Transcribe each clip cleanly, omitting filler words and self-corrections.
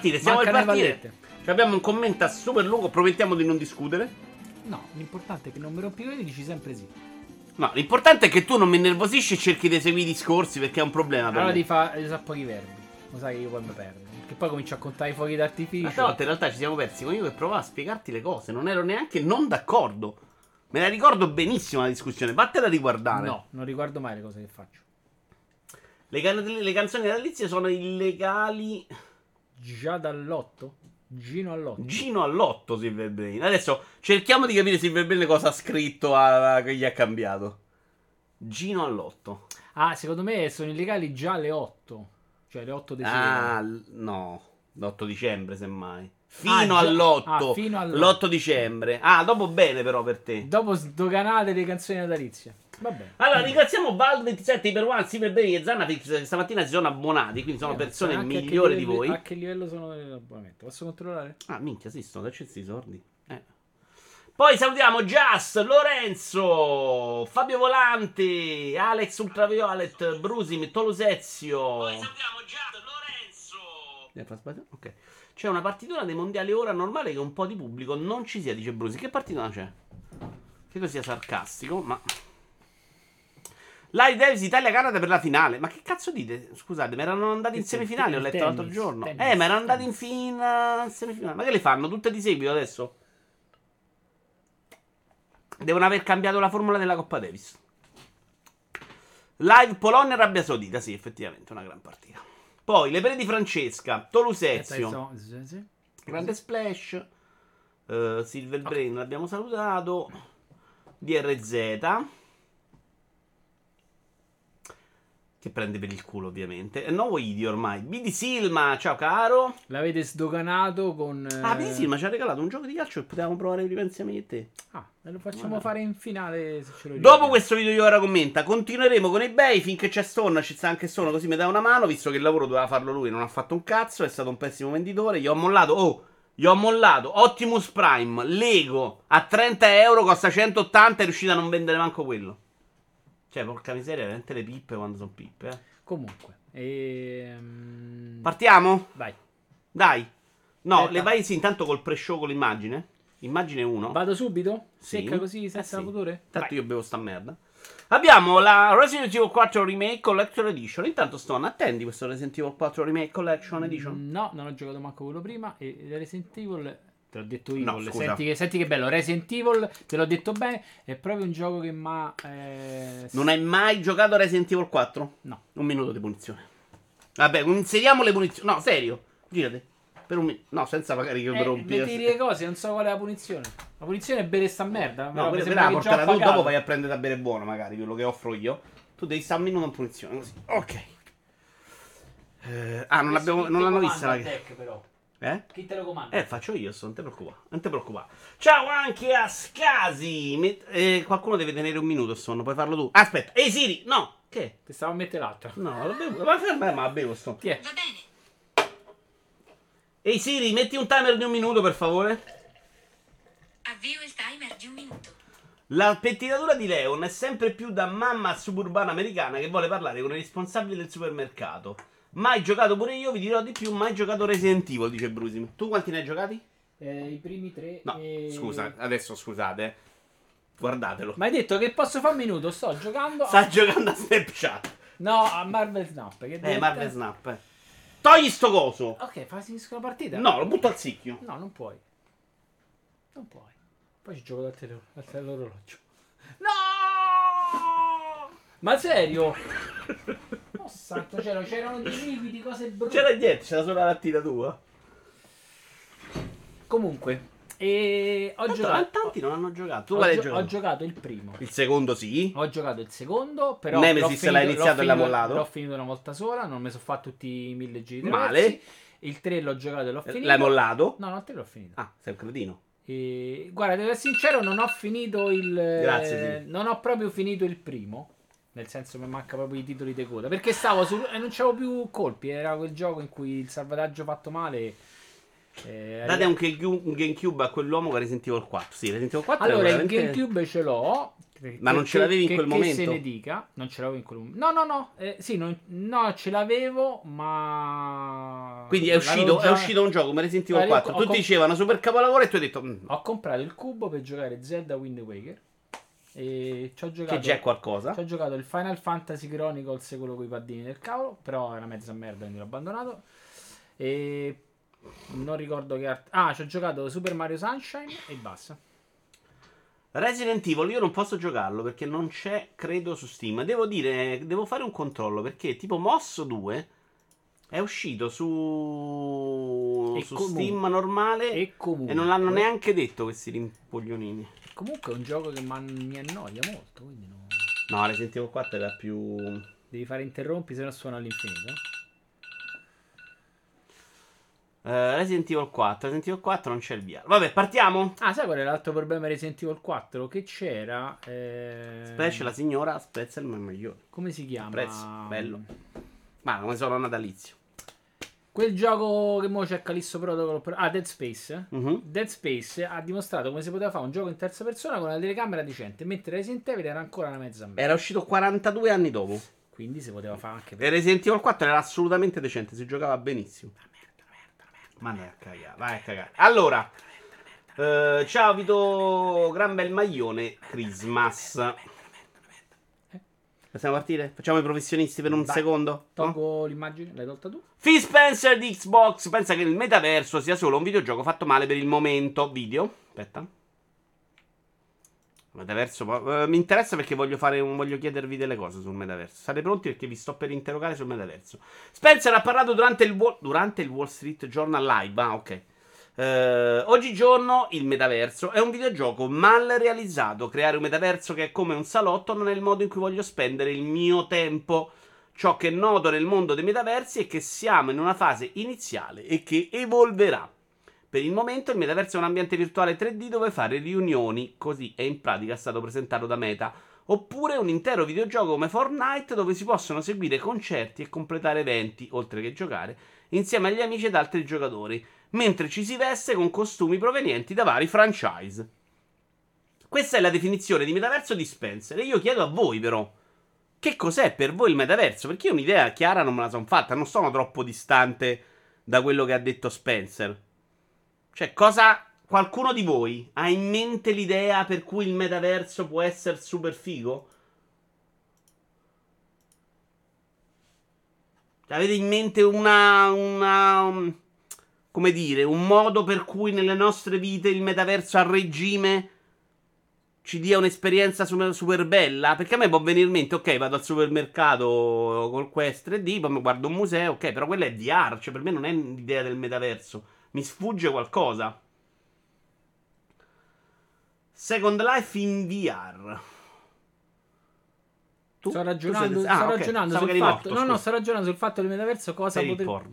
partire, stiamo per Mancano le partire. vallette. Ci abbiamo un commento super lungo, promettiamo di non discutere. No, l'importante è che non mi rompi i coglioni, dici sempre sì. No, l'importante è che tu non mi innervosisci e cerchi di seguire i discorsi perché è un problema per Allora me. ti sa pochi verbi. Lo sai che io poi mi perdo. Che poi comincio a contare i fuochi d'artificio. Altre volte in realtà ci siamo persi con io che provavo a spiegarti le cose, non ero neanche non d'accordo. Me la ricordo benissimo la discussione, vattela a riguardare. No, non riguardo mai le cose che faccio. Le canzoni natalizie sono illegali. Già dall'8? Gino all'8. Gino all'8 Silver Brain. Adesso cerchiamo di capire Silver Brain cosa ha scritto che gli ha cambiato. Gino all'8. Ah, secondo me sono illegali già alle 8. Cioè le 8 di sera. Ah, no. L'8 dicembre semmai. Fino già- all'8. fino all'8. L'8 dicembre. Ah, dopo bene però per te. Dopo sdoganate le canzoni natalizie. Va bene. Allora, ringraziamo Val27, Hyper1, Silver Brain e Zannafix che stamattina si sono abbonati, quindi sono persone Anche a che migliori di livello- voi. A che livello sono nell'abbonamento? Posso controllare? Ah, minchia, sì, sono accesi i soldi. Poi salutiamo Just, Lorenzo, Fabio Volante, Alex Ultraviolet, Brusim, Tolusezio. Poi salutiamo Just, Lorenzo. Ok. C'è una partitura dei mondiali ora normale che un po' di pubblico non ci sia, dice Brusim. Che partitura c'è? Credo sia sarcastico, ma... Live Davis Italia-Canada per la finale. Ma che cazzo dite? Scusate, mi erano andati in semifinale, ho letto l'altro giorno. Ma erano andati in semifinale. Ma che le fanno? Tutte di seguito adesso? Devono aver cambiato la formula della Coppa Davis. Live Polonia-Arabia Saudita. Sì, effettivamente, una gran partita. Poi, le pere di Francesca, Tolusezio, Grande Splash, Silver Brain l'abbiamo salutato, DRZ, che prende per il culo ovviamente, nuovo Idi ormai, BD Silma, ciao caro. L'avete sdoganato con... BD Silma ci ha regalato un gioco di calcio che potevamo provare prima insieme io e te. Ah, e lo facciamo fare in finale se ce lo Dopo ricordiamo. questo video io ora commenta, continueremo con eBay finché c'è Stone, ci sta anche Stone così mi dà una mano, visto che il lavoro doveva farlo lui, non ha fatto un cazzo, è stato un pessimo venditore, gli ho mollato Optimus Prime, Lego, a 30 euro, costa 180, è riuscito a non vendere manco quello. Cioè, porca miseria, veramente le pippe quando sono pippe, Comunque. Partiamo? Vai. Dai. No, Aspetta. le vai sì, intanto col pre-show con l'immagine. Immagine 1. Vado subito? Sì. Secca così, senza sì. futuro? Tanto io bevo sta merda. Abbiamo la Resident Evil 4 Remake Collection Edition. Intanto Stone, attendi questo Resident Evil 4 Remake Collection Edition? No, non ho giocato manco quello prima. E Resident Evil, te l'ho detto io. No, scusa. Senti che bello. Resident Evil, te l'ho detto bene. È proprio un gioco che mi Non hai mai giocato a Resident Evil 4? No. Un minuto di punizione. Vabbè, inseriamo le punizioni. No, serio. Girati. Per un minuto. No, senza magari che mi rompi. Metti le cose, non so qual è la punizione. La punizione è bere sta merda. No, mi per sembra la che già portare ho tu, pagato. dopo vai a prendere da bere buono, magari, quello che offro io. Tu devi stare un minuto in punizione, così. Ok. Non l'hanno vista la... Tech, però. Chi te lo comanda? Faccio io, non ti preoccupare. Non ti preoccupare. Ciao anche a Scasi. Qualcuno deve tenere un minuto, sonno, puoi farlo tu. Aspetta. Ehi Siri, no. Che? Ti stavo a mettere l'altra. No, lo bevo. Ma ferma, ma bevo sto. Chi è? Va bene. Ehi Siri, metti un timer di un minuto, per favore. Avvio il timer di 1 minuto. La pettinatura di Leon è sempre più da mamma suburbana americana che vuole parlare con i responsabili del supermercato. Mai giocato pure io, vi dirò di più, mai giocato Resident Evil, dice Brusim. Tu quanti ne hai giocati? I primi 3. No, scusa, adesso scusate. Guardatelo. Ma hai detto che posso fare un minuto? Sto giocando. Sta giocando a Snapchat. No, a Marvel Snap. Che Marvel Snap. Togli sto coso. Ok, finisco la partita. No, lo butto al sicchio. No, non puoi. Non puoi. Poi ci gioco dall'orologio. No! Ma serio? Oh santo cielo, c'erano dei liquidi, cose brutte. C'era niente, c'era solo la lattina tua. Comunque, ho Tanto, giocato. tanti non hanno giocato. Tu quale hai giocato? Ho giocato il primo. Il secondo sì. Ho giocato il secondo, però Nemesis l'hai iniziato e l'ha mollato? L'ho finito una volta sola, non mi sono fatto tutti i 1000 giri Male. diversi. Il 3 l'ho giocato e l'ho finito. L'hai mollato? No, il 3 l'ho finito. Ah, sei un cretino. Guarda, devo essere sincero, non ho finito il... Grazie, sì. Non ho proprio finito il primo. Nel senso mi manca proprio i titoli di coda. Perché stavo su... e non c'avevo più colpi. Era quel gioco in cui il salvataggio fatto male... Date un GameCube a quell'uomo che ha Resident Evil 4. Sì, Resident Evil 4 Allora, è veramente... il GameCube ce l'ho, Ma non ce l'avevi in quel momento? Che se ne dica, non ce l'avevo in quel momento. No, sì, no, ce l'avevo, ma... Quindi è uscito un gioco come Resident Evil 4. Tutti dicevano super capolavoro e tu hai detto... Ho comprato il cubo per giocare Zelda Wind Waker. E ci ho giocato... Che già è qualcosa. Ci ho giocato il Final Fantasy Chronicles, quello con i paddini del cavolo. Però è una mezza merda, quindi l'ho abbandonato. E... non ricordo che... ci ho giocato Super Mario Sunshine e basta. Resident Evil io non posso giocarlo perché non c'è, credo, su Steam. Devo fare un controllo perché tipo Moss 2 è uscito su Steam normale e non l'hanno neanche detto questi rimpoglionini. Comunque è un gioco che mi annoia molto, quindi no. No, Resident Evil 4 era più... Devi fare interrompi, se no suona all'infinito. Resident Evil 4 non c'è il VR. Vabbè, partiamo. Sai qual è l'altro problema di Resident Evil 4? Che c'era Specie la signora spezza il migliore. come si chiama? Bello. Ma come sono natalizio. Quel gioco che mo c'è Callisto Protocol Dead Space. Mhm. Dead Space ha dimostrato come si poteva fare un gioco in terza persona con una telecamera decente, mentre Resident Evil era ancora una mezza merda. Era uscito 42 anni dopo. Quindi si poteva fare anche E Resident Evil 4 era assolutamente decente, si giocava benissimo. Ma vai a cagare. Allora, ciao Vito, gran bel maglione Christmas. Possiamo partire? Facciamo i professionisti per un secondo? Tolgo l'immagine, l'hai tolta tu? Phil Spencer di Xbox pensa che il metaverso sia solo un videogioco fatto male per il momento. Video. Aspetta. Metaverso. Mi interessa perché voglio chiedervi delle cose sul metaverso. State pronti perché vi sto per interrogare sul metaverso. Spencer ha parlato durante il Wall Street Journal Live. Ok. Oggigiorno il metaverso è un videogioco mal realizzato. Creare un metaverso che è come un salotto non è il modo in cui voglio spendere il mio tempo. Ciò che noto nel mondo dei metaversi è che siamo in una fase iniziale e che evolverà. Per il momento il metaverso è un ambiente virtuale 3D dove fare riunioni, così è in pratica stato presentato da Meta. Oppure un intero videogioco come Fortnite dove si possono seguire concerti e completare eventi, oltre che giocare, insieme agli amici ed altri giocatori, mentre ci si veste con costumi provenienti da vari franchise. Questa è la definizione di metaverso di Spencer e io chiedo a voi però, che cos'è per voi il metaverso? Perché io un'idea chiara non me la sono fatta, non sono troppo distante da quello che ha detto Spencer. Cioè, qualcuno di voi ha in mente l'idea per cui il metaverso può essere super figo? Avete in mente come dire, un modo per cui nelle nostre vite il metaverso a regime ci dia un'esperienza super bella? Perché a me può venire in mente, ok, vado al supermercato col Quest 3D, poi mi guardo un museo, ok, però quella è VR, cioè per me non è l'idea del metaverso. Mi sfugge qualcosa. Second Life in VR. Sto ragionando sul fatto. Sto ragionando sul fatto del metaverso. Cosa potrebbe.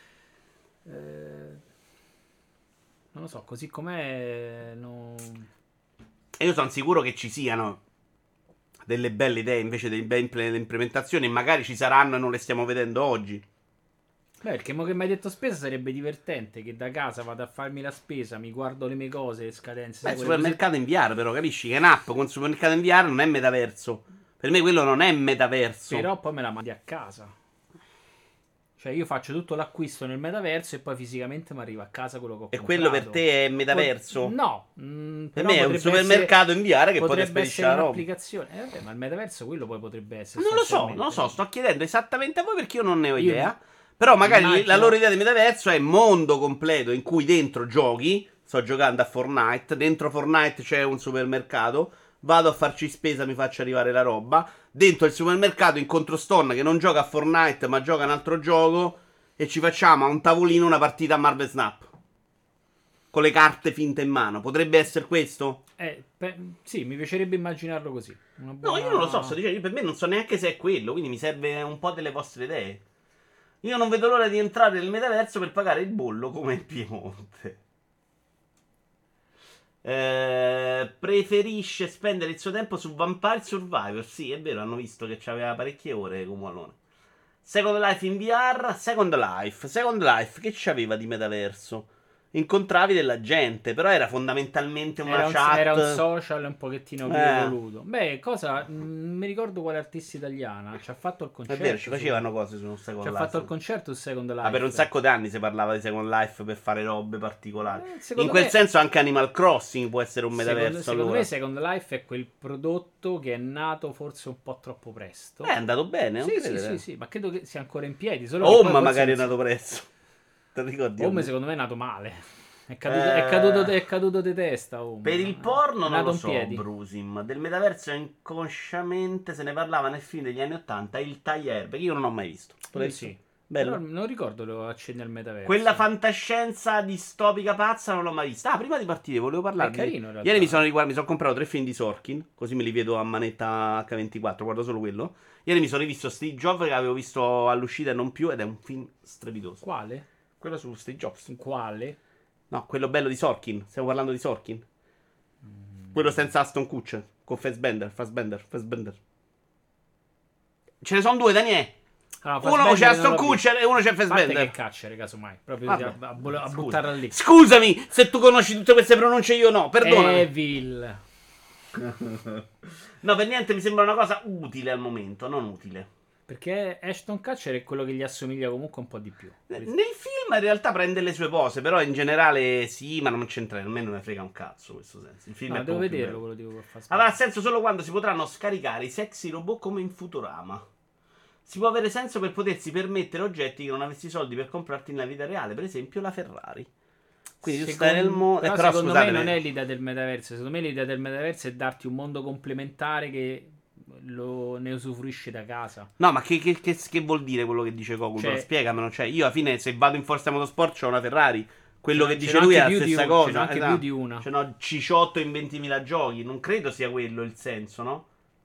Non lo so, così com'è. E io sono sicuro che ci siano delle belle idee invece delle belle implementazioni. E magari ci saranno e non le stiamo vedendo oggi. Beh, perché mo che mi hai detto spesa sarebbe divertente che da casa vado a farmi la spesa, mi guardo le mie cose, le scadenze. Beh, supermercato in VR però, capisci? Che un'app con supermercato in VR non è metaverso. Per me quello non è metaverso. Però poi me la mandi a casa. Cioè io faccio tutto l'acquisto nel metaverso e poi fisicamente mi arriva a casa quello che ho comprato. E quello per te è metaverso? No. Per me è un supermercato in VR che poi ti spedisce la roba. Un'applicazione. Vabbè, ma il metaverso quello poi potrebbe essere. Non lo so, sto chiedendo esattamente a voi perché io non ne ho idea. Però magari la loro idea di metaverso è mondo completo in cui dentro giochi. Sto giocando a Fortnite. Dentro Fortnite c'è un supermercato. Vado a farci spesa, mi faccio arrivare la roba. Dentro il supermercato incontro Stone che non gioca a Fortnite ma gioca a un altro gioco. E ci facciamo a un tavolino una partita a Marvel Snap. Con le carte finte in mano. Potrebbe essere questo? Sì, mi piacerebbe immaginarlo così. No, io non lo so. Per me non so neanche se è quello. Quindi mi serve un po' delle vostre idee. Io non vedo l'ora di entrare nel metaverso per pagare il bollo come in Piemonte. Preferisce spendere il suo tempo su Vampire Survivor. Sì, è vero, hanno visto che c'aveva parecchie ore come allora. Second Life in VR. Second Life che c'aveva di metaverso? incontravi della gente, però era fondamentalmente una chat. Era un social un pochettino più evoluto. Beh, mi ricordo quale artista italiana ci ha fatto il È concerto. vero, ci facevano cose su Ci Second ha Life. fatto il concerto su Second Life. Per un sacco di anni si parlava di Second Life per fare robe particolari. In secondo quel me- senso anche Animal Crossing può essere un metaverso. Secondo allora. me Second Life è quel prodotto che è nato forse un po' troppo presto. È andato bene, non Sì, credere. sì, ma credo che sia ancora in piedi. Solo che poi Home forse magari è non si- nato presto. Te ricordi? Home secondo me è nato male. È caduto di testa. Home. Per il porno È non nato lo in so, piedi. Brusim. Del metaverso inconsciamente se ne parlava nel film degli anni 80, il Taglier, perché io non ho mai visto. Sì. Bello. Però non ricordo lo accenni al metaverso. Quella fantascienza distopica pazza non l'ho mai vista. Prima di partire volevo parlarvi. È carino, in realtà. Ieri mi sono comprato 3 film di Sorkin, così me li vedo a manetta H24, guardo solo quello. Ieri mi sono rivisto Steve Jobs che avevo visto all'uscita e non più, ed è un film strepitoso. Quale? Quello su Steve Jobs. Quale? No, quello bello di Sorkin. Stiamo parlando di Sorkin. Quello senza Aston Kutcher, con Fassbender. Ce ne sono 2, Daniele. Allora, Uno c'è Aston non l'ho Kutcher e uno c'è visto. A parte Fassbender. che cacciare, casomai. Proprio Vabbè. a Scusa. buttarla lì. Scusami se tu conosci tutte queste pronunce, io no, perdonami. Evil. No, per niente mi sembra una cosa utile al momento, non utile. Perché Ashton Kutcher è quello che gli assomiglia comunque un po' di più. Nel film in realtà prende le sue pose, però in generale sì, ma non c'entra, a me non me frega un cazzo in questo senso. Il film No, è devo proprio più vederlo bello. quello di cui fa Avrà senso solo quando si potranno scaricare i sexy robot come in Futurama. Si può avere senso per potersi permettere oggetti che non avessi soldi per comprarti nella vita reale, per esempio la Ferrari. Quindi tu stai nel mondo. Però Però secondo scusate, me non è l'idea del metaverso. Secondo me l'idea del metaverso è darti un mondo complementare che ne usufruisci da casa. No, ma che vuol dire quello che dice Goku? Cioè- Spiegamelo. Cioè, io alla fine, se vado in Forza Motorsport, c'ho una Ferrari. Quello che Ce dice n'ho lui è anche la più di stessa un- cosa. ce n'ho anche più di una. Ce n'ho 18 in 20.000 giochi. Non credo sia quello il senso, no?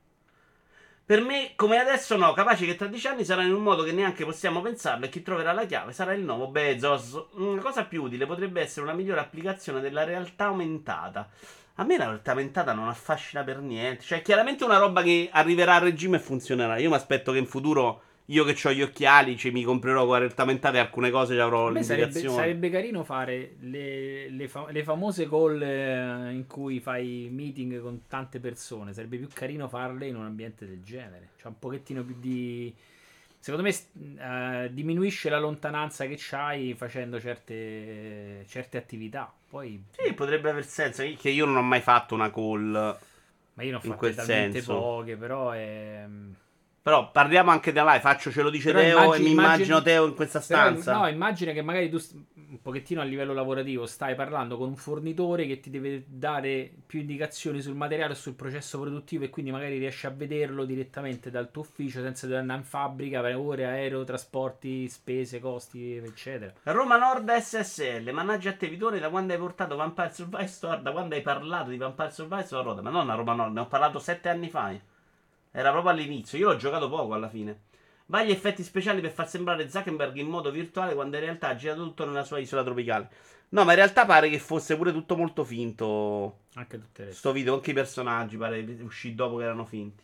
Per me, come adesso, no. Capace che tra 10 anni sarà in un modo che neanche possiamo pensarlo. E chi troverà la chiave sarà il nuovo Bezos. Una cosa più utile potrebbe essere una migliore applicazione della realtà aumentata. A me la realtà aumentata non affascina per niente. Cioè, chiaramente è una roba che arriverà a regime e funzionerà. Io mi aspetto che in futuro, io che ho gli occhiali, mi comprerò con la realtà aumentata e alcune cose ci avrò A me l'indicazione. sarebbe carino fare le famose call in cui fai meeting con tante persone. Sarebbe più carino farle in un ambiente del genere. Cioè un pochettino più di... Secondo me diminuisce la lontananza che c'hai facendo certe attività. Poi... Sì, potrebbe aver senso. Che io non ho mai fatto una call. Ma io ne ho in fatte quel talmente senso. poche, però è... Però parliamo anche della live. Faccio ce lo dice Però Teo e mi immagino Teo in questa però, stanza. no, immagina che magari tu un pochettino a livello lavorativo stai parlando con un fornitore che ti deve dare più indicazioni sul materiale e sul processo produttivo e quindi magari riesci a vederlo direttamente dal tuo ufficio senza dover andare in fabbrica per ore, aereo, trasporti, spese, costi, eccetera. Roma Nord SSL. Mannaggia a te, Vitone, da quando hai portato Vampire Survivor Store, da quando hai parlato di Vampire Survivor Store, Roda. Ma non a Roma Nord, ne ho parlato 7 anni fa. Era proprio all'inizio. Io l'ho giocato poco alla fine. Va agli effetti speciali per far sembrare Zuckerberg in modo virtuale quando in realtà ha girato tutto nella sua isola tropicale. No, ma in realtà pare che fosse pure tutto molto finto. Anche tutte le... Sto video, anche i personaggi pare uscì dopo che erano finti.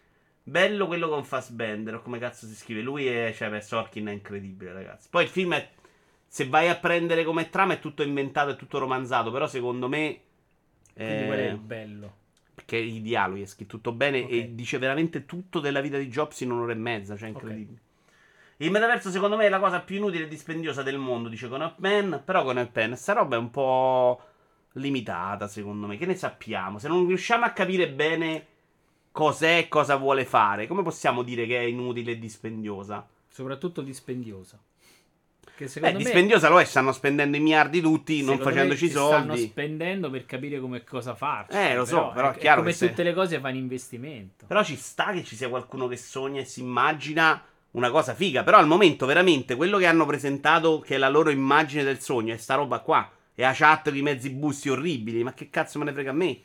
Bello quello con Fassbender, o come cazzo si scrive. Lui è, cioè, per Sorkin è incredibile, ragazzi. Poi il film è, se vai a prendere come trama, è tutto inventato, è tutto romanzato. Però secondo me... Quindi quello è il bello. Perché i dialoghi è scritto tutto bene Ok. e dice veramente tutto della vita di Jobs in un'ora e mezza, cioè incredibile. Il metaverso secondo me è la cosa più inutile e dispendiosa del mondo, dice Conopman, però Conopman, sta roba è un po' limitata secondo me, che ne sappiamo? Se non riusciamo a capire bene cos'è e cosa vuole fare, come possiamo dire che è inutile e dispendiosa? Soprattutto dispendiosa. Che secondo me dispendiosa lo è, stanno spendendo i miliardi tutti, non secondo me facendoci ci stanno soldi. spendendo per capire come cosa farci. Lo so, però è chiaro come che se- tutte le cose fa un investimento. Però ci sta che ci sia qualcuno che sogna e si immagina una cosa figa. Però al momento veramente quello che hanno presentato, che è la loro immagine del sogno, è sta roba qua. E la chat con i mezzi bussi orribili. Ma che cazzo me ne frega a me?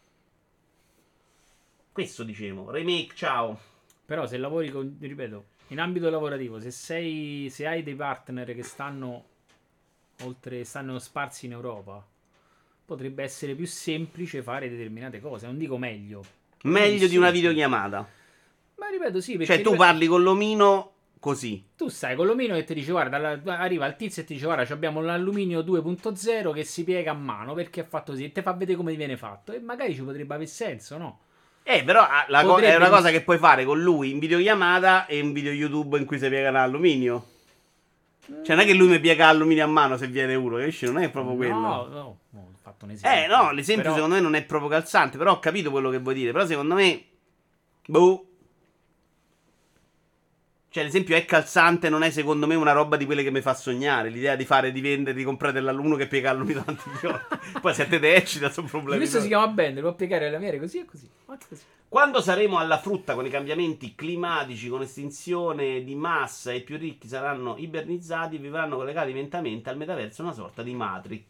Questo dicevo. Remake, ciao. Però se lavori con, ripeto, in ambito lavorativo, se hai dei partner che stanno sparsi in Europa, potrebbe essere più semplice fare determinate cose. Non dico meglio. Meglio di una Sì. videochiamata. Ma ripeto, sì, perché Cioè tu parli con l'omino così. Tu sai, con l'omino che ti dice, guarda, arriva il tizio e ti dice, guarda, abbiamo l'alluminio 2.0 che si piega a mano perché è fatto così e ti fa vedere come viene fatto. E magari ci potrebbe avere senso, no? Però Potrebbe è una cosa che puoi fare con lui in videochiamata e in video YouTube in cui si piega l'alluminio. Cioè, non è che lui mi piega l'alluminio a mano se viene uno, capisci? Non è proprio quello. No, ho fatto un esempio. No, l'esempio Però... secondo me non è proprio calzante, però ho capito quello che vuoi dire. Però secondo me, boh. Cioè, l'esempio è calzante, non è secondo me una roba di quelle che mi fa sognare. L'idea di vendere, di comprare uno che piega l'alluminio tanti giorni. Poi se te ne eccita, sono problemi. Questo si chiama bender, può piegare la miele così e così. Quando saremo alla frutta con i cambiamenti climatici, con estinzione di massa, i più ricchi saranno ibernizzati e vivranno collegati lentamente al metaverso, una sorta di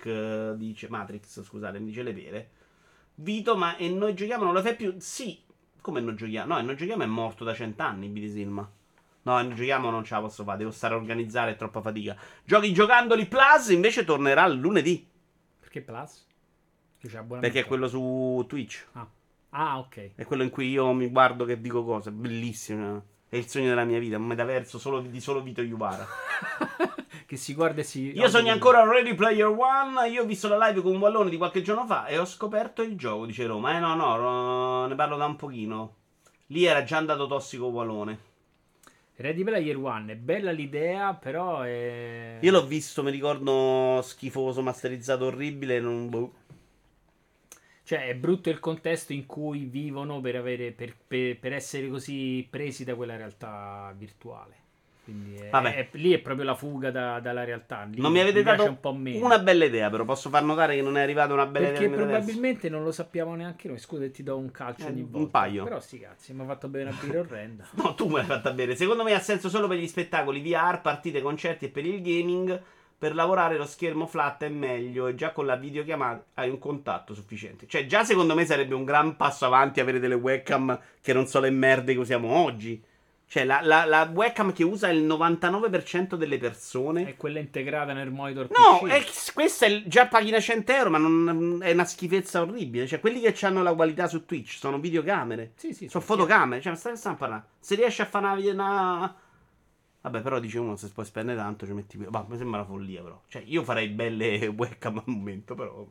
Matrix, scusate, mi dice le vere. Vito, ma e noi giochiamo non lo fai più? Sì, come non giochiamo? No, non giochiamo è morto da 100 anni, Bidisilma. No, non giochiamo non ce la posso fare, devo stare a organizzare, è troppa fatica. Giochi giocandoli Plus invece tornerà lunedì. Perché Plus? Perché è quello su Twitch. Ah, ok. È quello in cui io mi guardo che dico cose, bellissimo. È il sogno della mia vita, un metaverso solo Vito Iuvara. Che si guarda e si... Io sogno ancora Ready Player One. Io ho visto la live con un Wallone di qualche giorno fa e ho scoperto il gioco, dice Roma. No, ne parlo da un pochino. Lì era già andato tossico Wallone. Ready Player One, è bella l'idea, però è... Io l'ho visto, mi ricordo schifoso, masterizzato, orribile, non... Cioè, è brutto il contesto in cui vivono per essere così presi da quella realtà virtuale. Quindi lì è proprio la fuga dalla realtà. Lì non mi avete dato un po' meno. Una bella idea, però posso far notare che non è arrivata una bella perché idea. Perché probabilmente non lo sappiamo neanche noi. Scusa, ti do un calcio ogni volta. Un paio. Però sti cazzi, mi ha fatto bere una birra orrenda. No, tu me l'hai fatta bere. Secondo me ha senso solo per gli spettacoli VR, partite, concerti e per il gaming. Per lavorare lo schermo flat è meglio e già con la videochiamata hai un contatto sufficiente. Cioè, già secondo me sarebbe un gran passo avanti avere delle webcam che non so le merde che usiamo oggi. Cioè, la webcam che usa il 99% delle persone è quella integrata nel monitor PC. No, questa è già paghi 100 euro, ma non è una schifezza orribile. Cioè, quelli che hanno la qualità su Twitch sono videocamere. Sì, sono fotocamere. Cioè, stiamo parlando. Se riesci a fare una... Vabbè, però dice uno, se poi spende tanto ci metti... Ma mi sembra una follia, però. Cioè, io farei belle webcam al momento, però...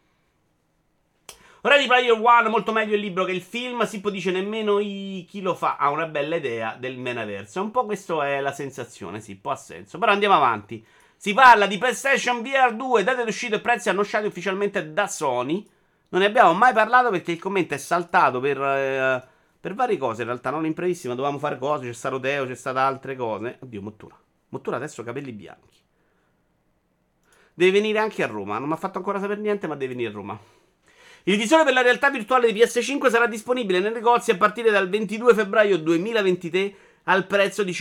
Ready Player One, molto meglio il libro che il film. Sippo dice nemmeno chi lo fa ha una bella idea del metaverso. Un po' questa è la sensazione, Sippo, ha senso. Però andiamo avanti. Si parla di PlayStation VR 2, date d'uscita e prezzi annunciati ufficialmente da Sony. Non ne abbiamo mai parlato perché il commento è saltato per varie cose, in realtà non imprevisti, ma dovevamo fare cose, c'è stato Teo, c'è state altre cose. Oddio, Mottura adesso capelli bianchi. Deve venire anche a Roma, non mi ha fatto ancora sapere niente, ma deve venire a Roma. Il visore per la realtà virtuale di PS5 sarà disponibile nei negozi a partire dal 22 febbraio 2023 al prezzo di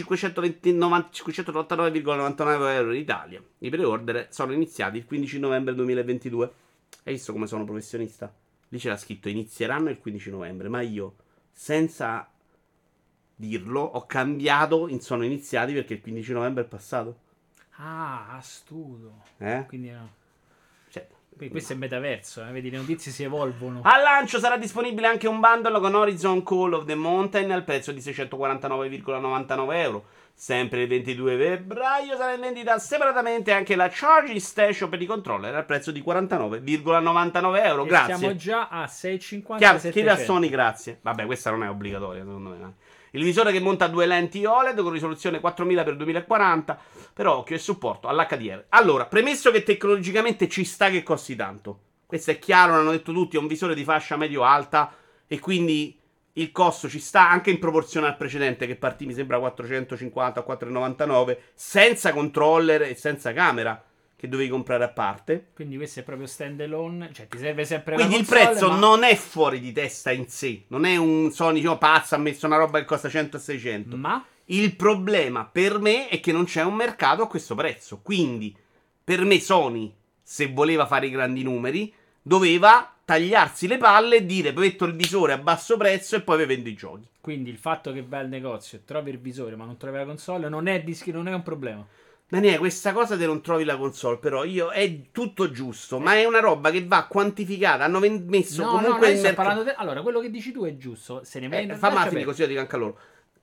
589,99 euro in Italia. I pre-order sono iniziati il 15 novembre 2022. Hai visto come sono professionista? Lì c'era scritto inizieranno il 15 novembre, ma io, senza dirlo, ho cambiato in sono iniziati perché il 15 novembre è passato. Ah, astuto. Quindi no. Questo è metaverso, vedi, le notizie si evolvono. Al lancio sarà disponibile anche un bundle con Horizon Call of the Mountain al prezzo di 649,99 euro. Sempre il 22 febbraio sarà in vendita separatamente anche la Charging Station per i controller al prezzo di 49,99 euro. E grazie. Siamo già a 6,50. Chiedi a Sony, grazie. Vabbè, questa non è obbligatoria, secondo me. Il visore che monta due lenti OLED con risoluzione 4000x2040, però occhio e supporto all'HDR. Allora, premesso che tecnologicamente ci sta che costi tanto. Questo è chiaro, l'hanno detto tutti, è un visore di fascia medio-alta e quindi il costo ci sta anche in proporzione al precedente che partì, mi sembra, 450 a 499, senza controller e senza camera, che dovevi comprare a parte. Quindi questo è proprio stand alone, cioè ti serve sempre quindi la console. Il prezzo non è fuori di testa in sé, non è un Sony, pazzo, ha messo una roba che costa 100 e 600. Ma il problema per me è che non c'è un mercato a questo prezzo. Quindi per me Sony, se voleva fare i grandi numeri, doveva tagliarsi le palle e dire metto il visore a basso prezzo e poi vi vendo i giochi. Quindi il fatto che vai al negozio e trovi il visore ma non trovi la console non è un problema. Daniele, questa cosa te non trovi la console, però è tutto giusto, ma è una roba che va quantificata. Hanno messo comunque il sto parlando allora, quello che dici tu è giusto. Se ne vende. Fammi finire così, io dico anche a loro.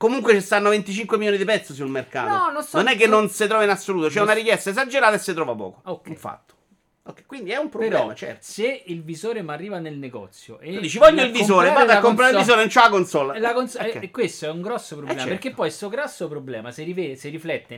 Comunque ci stanno 25 milioni di pezzi sul mercato. No, non è che non si trova in assoluto. C'è una richiesta esagerata e si trova poco. Ok. Un fatto. Ok, quindi è un problema, Però, certo. se il visore mi arriva nel negozio e Tu dici voglio il visore, vado a comprare il visore, non c'ho la console. E questo è un grosso problema, certo. perché poi sto grosso problema si riflette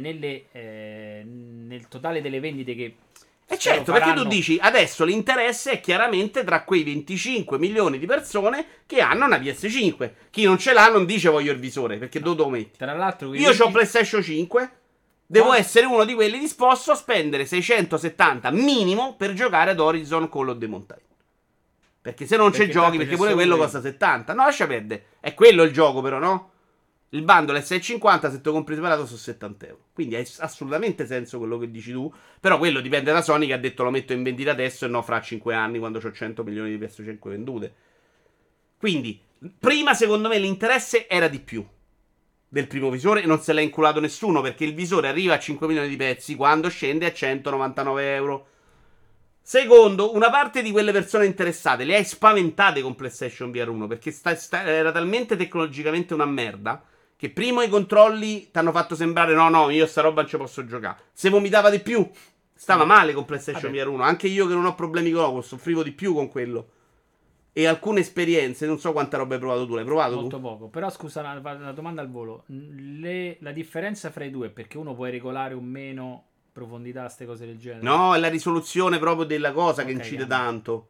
nel totale delle vendite che Certo, perché tu dici adesso l'interesse è chiaramente tra quei 25 milioni di persone che hanno una PS5. Chi non ce l'ha non dice voglio il visore, perché dove lo metti? Tra l'altro Io ho PlayStation 5. Devo essere uno di quelli disposto a spendere 670 minimo per giocare ad Horizon Call of the Mountain. Perché se non c'è giochi, perché pure quello costa 70. No, lascia perdere. È quello il gioco, però, no? Il bundle è 6,50, se te lo compri separato sono 70 euro. Quindi ha assolutamente senso quello che dici tu. Però quello dipende da Sony che ha detto lo metto in vendita adesso e no fra 5 anni quando ho 100 milioni di PS5 vendute. Quindi, prima secondo me l'interesse era di più del primo visore e non se l'ha inculato nessuno, perché il visore arriva a 5 milioni di pezzi quando scende a 199 euro. Secondo, una parte di quelle persone interessate le hai spaventate con PlayStation VR 1 perché era talmente tecnologicamente una merda che prima i controlli ti hanno fatto sembrare no, io sta roba non ci posso giocare. Se vomitava di più, stava male con PlayStation VR 1. Anche io che non ho problemi con Oculus soffrivo di più con quello. E alcune esperienze, non so quanta roba hai provato tu, l'hai provato molto tu? poco. Però scusa, una domanda al volo. La differenza fra i due è perché uno può regolare o meno profondità, queste cose del genere? No, è la risoluzione proprio della cosa che incide tanto.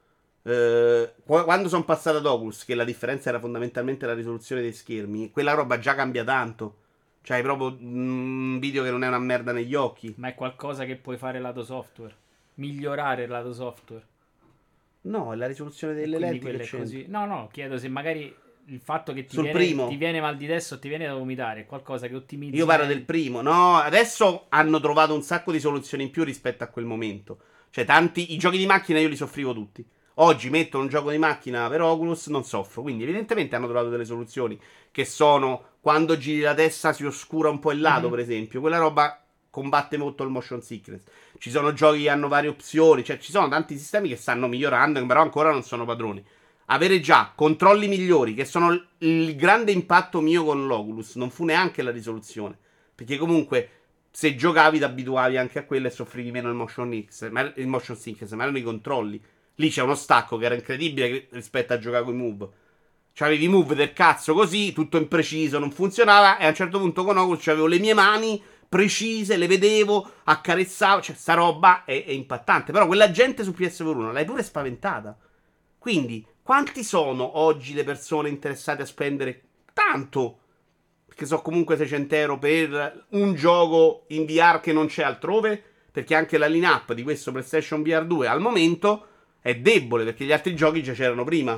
Quando sono passato ad Oculus, che la differenza era fondamentalmente la risoluzione dei schermi, quella roba già cambia tanto. Cioè, hai proprio un video che non è una merda negli occhi. Ma è qualcosa che puoi fare lato software? Migliorare il lato software? No, è la risoluzione delle Quindi LED quelle che così. No, chiedo se magari il fatto che Sul primo. ti viene mal di testa o ti viene da vomitare è qualcosa che ottimizza. Io parlo del primo. No, adesso hanno trovato un sacco di soluzioni in più rispetto a quel momento. Cioè, i giochi di macchina io li soffrivo tutti. Oggi metto un gioco di macchina per Oculus, non soffro. Quindi, evidentemente, hanno trovato delle soluzioni che sono quando giri la testa si oscura un po' il lato, per esempio. Quella roba combatte molto il motion sickness. Ci sono giochi che hanno varie opzioni. Cioè, ci sono tanti sistemi che stanno migliorando, però ancora non sono padroni. Avere già controlli migliori, che sono il grande impatto mio con l'Oculus, non fu neanche la risoluzione. Perché comunque, se giocavi, ti abituavi anche a quello e soffrivi meno il motion sickness, ma erano i controlli. Lì c'è uno stacco che era incredibile rispetto a giocare con i move. C'avevi i move del cazzo così, tutto impreciso, non funzionava. E a un certo punto con Oculus c'avevo le mie mani precise, le vedevo, accarezzavo. Cioè, sta roba è impattante. Però quella gente su PS1 l'hai pure spaventata. Quindi, quanti sono oggi le persone interessate a spendere tanto? Perché so comunque 600 euro per un gioco in VR che non c'è altrove. Perché anche la line-up di questo PlayStation VR 2 al momento è debole, perché gli altri giochi già c'erano prima.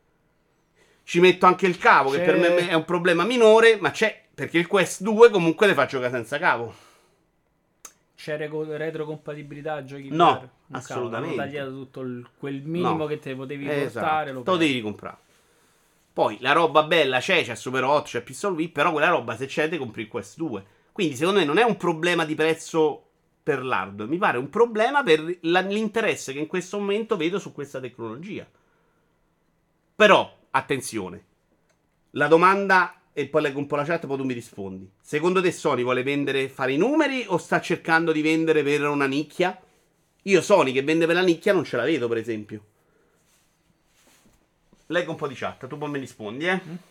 Ci metto anche il cavo, che per me è un problema minore, ma c'è, perché il Quest 2 comunque le fa giocare senza cavo. C'è retrocompatibilità a giochi No, VR? assolutamente. Hanno tagliato tutto quel minimo che te potevi portare. Te lo devi ricomprare. Poi la roba bella c'è Super Hot, c'è Pistol Whip, però quella roba se c'è te compri il Quest 2. Quindi secondo me non è un problema di prezzo per l'hardware, mi pare un problema per l'interesse che in questo momento vedo su questa tecnologia. Però, attenzione, la domanda, e poi leggo un po' la chat, poi tu mi rispondi. Secondo te Sony vuole fare i numeri o sta cercando di vendere per una nicchia? Io Sony che vende per la nicchia non ce la vedo, per esempio. Leggo un po' di chat, tu poi mi rispondi,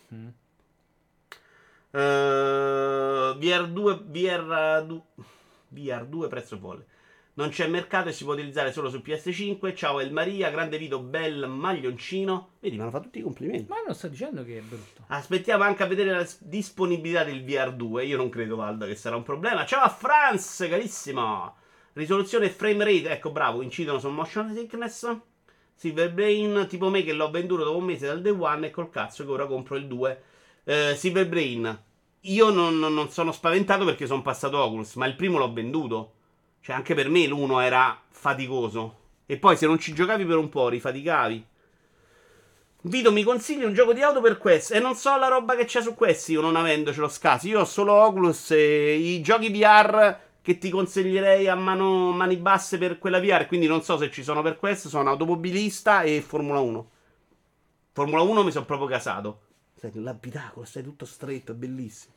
VR2 prezzo folle. Non c'è mercato e si può utilizzare solo su PS5. Ciao El Maria, grande video, bel maglioncino. Vedi, mi hanno fatto tutti i complimenti. Ma non sto dicendo che è brutto. Aspettiamo anche a vedere la disponibilità del VR2. Io non credo, Valda, che sarà un problema. Ciao a Franz, carissimo. Risoluzione e frame rate, ecco, bravo, incidono sul motion sickness. Silverbrain, tipo me che l'ho venduto dopo un mese dal day one e col cazzo che ora compro il 2. Silverbrain, io non sono spaventato perché sono passato Oculus, ma il primo l'ho venduto. Cioè, anche per me l'uno era faticoso. E poi se non ci giocavi per un po', rifaticavi. Vito, mi consigli un gioco di auto per Quest? E non so la roba che c'è su Quest, io non avendocelo scaso. Io ho solo Oculus e i giochi VR che ti consiglierei a mani basse per quella VR. Quindi non so se ci sono per Quest, sono automobilista e Formula 1. Formula 1 mi sono proprio casato. Stai nell'abitacolo, stai tutto stretto, è bellissimo.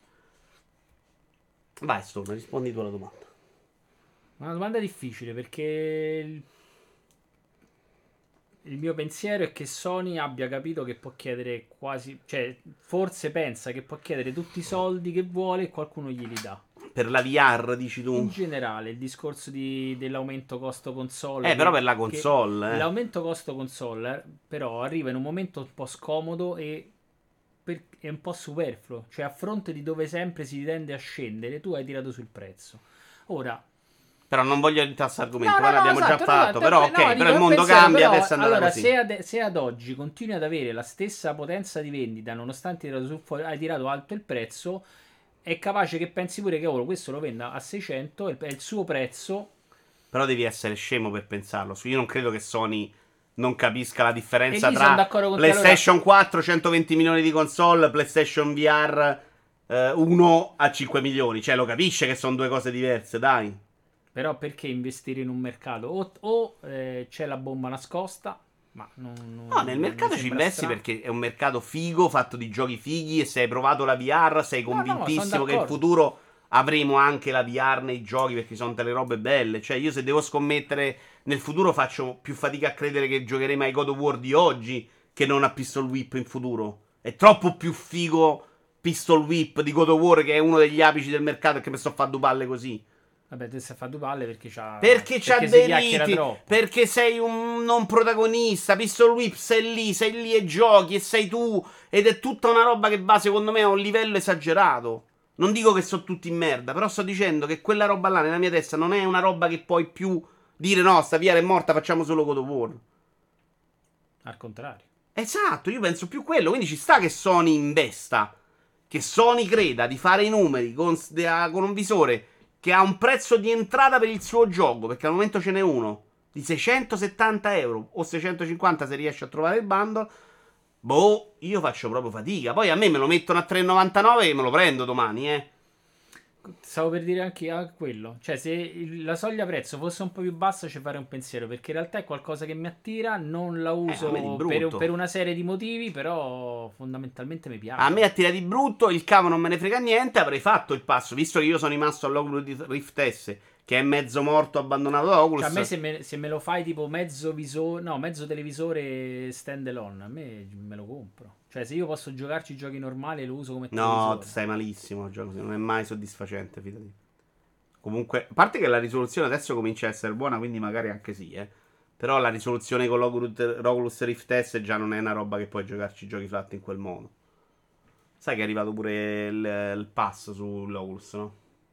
Vai, Stone, rispondi tu alla domanda. Una domanda difficile perché il mio pensiero è che Sony abbia capito che può chiedere quasi, cioè forse pensa che può chiedere tutti i soldi che vuole e qualcuno glieli dà. Per la VR, dici tu? In generale, il discorso dell'aumento costo console. Però per la console, L'aumento costo console, però, arriva in un momento un po' scomodo e è un po' superfluo. Cioè, a fronte di dove sempre si tende a scendere, tu hai tirato sul prezzo. Ora. Però non voglio entrare questo argomento, No, l'abbiamo esatto, già fatto. Però, ok, no, però il mondo cambia, adesso è andata allora, così. se ad oggi continui ad avere la stessa potenza di vendita, nonostante hai tirato alto il prezzo, è capace che pensi pure che questo lo venda a 600, è il suo prezzo. Però devi essere scemo per pensarlo. Io non credo che Sony non capisca la differenza E lì sono tra d'accordo con te, PlayStation 4, 120 milioni di console, PlayStation VR 1 a 5 milioni. Cioè, lo capisce che sono due cose diverse, dai. Però perché investire in un mercato? O c'è la bomba nascosta, ma No, nel mercato ci investi perché è un mercato figo, fatto di giochi fighi, e se hai provato la VR sei convintissimo che in futuro avremo anche la VR nei giochi, perché sono delle robe belle. Cioè, io se devo scommettere nel futuro faccio più fatica a credere che giocheremo ai God of War di oggi che non a Pistol Whip in futuro. È troppo più figo Pistol Whip di God of War, che è uno degli apici del mercato, e che mi sto a fare due palle così. Vabbè, te stai a fare due palle perché c'ha dei riti, perché sei un non protagonista. Pistol Whip sei lì e giochi e sei tu. Ed è tutta una roba che va, secondo me, a un livello esagerato. Non dico che sono tutti in merda, però sto dicendo che quella roba là nella mia testa non è una roba che puoi più dire no, sta via è morta, facciamo solo God of War. Al contrario. Esatto, io penso più quello. Quindi ci sta che Sony investa, che Sony creda di fare i numeri con un visore che ha un prezzo di entrata per il suo gioco, perché al momento ce n'è uno di 670 euro o 650 se riesce a trovare il bundle. Boh, io faccio proprio fatica. Poi a me me lo mettono a 3,99 e me lo prendo domani, Stavo per dire anche quello. Cioè, se la soglia prezzo fosse un po' più bassa, ci farei un pensiero. Perché in realtà è qualcosa che mi attira. Non la uso per una serie di motivi. Però fondamentalmente mi piace. A me attira di brutto. Il cavo non me ne frega niente. Avrei fatto il passo, visto che io sono rimasto all'Oculus Rift S, che è mezzo morto, abbandonato da Oculus. Cioè, a me se me lo fai tipo mezzo televisore stand alone, a me me lo compro. Cioè, se io posso giocarci i giochi normali, lo uso come televisore. No, stai malissimo il gioco, non è mai soddisfacente, fidati. Comunque, a parte che la risoluzione adesso comincia a essere buona, quindi magari anche sì, Però la risoluzione con l'Oculus Rift S già non è una roba che puoi giocarci i giochi fatti in quel modo. Sai che è arrivato pure il pass sull'Oculus, no?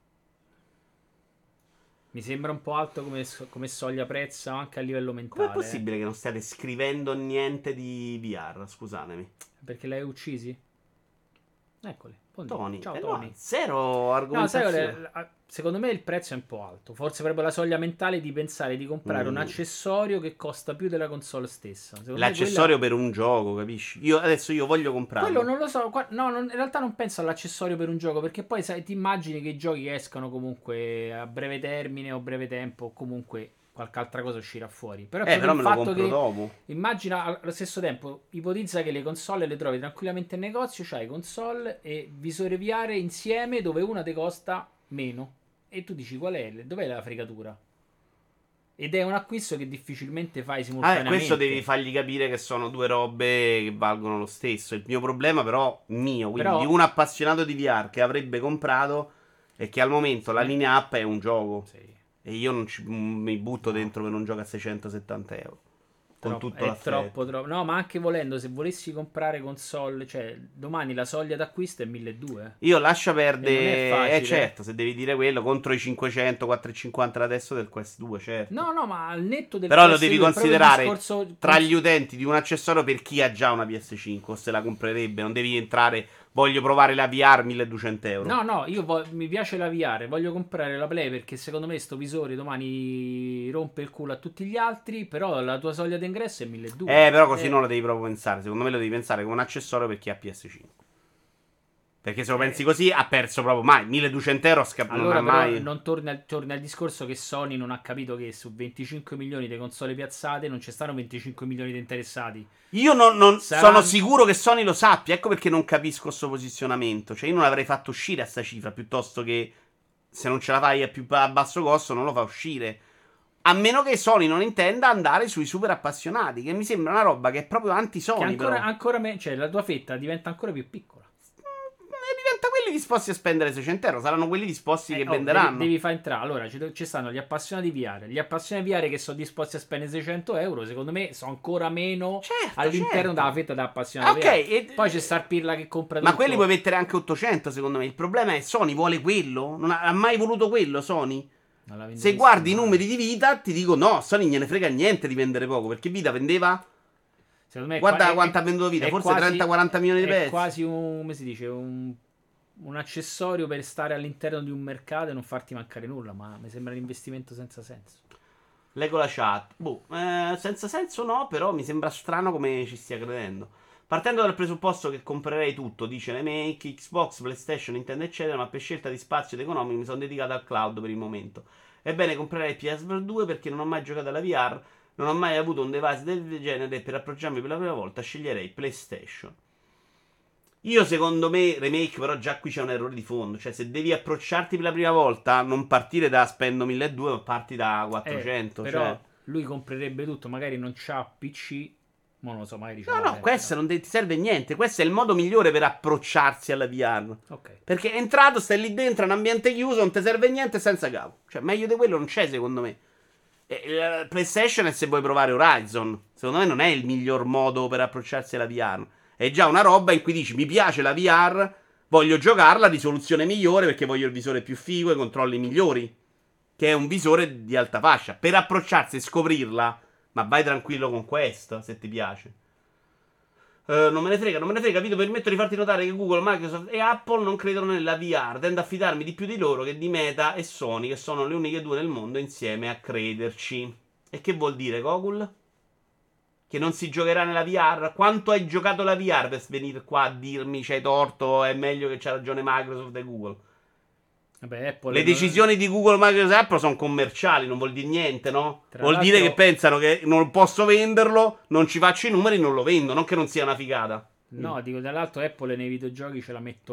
Mi sembra un po' alto come soglia prezzo anche a livello mentale. Com'è possibile che non stiate scrivendo niente di VR? Scusatemi. Perché l'hai uccisi? Eccoli. Tony. Ciao Tony. No, zero argomentazione. No, sai, secondo me il prezzo è un po' alto. Forse proprio la soglia mentale di pensare di comprare un accessorio che costa più della console stessa. L'accessorio per un gioco, capisci? Io voglio comprarlo. Quello non lo so. No, in realtà non penso all'accessorio per un gioco. Perché poi sai, ti immagini che i giochi escano comunque a breve termine o breve tempo. O comunque qualche altra cosa uscirà fuori. Però me lo compro dopo. Immagina allo stesso tempo, ipotizza che le console le trovi tranquillamente in negozio, c'hai console e visore VR insieme dove una te costa meno. E tu dici dov'è la fregatura? Ed è un acquisto che difficilmente fai simultaneamente. Questo devi fargli capire che sono due robe che valgono lo stesso. Il mio problema però, quindi di un appassionato di VR che avrebbe comprato, è che al momento la linea app è un gioco. Sì. E io non mi butto dentro per un gioco a 670 euro. Con tutto troppo. No, ma anche volendo, se volessi comprare console, cioè domani la soglia d'acquisto è 1200. Io lascia perdere. Certo, se devi dire quello contro i 500, 450 adesso del Quest 2, certo. No, ma al netto del Però Quest lo devi considerare tra gli utenti di un accessorio per chi ha già una PS5 o se la comprerebbe. Non devi entrare. Voglio provare la VR 1200 euro. No, mi piace la VR. Voglio comprare la Play perché secondo me sto visore domani rompe il culo a tutti gli altri. Però la tua soglia d'ingresso è 1200. Però così non lo devi proprio pensare. Secondo me lo devi pensare come un accessorio per chi ha PS5. Perché se lo pensi così ha perso proprio mai. 1200 euro allora non ha mai... non torna al discorso che Sony non ha capito che su 25 milioni di console piazzate non ci stanno 25 milioni di interessati. Io non sono sicuro che Sony lo sappia. Ecco perché non capisco questo posizionamento. Cioè io non l'avrei fatto uscire a sta cifra, piuttosto che se non ce la fai a basso costo non lo fa uscire. A meno che Sony non intenda andare sui super appassionati, che mi sembra una roba che è proprio anti-Sony. Che cioè la tua fetta diventa ancora più piccola. Diventa quelli disposti a spendere 600 euro. Saranno quelli disposti che venderanno. Devi far entrare. Allora ci stanno gli appassionati VR. Gli appassionati VR che sono disposti a spendere 600 euro. Secondo me sono ancora meno all'interno della fetta da appassionati VR. Poi c'è sta il pirla che compra tutto. Ma quelli puoi mettere anche 800 secondo me. Il problema è Sony vuole quello. Non ha mai voluto quello Sony. Se guardi i numeri di Vita ti dico no, Sony gliene frega niente di vendere poco. Perché Vita vendeva... Secondo me guarda quanto ha venduto Vita. Forse 30-40 milioni di pezzi. È quasi un... come si dice? Un accessorio per stare all'interno di un mercato e non farti mancare nulla, ma mi sembra un investimento senza senso. Leggo la chat. Senza senso no, però mi sembra strano come ci stia credendo. Partendo dal presupposto che comprerei tutto, dice Remake, Xbox, PlayStation, Nintendo eccetera, ma per scelta di spazio ed economico mi sono dedicato al cloud per il momento. Ebbene, comprerei PS2 perché non ho mai giocato alla VR, non ho mai avuto un device del genere e per approcciarmi per la prima volta sceglierei PlayStation. Io secondo me Remake però già qui c'è un errore di fondo. Cioè se devi approcciarti per la prima volta non partire da spendo 1200 ma parti da 400. Però cioè... lui comprerebbe tutto. Magari non c'ha PC. Ma non lo so, magari No, questo non ti serve niente. Questo è il modo migliore per approcciarsi alla VR. Ok. Perché è entrato, stai lì dentro, è un ambiente chiuso, non ti serve niente senza cavo. Cioè meglio di quello non c'è secondo me. E PlayStation è se vuoi provare Horizon. Secondo me non è il miglior modo per approcciarsi alla VR. È già una roba in cui dici mi piace la VR, voglio giocarla a risoluzione migliore perché voglio il visore più figo e i controlli migliori. Che è un visore di alta fascia. Per approcciarsi e scoprirla, ma vai tranquillo con questo, se ti piace. Non me ne frega, Vito, permetto di farti notare che Google, Microsoft e Apple non credono nella VR. Tendo a fidarmi di più di loro che di Meta e Sony, che sono le uniche due nel mondo insieme a crederci. E che vuol dire, Gogol? Che non si giocherà nella VR? Quanto hai giocato la VR per venire qua a dirmi c'hai torto, è meglio che c'ha ragione Microsoft e Google? Vabbè, Apple le decisioni di Google, Microsoft e Apple sono commerciali, non vuol dire niente, no? Vuol dire che pensano che non posso venderlo, non ci faccio i numeri, non lo vendo, non che non sia una figata. No, dico, dall'altro Apple nei videogiochi la metto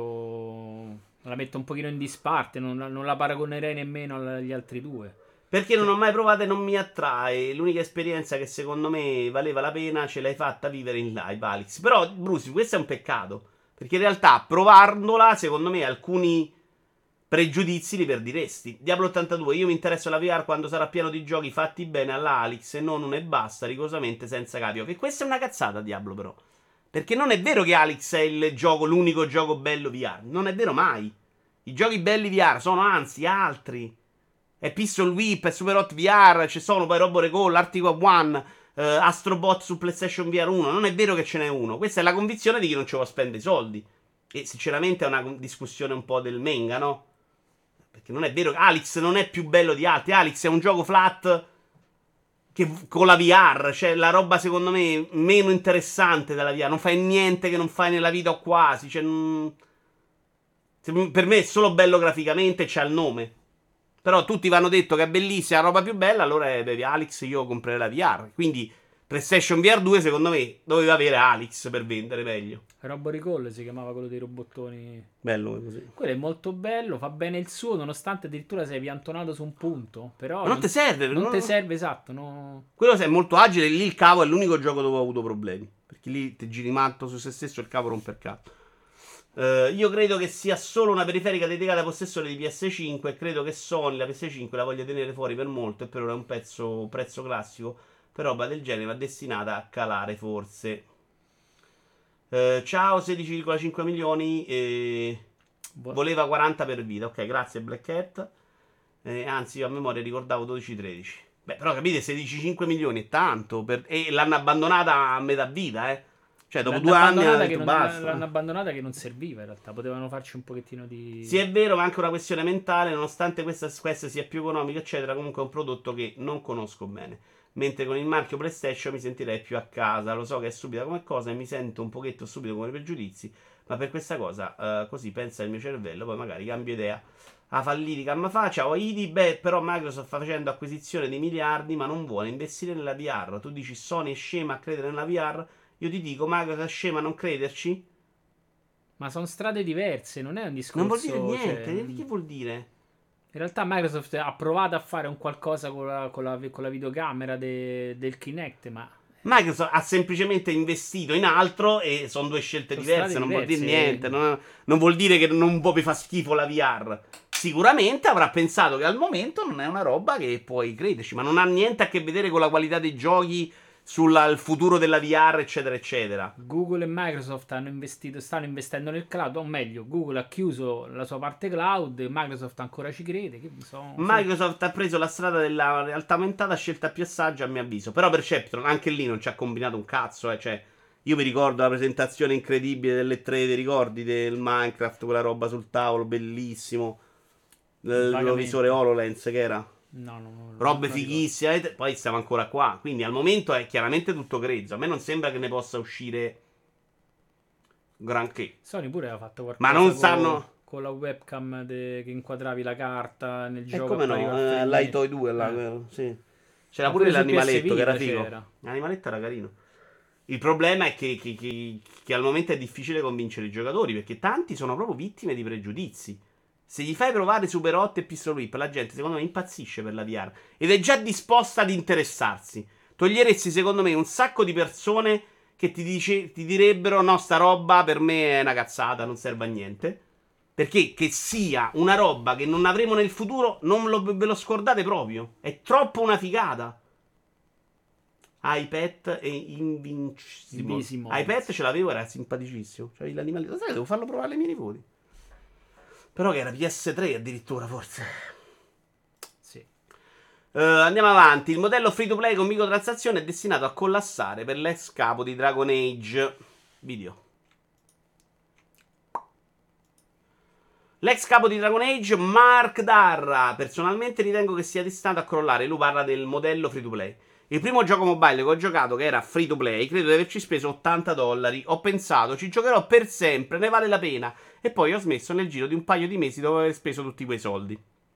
un pochino in disparte, non la paragonerei nemmeno agli altri due. Perché non ho mai provato e non mi attrae. L'unica esperienza che secondo me valeva la pena ce l'hai fatta vivere in live, Alex. Però, Bruce, questo è un peccato. Perché in realtà, provandola, secondo me, alcuni pregiudizi li perdiresti. Diablo 82, io mi interesso alla VR quando sarà pieno di giochi fatti bene alla Alex e non uno e basta, rigorosamente senza capio. Che questa è una cazzata, Diablo, però. Perché non è vero che Alex è il gioco, l'unico gioco bello VR. Non è vero mai. I giochi belli VR sono anzi altri. È Pistol Whip, è Super Hot VR, ci sono poi Robo Recall, Artico One, Astrobot su PlayStation VR 1. Non è vero che ce n'è uno. Questa è la convinzione di chi non ci vuole spendere i soldi. E sinceramente è una discussione un po' del menga, no? Perché non è vero che Alex non è più bello di altri. Alex è un gioco flat che con la VR, cioè la roba secondo me meno interessante della VR. Non fai niente che non fai nella vita o quasi. Cioè, per me è solo bello graficamente e c'ha il nome. Però tutti vanno detto che è bellissima, la roba più bella, allora bevi Alex, io comprerei la VR. Quindi PlayStation VR 2 secondo me doveva avere Alex per vendere meglio. Robo Recall si chiamava quello dei robottoni. Bello così. Quello è molto bello, fa bene il suo, nonostante addirittura sei piantonato su un punto. Però non ti serve. Non ti serve, esatto. No. Quello è molto agile, lì il cavo è l'unico gioco dove ho avuto problemi. Perché lì ti giri matto su se stesso e il cavo rompe il cazzo. Io credo che sia solo una periferica dedicata ai possessori di PS5 e credo che Sony la PS5 la voglia tenere fuori per molto e per ora è un prezzo classico per roba del genere va destinata a calare forse. Ciao 16,5 milioni voleva 40 per vita. Ok, grazie Black Cat. Anzi io a memoria ricordavo 12-13. Beh però capite 16,5 milioni è tanto e l'hanno abbandonata a metà vita Cioè, dopo 2 anni l'hanno abbandonata che non serviva in realtà. Potevano farci un pochettino di... Sì, è vero, ma è anche una questione mentale. Nonostante questa sia più economica, eccetera, comunque è un prodotto che non conosco bene. mentre con il marchio PlayStation mi sentirei più a casa. Lo so che è stupida come cosa e mi sento un pochetto stupido come pregiudizi, ma per questa cosa così pensa il mio cervello, poi magari cambio idea. Ah, falliti, camma fa, ciao Idi, beh, però Microsoft sta facendo acquisizione di miliardi, ma non vuole investire nella VR. Tu dici Sony è scema a credere nella VR, io ti dico Microsoft è scema a non crederci? Ma sono strade diverse, non è un Non vuol discorso. dire niente, Cioè, che vuol dire? in realtà Microsoft ha provato a fare un qualcosa con la videocamera del Kinect, ma Microsoft ha semplicemente investito in altro e sono due scelte sono diverse, strade non vuol dire diverse. niente, non vuol dire che non può mi fa schifo la VR. Sicuramente avrà pensato che al momento non è una roba che puoi crederci, ma non ha niente a che vedere con la qualità dei giochi, sul futuro della VR, eccetera, eccetera. Google e Microsoft stanno investendo nel cloud, o meglio, Google ha chiuso la sua parte cloud, Microsoft ancora ci crede. Microsoft ha preso la strada della realtà aumentata, scelta più saggia a mio avviso. Però Perceptron anche lì non ci ha combinato un cazzo, Cioè, io mi ricordo la presentazione incredibile delle 3, ti ricordi del Minecraft, quella roba sul tavolo, bellissimo. Lo visore HoloLens che era. No, Robe non fighissime. Poi stiamo ancora qua. Quindi al momento è chiaramente tutto grezzo. A me non sembra che ne possa uscire granché. Sony pure aveva fatto Ma qualcosa non sanno. con la webcam che inquadravi la carta nel E gioco. come no? appariva il frame rate. L'iToy 2 là, sì. C'era Ma pure pure su l'animaletto PS che era Vita figo. c'era. L'animaletto era carino. Il problema è che al momento è difficile convincere i giocatori perché tanti sono proprio vittime di pregiudizi. Se gli fai provare Super 8 e Pistol Whip, la gente secondo me impazzisce per la VR ed è già disposta ad interessarsi. Toglieresti secondo me un sacco di persone che ti direbbero no, sta roba per me è una cazzata, non serve a niente. Perché che sia una roba che non avremo nel futuro, ve lo scordate proprio. È troppo una figata. iPad e Invincible. iPad ce l'avevo, era simpaticissimo. Cioè l'animaletto. Sai, devo farlo provare ai miei nipoti. Però che era PS3 addirittura, forse. Sì. Andiamo avanti. Il modello free to play con microtransazioni è destinato a collassare per l'ex capo di Dragon Age Video. L'ex capo di Dragon Age, Mark Darra. Personalmente ritengo che sia destinato a crollare. Lui parla del modello free to play. Il primo gioco mobile che ho giocato, che era free to play, credo di averci speso $80. Ho pensato, ci giocherò per sempre, ne vale la pena. E poi ho smesso nel giro di un paio di mesi dopo aver speso tutti quei soldi.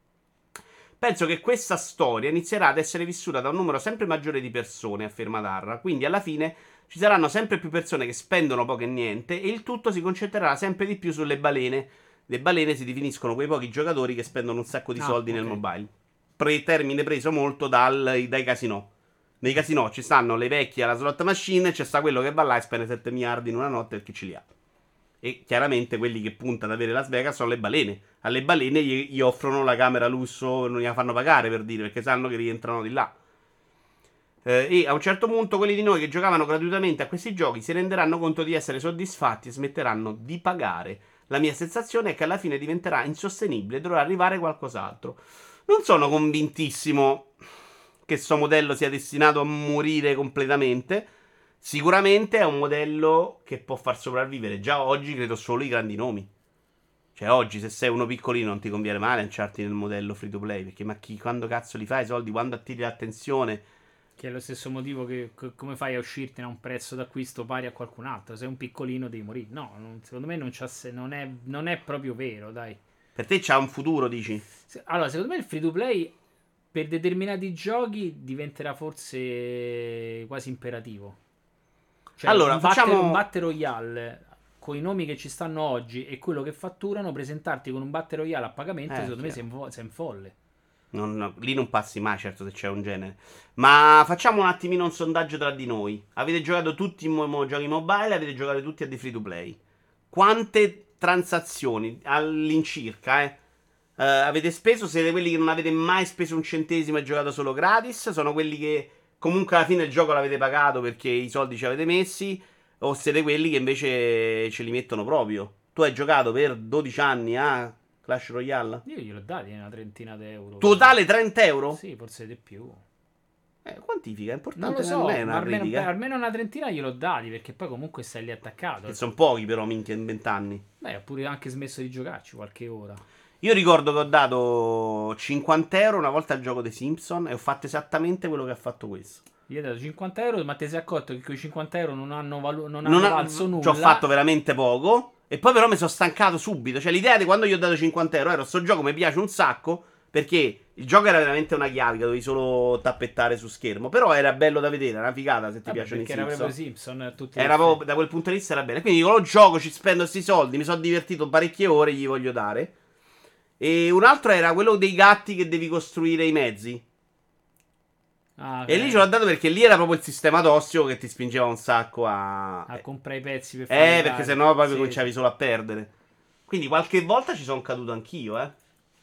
Penso che questa storia inizierà ad essere vissuta da un numero sempre maggiore di persone, afferma Darra. Quindi alla fine ci saranno sempre più persone che spendono poco e niente e il tutto si concentrerà sempre di più sulle balene. Le balene si definiscono quei pochi giocatori che spendono un sacco di soldi nel mobile. Termine preso molto dai casinò. Nei casinò ci stanno le vecchie alla slot machine e c'è sta quello che va là e spende 7 miliardi in una notte perché ce li ha. E chiaramente quelli che puntano ad avere Las Vegas sono le balene. Alle balene gli offrono la camera lusso, non gliela fanno pagare per dire, perché sanno che rientrano di là. E a un certo punto quelli di noi che giocavano gratuitamente a questi giochi si renderanno conto di essere soddisfatti e smetteranno di pagare. La mia sensazione è che alla fine diventerà insostenibile e dovrà arrivare qualcos'altro. Non sono convintissimo che sto modello sia destinato a morire completamente. Sicuramente è un modello che può far sopravvivere già oggi, credo, solo i grandi nomi. Cioè oggi se sei uno piccolino non ti conviene mai lanciarti nel modello free to play, perché quando cazzo li fai i soldi, quando attiri l'attenzione? Che è lo stesso motivo che come fai a uscirtene a un prezzo d'acquisto pari a qualcun altro. Se è un piccolino devi morire. No, secondo me non è proprio vero, dai. Per te c'ha un futuro, dici? Allora, secondo me il free to play per determinati giochi diventerà forse quasi imperativo. Cioè, allora, un Battle Royale con i nomi che ci stanno oggi e quello che fatturano, presentarti con un Battle Royale a pagamento, secondo me sei in folle. Lì non passi mai, certo, se c'è un genere. Ma facciamo un attimino un sondaggio tra di noi. Avete giocato tutti i giochi mobile? Avete giocato tutti a The Free to Play? Quante transazioni all'incirca, avete speso? Siete quelli che non avete mai speso un centesimo e giocato solo gratis? Sono quelli che comunque alla fine il gioco l'avete pagato perché i soldi ci avete messi? O siete quelli che invece ce li mettono proprio? Tu hai giocato per 12 anni a Clash Royale? Io gliel'ho dati una trentina d'euro. Totale 30 euro? Sì, forse di più. Quantifica, è importante. Non lo so, non è una almeno una trentina gliel'ho dati, perché poi comunque stai lì attaccato. Che sono pochi però, minchia, in 20 anni. Beh, ho pure anche smesso di giocarci qualche ora. Io ricordo che ho dato 50 euro una volta al gioco dei Simpson e ho fatto esattamente quello che ha fatto questo. Io ho dato 50 euro, ma ti sei accorto che quei 50 euro non hanno, non Non hanno ha- valso Ci ho nulla. fatto veramente poco. E poi però mi sono stancato subito. Cioè l'idea di quando gli ho dato 50 euro era sto gioco mi piace un sacco. Perché il gioco era veramente una chiavica, dovevi solo tappettare su schermo. Però era bello da vedere, era una figata se ti Vabbè, piacciono i perché era proprio Simpson. Simpson a tutti gli Era proprio, effetti. da quel punto di vista era bene. Quindi con lo gioco ci spendo questi soldi, mi sono divertito parecchie ore, gli voglio dare. E un altro era quello dei gatti che devi costruire i mezzi. Ah, E lì ce l'ho dato perché lì era proprio il sistema tossico che ti spingeva un sacco a... a comprare i pezzi per fare le Perché case. sennò proprio Sì, cominciavi sì. solo a perdere. Quindi qualche volta ci sono caduto anch'io, eh.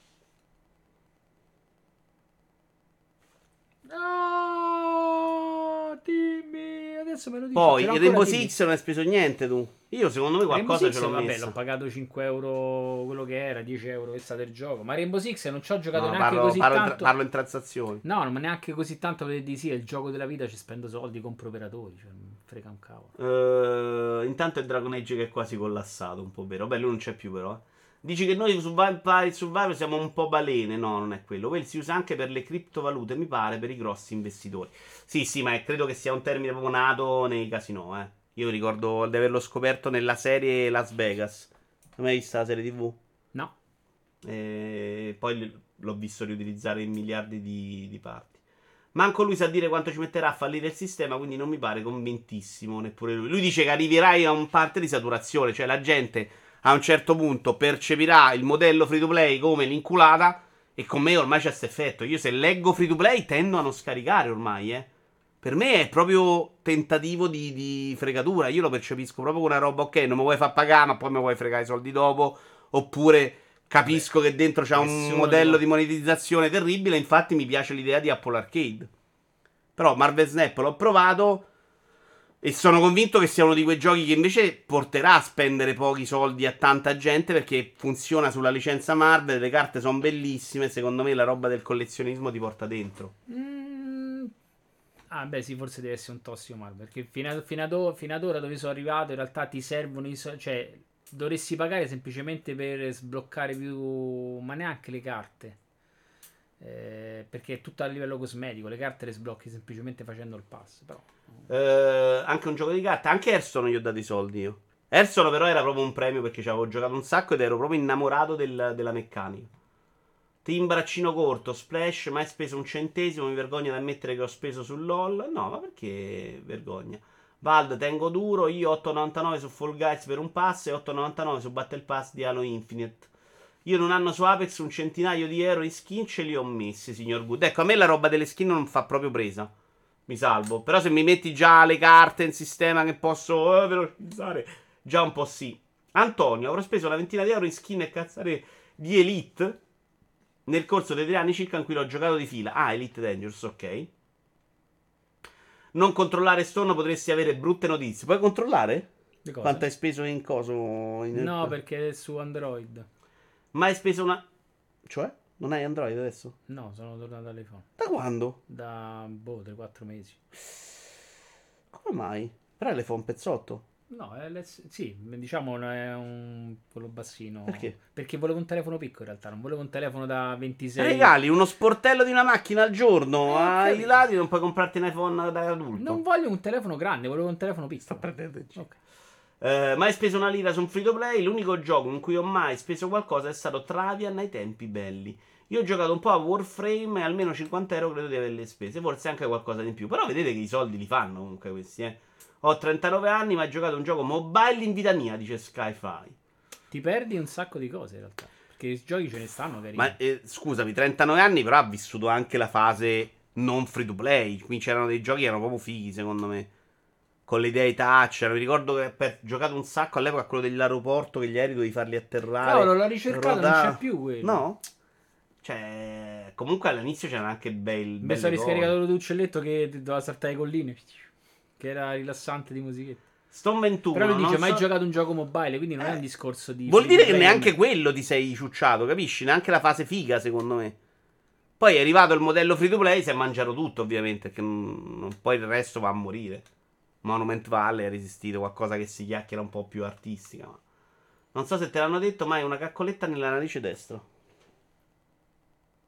No, dimmi, adesso me lo dici. Poi Ce l'ho il ancora, Rainbow dimmi. Six non hai speso niente tu. Io secondo me Rainbow qualcosa Six, ce l'ho vabbè, messa. l'ho pagato 5 euro quello che era, 10 euro è stato il gioco. Ma Rainbow Six non ci ho giocato No, neanche così tanto. parlo in transazioni. No, ma neanche così tanto per dire sì, è il gioco della vita, ci spendo soldi, compro operatori, cioè, mi frega un cavolo. Intanto è Dragon Age che è quasi collassato, un po' vero. Vabbè, lui non c'è più però. Dici che noi su Vampire Survivor siamo un po' balene. No, non è quello. Quello si usa anche per le criptovalute, mi pare, per i grossi investitori. Sì, sì, ma credo che sia un termine proprio nato nei casinò, eh. Io mi ricordo di averlo scoperto nella serie Las Vegas. Hai mai visto la serie TV? No. E poi l'ho visto riutilizzare in miliardi di parti. Manco lui sa dire quanto ci metterà a fallire il sistema, quindi non mi pare convintissimo neppure lui. Lui dice che arriverai a un parte di saturazione, cioè la gente a un certo punto percepirà il modello free to play come l'inculata e con me ormai c'è questo effetto. Io se leggo free to play tendo a non scaricare ormai, eh. Per me è proprio tentativo di fregatura. Io lo percepisco proprio come una roba, ok, non mi vuoi far pagare, ma poi mi vuoi fregare i soldi dopo. Oppure capisco che dentro c'è un Nessuno ti modello va. di monetizzazione terribile. Infatti mi piace l'idea di Apple Arcade. Però Marvel Snap l'ho provato e sono convinto che sia uno di quei giochi che invece porterà a spendere pochi soldi a tanta gente perché funziona sulla licenza Marvel, le carte sono bellissime, secondo me la roba del collezionismo ti porta dentro. Mm. Ah, beh, sì, forse deve essere un tossico Marvel. Perché fino ad ora dove sono arrivato, in realtà ti servono cioè, dovresti pagare semplicemente per sbloccare più. Ma neanche le carte. Perché è tutto a livello cosmetico. Le carte le sblocchi semplicemente facendo il pass. Però. Anche un gioco di carte. Anche Hearthstone gli ho dato i soldi io. Hearthstone però era proprio un premio perché ci avevo giocato un sacco ed ero proprio innamorato della meccanica. Team braccino corto, splash, mai speso un centesimo, mi vergogno ad ammettere che ho speso sul LOL. No, ma perché vergogna? Vald, tengo duro, io 8,99 su Fall Guys per un pass e 8,99 su Battle Pass di Halo Infinite. Io in un anno su Apex un centinaio di euro in skin ce li ho messi, signor Good. Ecco, a me la roba delle skin non fa proprio presa. Mi salvo. Però se mi metti già le carte in sistema che posso velocizzare, già un po' sì. Antonio, avrò speso una ventina di euro in skin e cazzare di Elite nel corso dei 3 anni circa in cui l'ho giocato di fila. Ah, Elite Dangerous, ok. Non controllare Stone, potresti avere brutte notizie. Puoi controllare? Le cose? Quanto hai speso in coso? No, perché è su Android. Ma hai speso una... Cioè? Non hai Android adesso? No, sono tornato all'iPhone. Da quando? Da 3-4 mesi. Come mai? Però l'iPhone un pezzotto. No, sì, diciamo è quello bassino. Perché? Perché volevo un telefono piccolo in realtà, non volevo un telefono da 26. Regali uno sportello di una macchina al giorno. Ai capito. lati non puoi comprarti un iPhone da adulto. Non voglio un telefono grande, volevo un telefono Sta piccolo. perdendo. Ok. Mai speso una lira su un free to play. L'unico gioco in cui ho mai speso qualcosa è stato Travian ai tempi belli. Io ho giocato un po' a Warframe e almeno 50 euro credo di averle spese. Forse anche qualcosa di più. Però vedete che i soldi li fanno comunque questi, eh. Ho 39 anni, ma ho giocato un gioco mobile in vita mia, dice Skyfi. Ti perdi un sacco di cose in realtà. Perché i giochi ce ne stanno carini. Ma scusami, 39 anni, però ha vissuto anche la fase non free to play. Quindi c'erano dei giochi che erano proprio fighi, secondo me. Con le idee touch. Mi ricordo che ho giocato un sacco all'epoca a quello dell'aeroporto, che gli aerei dovevi farli atterrare. Cavolo, l'ho ricercato, non c'è più quello. No? Cioè, comunque all'inizio c'erano anche Mi belle sono cose. riscaricato l'uccelletto che doveva saltare le colline. Che era rilassante di musichetta. Stone 21. Però mi dice non mai so- giocato un gioco mobile, quindi non è un discorso di. Vuol free dire to che play neanche come- quello ti sei ciucciato, capisci? Neanche la fase figa, secondo me. Poi è arrivato il modello free to play, si è mangiato tutto, ovviamente, perché poi il resto va a morire. Monument Valley ha resistito, qualcosa che si chiacchiera un po' più artistica. Ma non so se te l'hanno detto, ma è una caccoletta nella narice destra.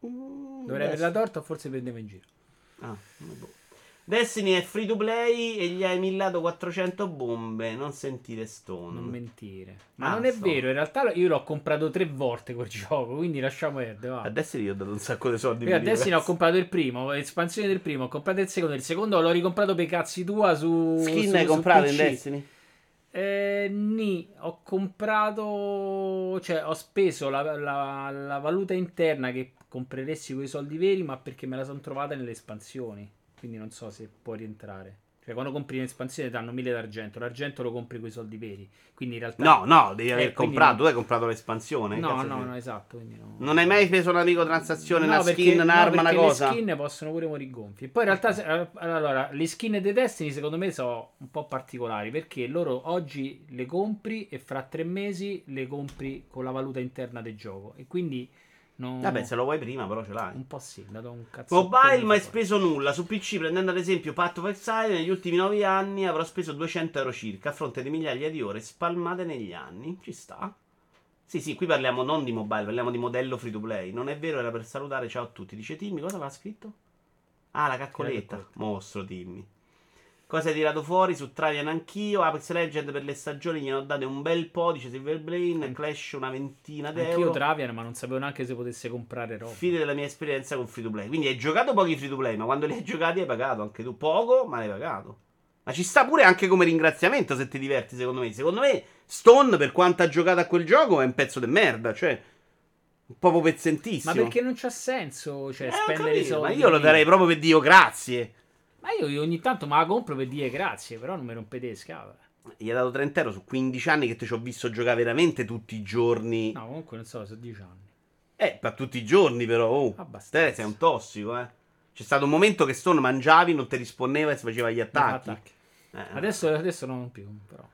Dovrei averla torta o forse prendeva in giro. Boh. Destiny è free to play e gli hai millato 400 bombe. Non sentire Stone. Non mentire. Ma non è vero, in realtà io l'ho comprato 3 volte quel gioco, quindi lasciamo perdere. Va. A Destiny io ho dato un sacco di soldi. Io a Destiny ho comprato il primo, l'espansione del primo, ho comprato il secondo l'ho ricomprato per cazzi tua su Skin su, hai su comprato PC. in Destiny? Ho comprato, cioè ho speso la valuta interna che compreresti con i soldi veri, ma perché me la sono trovata nelle espansioni. Quindi non so se può rientrare. Cioè, quando compri in espansione danno 1000 d'argento. L'argento lo compri con i soldi veri. Quindi in realtà. No, devi aver comprato. non... Tu hai comprato l'espansione. No, esatto. Quindi no. Non hai mai preso una microtransazione, una perché, skin, un'arma, una cosa? Le skin possono pure morire gonfie. E poi in realtà, allora, le skin dei Destiny secondo me sono un po' particolari. Perché loro oggi le compri e fra 3 mesi le compri con la valuta interna del gioco. E quindi. Vabbè, se lo vuoi prima, però ce l'hai. Un po' sì, dato un cazzo. Mobile, mai speso nulla. Su PC, prendendo ad esempio Path of Exile, negli ultimi 9 anni avrò speso 200 euro circa, a fronte di migliaia di ore spalmate negli anni. Ci sta. Sì, qui parliamo non di mobile, parliamo di modello free to play. Non è vero, era per salutare. Ciao a tutti. Dice Timmy, cosa aveva scritto? Ah, la caccoletta. Mostro Timmy. Cosa hai tirato fuori? Su Travian anch'io. Apex Legend per le stagioni gliene ho date un bel po'. Dice Silverbrain. Clash una ventina d'euro. Anch'io Travian, ma non sapevo neanche se potesse comprare roba. Fine della mia esperienza con free to play. Quindi hai giocato pochi free to play, ma quando li hai giocati hai pagato anche tu. Poco, ma l'hai pagato. Ma ci sta pure anche come ringraziamento se ti diverti, secondo me. Secondo me Stone, per quanto ha giocato a quel gioco, è un pezzo di merda. Cioè, un po' pezzentissimo. Ma perché non c'ha senso, cioè, spendere i soldi. Ma io lo darei proprio per Dio, grazie. Ma io ogni tanto me la compro per dire grazie, però non mi rompete le scatole. Gli ha dato 30 euro su 15 anni che ti ci ho visto giocare veramente tutti i giorni. No, comunque non so, sono 10 anni. Per tutti i giorni però. Abbastanza. Te sei un tossico, eh. C'è stato un momento che Stone mangiavi, non ti rispondeva e si faceva gli attacchi. Adesso non più, però.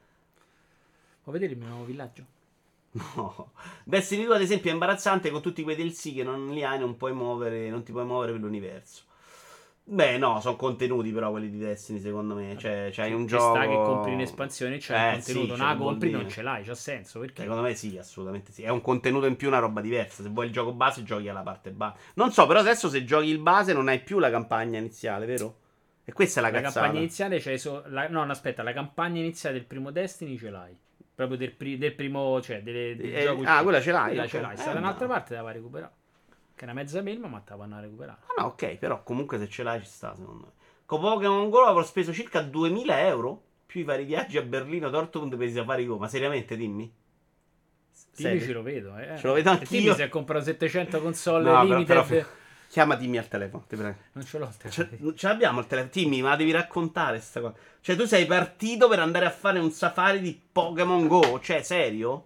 Vuoi vedere il mio nuovo villaggio? No. Destiny 2 ad esempio è imbarazzante con tutti quei DLC che non li hai, non ti puoi muovere per l'universo. Beh, no, sono contenuti però quelli di Destiny, secondo me. Cioè, c'hai un gioco. Sta che compri in espansione, c'è un contenuto. Sì, non la compri, non ce l'hai, c'ha senso. Perché? Secondo me sì, assolutamente sì. È un contenuto in più, una roba diversa. Se vuoi il gioco base, giochi alla parte base. Non so, però adesso se giochi il base non hai più la campagna iniziale, vero? E questa è la cazzata. La campagna iniziale c'hai no, aspetta, la campagna iniziale del primo Destiny ce l'hai. Proprio del primo, cioè del gioco. Quella ce l'hai. Quella ce l'hai. Sta da un'altra parte la va a recuperare. Che è una mezza melma, ma te la vanno a recuperare. Ah no, ok, però comunque se ce l'hai ci sta, secondo me. Con Pokémon Go avrò speso circa 2000 euro, più i vari viaggi a Berlino, Dortmund per i Safari Go. Ma seriamente, dimmi? Dimmi, ce lo vedo, Ce lo vedo anch'io. Dimmi se ha comprato 700 console no, limited. però, chiama Timmy al telefono, ti prego. Non ce l'ho il telefono. Ce l'abbiamo il telefono. Timmy, ma la devi raccontare sta cosa. Cioè, tu sei partito per andare a fare un safari di Pokémon Go? Cioè, serio?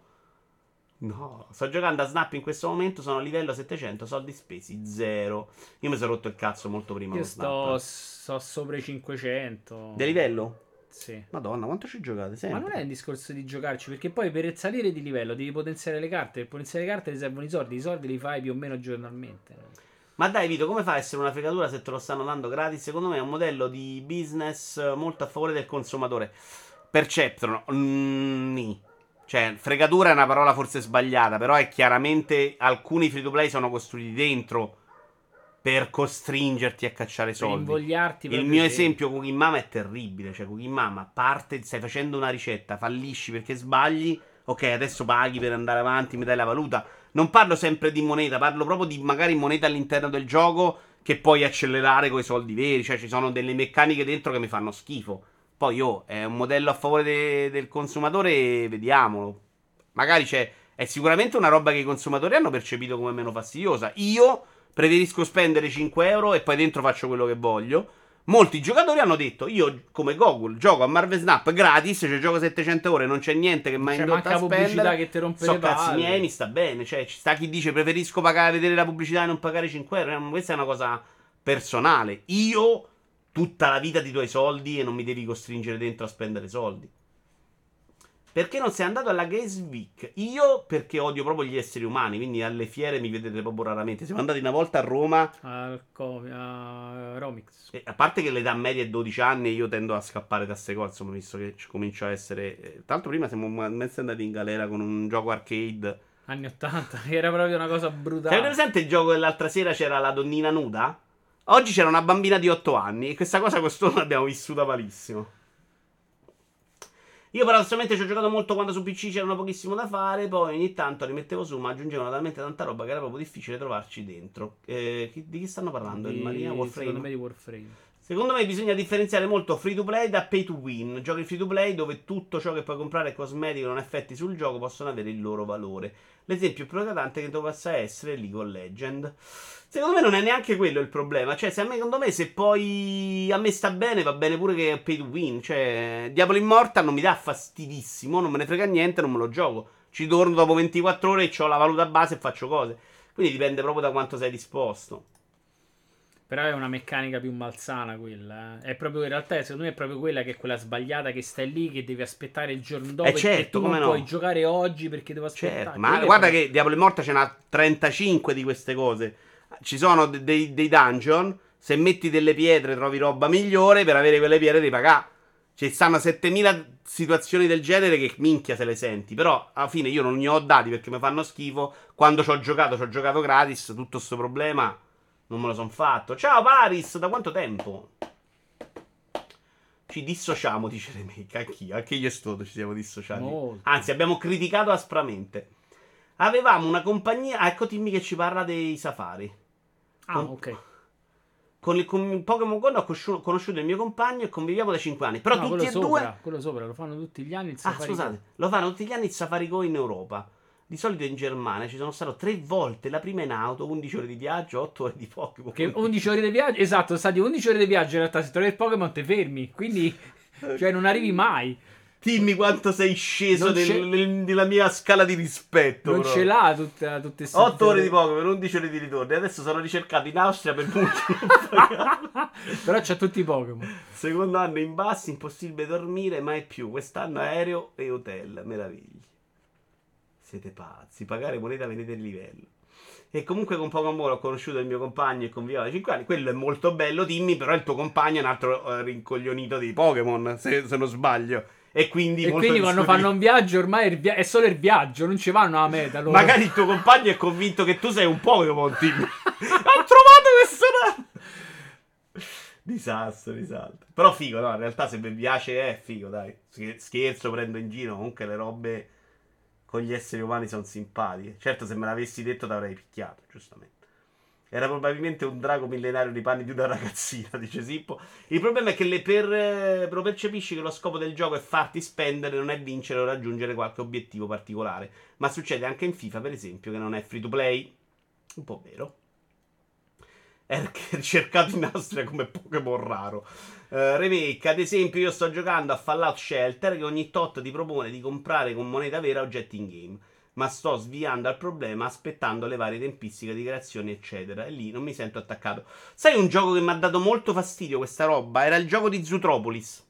No, sto giocando a Snap in questo momento, sono a livello 700, soldi spesi, 0. Io mi sono rotto il cazzo molto prima. Io sto sopra i 500. Di livello? Sì. Madonna, quanto ci giocate sempre? Ma non è un discorso di giocarci, perché poi per salire di livello devi potenziare le carte. Per potenziare le carte ti servono i soldi li fai più o meno giornalmente. Ma dai Vito, come fa a essere una fregatura se te lo stanno dando gratis? Secondo me è un modello di business molto a favore del consumatore. Perceptron, cioè, fregatura è una parola forse sbagliata, però è chiaramente alcuni free to play sono costruiti dentro per costringerti a cacciare soldi. Per invogliarti. Il mio esempio Cooking Mama è terribile, cioè Cooking Mama parte, stai facendo una ricetta, fallisci perché sbagli, ok, adesso paghi per andare avanti, mi dai la valuta. Non parlo sempre di moneta, parlo proprio di magari moneta all'interno del gioco che puoi accelerare con i soldi veri, cioè ci sono delle meccaniche dentro che mi fanno schifo. Poi è un modello a favore del consumatore, vediamolo. Magari è sicuramente una roba che i consumatori hanno percepito come meno fastidiosa. Io preferisco spendere 5 euro e poi dentro faccio quello che voglio. Molti giocatori hanno detto, io come Google gioco a Marvel Snap gratis, cioè gioco 700 ore, non c'è niente che mi ha indotto a spendere. Pubblicità che ti rompe le palle. Cazzi miei, mi sta bene. Cioè, ci sta chi dice preferisco vedere la pubblicità e non pagare 5 euro. Questa è una cosa personale. Io tutta la vita ti do i soldi e non mi devi costringere dentro a spendere soldi. Perché non sei andato alla Games Week? Io perché odio proprio gli esseri umani, quindi alle fiere mi vedete proprio raramente. Siamo andati una volta a Roma a Romix. A parte che l'età media è 12 anni e io tendo a scappare da queste cose, insomma, visto che comincio a essere... Tra l'altro prima siamo mezzo andati in galera con un gioco arcade Anni 80, era proprio una cosa Cioè, brutale. avete presente il gioco dell'altra sera c'era la donnina nuda? Oggi c'era una bambina di 8 anni e questa cosa quest'anno l'abbiamo vissuta malissimo. Io paradossalmente ci ho giocato molto quando su PC c'erano pochissimo da fare, poi ogni tanto rimettevo su, ma aggiungevano talmente tanta roba che era proprio difficile trovarci dentro. Di chi stanno parlando? Il Maria Warframe? Secondo me di Warframe. Secondo me bisogna differenziare molto free to play da pay to win. Giochi free to play dove tutto ciò che puoi comprare è cosmetico, non ha effetti sul gioco, possono avere il loro valore. L'esempio più eclatante che possa essere League of Legends. Secondo me non è neanche quello il problema. Cioè, secondo me, se poi a me sta bene, va bene pure che è pay to win. Cioè, Diablo Immortal non mi dà fastidissimo, non me ne frega niente, non me lo gioco. Ci torno dopo 24 ore e ho la valuta base e faccio cose. Quindi dipende proprio da quanto sei disposto. Però è una meccanica più malsana quella. È proprio, in realtà, secondo me è proprio quella che è quella sbagliata che stai lì, che devi aspettare il giorno dopo. Certo, e tu come non no. puoi giocare oggi perché devo aspettare. Certo, ma guarda che Diablo Immortal ce n'ha 35 di queste cose. Ci sono dei dungeon. Se metti delle pietre trovi roba migliore. Per avere quelle pietre devi pagare. Ci stanno 7000 situazioni del genere che minchia se le senti. Però alla fine io non ne ho dati perché mi fanno schifo. Quando ci ho giocato gratis. Tutto sto problema non me lo son fatto. Ciao Paris, da quanto tempo? Ci dissociamo, dice Remake. Anche io e Stoto ci siamo dissociati. Molto. Anzi, abbiamo criticato aspramente. Avevamo una compagnia. Ah, ecco Timmy che ci parla dei safari. Ah, ok. Con Pokémon Go ho conosciuto il mio compagno e conviviamo da 5 anni. Però No, tutti e due. quello sopra, lo fanno tutti gli anni il Ah, Safari scusate, lo fanno tutti gli anni il Safari Go in Europa. Di solito in Germania ci sono stato 3 volte. La prima in auto, 11 ore di viaggio, 8 ore di Pokémon. Che 11 ore di viaggio, esatto, sono stati 11 ore di viaggio. In realtà, se trovi il Pokémon, te fermi. Quindi, cioè, non arrivi mai. Dimmi quanto sei sceso Non nella mia scala di rispetto. Non bro. ce l'ha tutte queste 8 ore di Pokémon, 11 ore di ritorno. E adesso sono ricercato in Austria per punti. Però c'ha tutti i Pokémon. Secondo anno in bassi, impossibile dormire mai più. Quest'anno aereo e hotel, meraviglia. Siete pazzi, pagare moneta vedete il livello. E comunque con Pokémon ho conosciuto il mio compagno e conviviamo da 5 anni. Quello è molto bello, dimmi, però il tuo compagno è un altro rincoglionito dei Pokémon, se non sbaglio. E quindi Quando fanno un viaggio ormai è solo il viaggio, non ci vanno alla meta. Loro. Magari il tuo compagno è convinto che tu sei un Pokémon, Tim. Ho trovato questo. Disastro. Però figo, no? In realtà se vi piace è figo, dai. Scherzo, prendo in giro. Comunque le robe con gli esseri umani sono simpatiche. Certo, se me l'avessi detto t'avrei picchiato, giustamente. Era probabilmente un drago millenario di panni di una ragazzina, dice Sippo. Il problema è che lo percepisci che lo scopo del gioco è farti spendere, non è vincere o raggiungere qualche obiettivo particolare. Ma succede anche in FIFA, per esempio, che non è free to play. Un po' vero. È ricercato in Austria come Pokémon raro. Remake, ad esempio, io sto giocando a Fallout Shelter che ogni tot ti propone di comprare con moneta vera oggetti in game. Ma sto sviando al problema aspettando le varie tempistiche di creazione eccetera. E lì non mi sento attaccato. Sai un gioco che mi ha dato molto fastidio questa roba? Era il gioco di Zootropolis.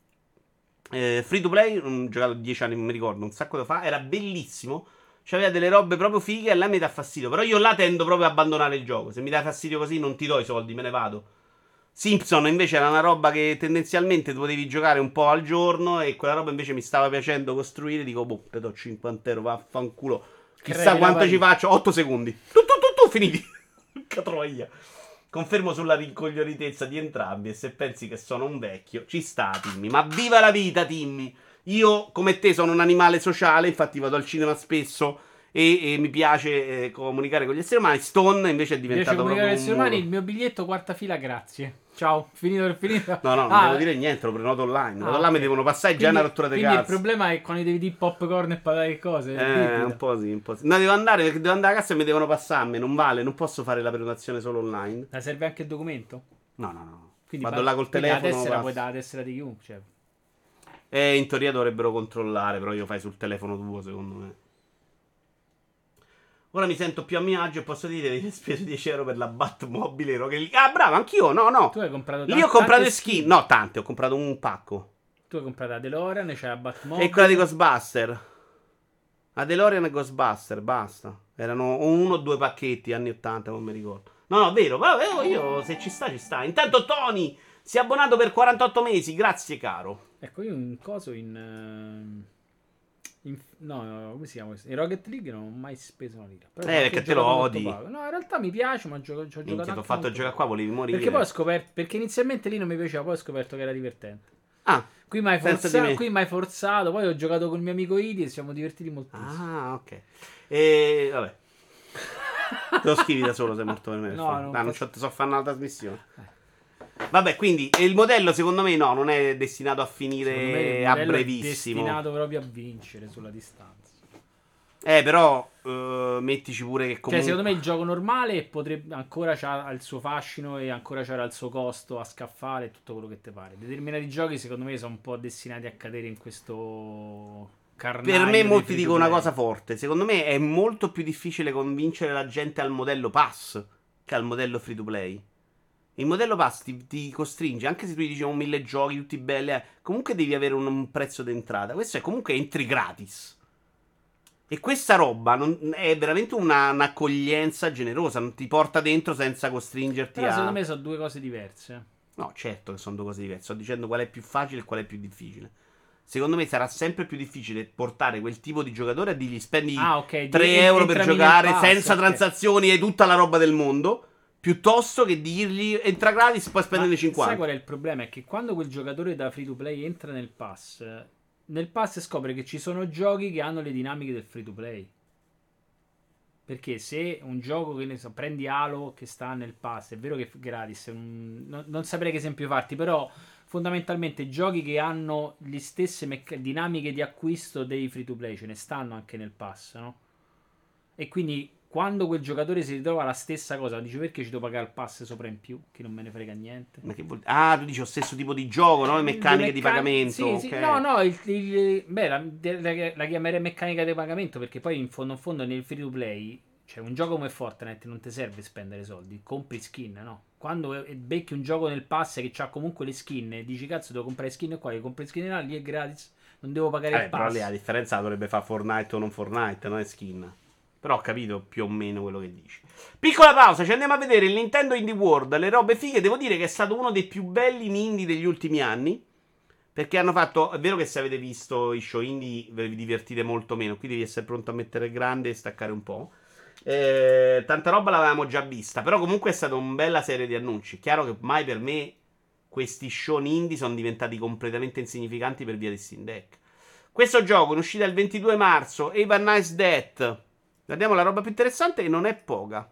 Free to play, ho giocato 10 anni, non mi ricordo, un sacco di fa. Era bellissimo. C'aveva delle robe proprio fighe e a lei mi dà fastidio. Però io là tendo proprio a abbandonare il gioco. Se mi dà fastidio così non ti do i soldi, me ne vado. Simpson invece era una roba che tendenzialmente tu potevi giocare un po' al giorno e quella roba invece mi stava piacendo costruire. Dico, boh, te do 50 euro, vaffanculo. Chissà quanto ci faccio. 8 secondi. Tu, finiti. Che troia. Confermo sulla rincoglionitezza di entrambi e se pensi che sono un vecchio, ci sta Timmy. Ma viva la vita Timmy. Io come te sono un animale sociale, infatti vado al cinema spesso e mi piace comunicare con gli esseri umani. Stone invece è diventato proprio un esseri umani, il mio biglietto quarta fila, grazie. Ciao, finito. No, non devo dire niente, lo prenoto online. Vado là, mi devono passare già una rottura di cazzo. Quindi il problema è quando devi dire popcorn e patate che cose. Un po' sì. No, devo andare perché devo andare a casa e mi devono passare a me. Non vale, non posso fare la prenotazione solo online. Ma serve anche il documento? No. Quindi vado là col telefono. La tessera puoi dare la tessera di chiunque. Cioè. In teoria dovrebbero controllare, però io fai sul telefono tuo, secondo me. Ora mi sento più a mio agio e posso dire che hai speso 10 euro per la Batmobile Rocket League. Ah, bravo, anch'io. No. Tu hai comprato lì ho comprato le skin. No, tante, ho comprato un pacco. Tu hai comprato la DeLorean, c'è la Batmobile. E quella di Ghostbuster. La DeLorean e Ghostbuster, basta. Erano 1 o 2 pacchetti, anni 80, non mi ricordo. No, vero. Vabbè, io se ci sta, ci sta. Intanto Tony si è abbonato per 48 mesi. Grazie, caro. Ecco, io un coso in No, come si chiama questo? In Rocket League non ho mai speso una lira. Però perché te lo odi. No, in realtà mi piace, ma ci ho giocato Minchia, anche t'ho fatto molto giocare poco. qua, volevi morire. Perché poi ho scoperto. Perché inizialmente lì non mi piaceva, poi ho scoperto che era divertente. Ah, Qui mi hai senza di me. forzato. Poi ho giocato col mio amico Idi e ci siamo divertiti moltissimo. Ah, ok. E vabbè. Te lo scrivi da solo, sei morto per me. No, non so fare una trasmissione. Vabbè, quindi il modello secondo me no, non è destinato a Secondo me finire il a modello è brevissimo. destinato proprio a vincere sulla distanza. Però mettici pure che comunque... Cioè, secondo me il gioco normale potrebbe ancora c'ha il suo fascino e ancora c'era il suo costo a scaffale e tutto quello che te pare. Determinati giochi, secondo me, sono un po' destinati a cadere in questo carnaggio. Per me dei molti free to dicono una play. cosa forte. Secondo me è molto più difficile convincere la gente al modello pass che al modello free to play. Il modello pass ti costringe, anche se tu gli dici 1000 giochi, tutti belli, comunque devi avere un prezzo d'entrata. Questo è comunque entri gratis. E questa roba è veramente un'accoglienza generosa, non ti porta dentro senza costringerti Però a... secondo me sono due cose diverse. No, certo che sono due cose diverse. Sto dicendo qual è più facile e qual è più difficile. Secondo me sarà sempre più difficile portare quel tipo di giocatore a dirgli spendi Ok, 3 euro per entrami nel giocare pass, senza ok. transazioni e tutta la roba del mondo. Piuttosto che dirgli entra gratis e poi spenderne Ma 50. sai qual è il problema? È che quando quel giocatore da free to play entra nel pass scopre che ci sono giochi che hanno le dinamiche del free to play. Perché se un gioco, che ne so, prendi Halo che sta nel pass, è vero che è gratis, non saprei che esempio farti, però fondamentalmente giochi che hanno le stesse dinamiche di acquisto dei free to play ce ne stanno anche nel pass, no? E quindi quando quel giocatore si ritrova la stessa cosa, dice perché ci devo pagare il pass sopra in più, che non me ne frega niente. Ma che Ah, tu dici lo stesso tipo di gioco, no? Le meccaniche di pagamento. Sì, ok. sì, no, la chiamerei meccanica di pagamento perché poi in fondo nel free to play, cioè un gioco come Fortnite non ti serve spendere soldi, compri skin, no? Quando becchi un gioco nel pass che ha comunque le skin e dici cazzo devo comprare skin qua, che compri skin là, lì è gratis, non devo pagare il Però pass. lì la differenza la dovrebbe fare Fortnite o non Fortnite, non è skin. Però ho capito più o meno quello che dici. Piccola pausa, ci andiamo a vedere il Nintendo Indie World, le robe fighe. Devo dire che è stato uno dei più belli indie degli ultimi anni. Perché hanno fatto... È vero che se avete visto i show indie vi divertite molto meno. Qui devi essere pronto a mettere il grande e staccare un po'. Tanta roba l'avevamo già vista. Però comunque è stata una bella serie di annunci. Chiaro che ormai per me questi show indie sono diventati completamente insignificanti per via di Steam Deck. Questo gioco in uscita il 22 marzo, Have a Nice Death. Guardiamo la roba più interessante che non è poca.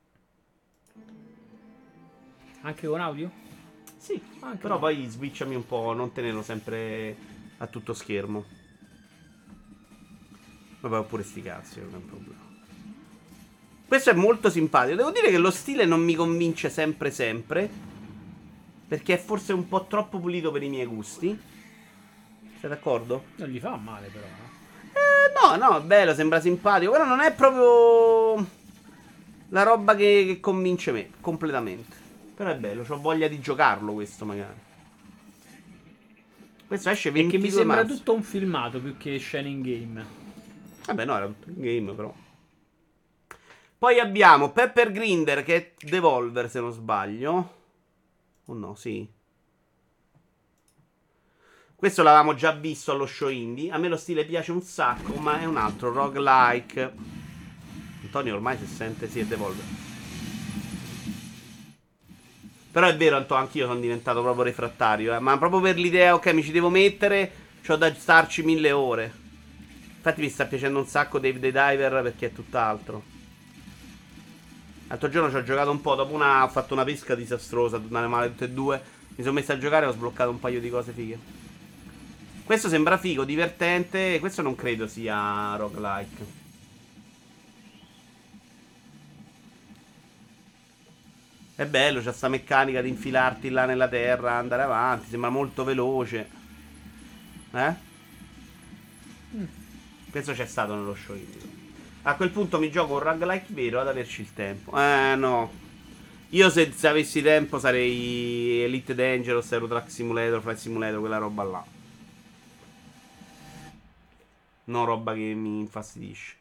Anche con audio? Sì, Anche però no. poi switchami un po', non tenerlo sempre a tutto schermo. Vabbè, oppure sti cazzi, non è un problema. Questo è molto simpatico. Devo dire che lo stile non mi convince sempre. Perché è forse un po' troppo pulito per i miei gusti. Sei d'accordo? Non gli fa male però. No, è bello, sembra simpatico. Però non è proprio la roba che convince me completamente. Però è bello, ho voglia di giocarlo questo magari. Questo esce E 22 che mi sembra marzo. tutto un filmato più che Shining Game. Vabbè, no, era tutto un game però. Poi abbiamo Pepper Grinder che è Devolver se non sbaglio. Oh no, sì. Questo l'avevamo già visto allo show indie. A me lo stile piace un sacco, ma è un altro roguelike. Antonio ormai si sente, sì, è Devolver. Però è vero, Antonio, anch'io sono diventato proprio refrattario. Ma proprio per l'idea, ok, mi ci devo mettere, c'ho da starci 1000 ore. Infatti mi sta piacendo un sacco Dave the Diver perché è tutt'altro. L'altro giorno ci ho giocato un po', ho fatto una pesca disastrosa, andare male tutte e due. Mi sono messo a giocare e ho sbloccato un paio di cose fighe. Questo sembra figo, divertente. Questo non credo sia roguelike. È bello, c'ha sta meccanica di infilarti là nella terra, andare avanti, sembra molto veloce. Questo c'è stato nello show indie. A quel punto mi gioco un roguelike vero ad averci il tempo. No. Io se avessi tempo sarei Elite Dangerous, Euro Truck Simulator, Flight Simulator, quella roba là. Non roba che mi infastidisce.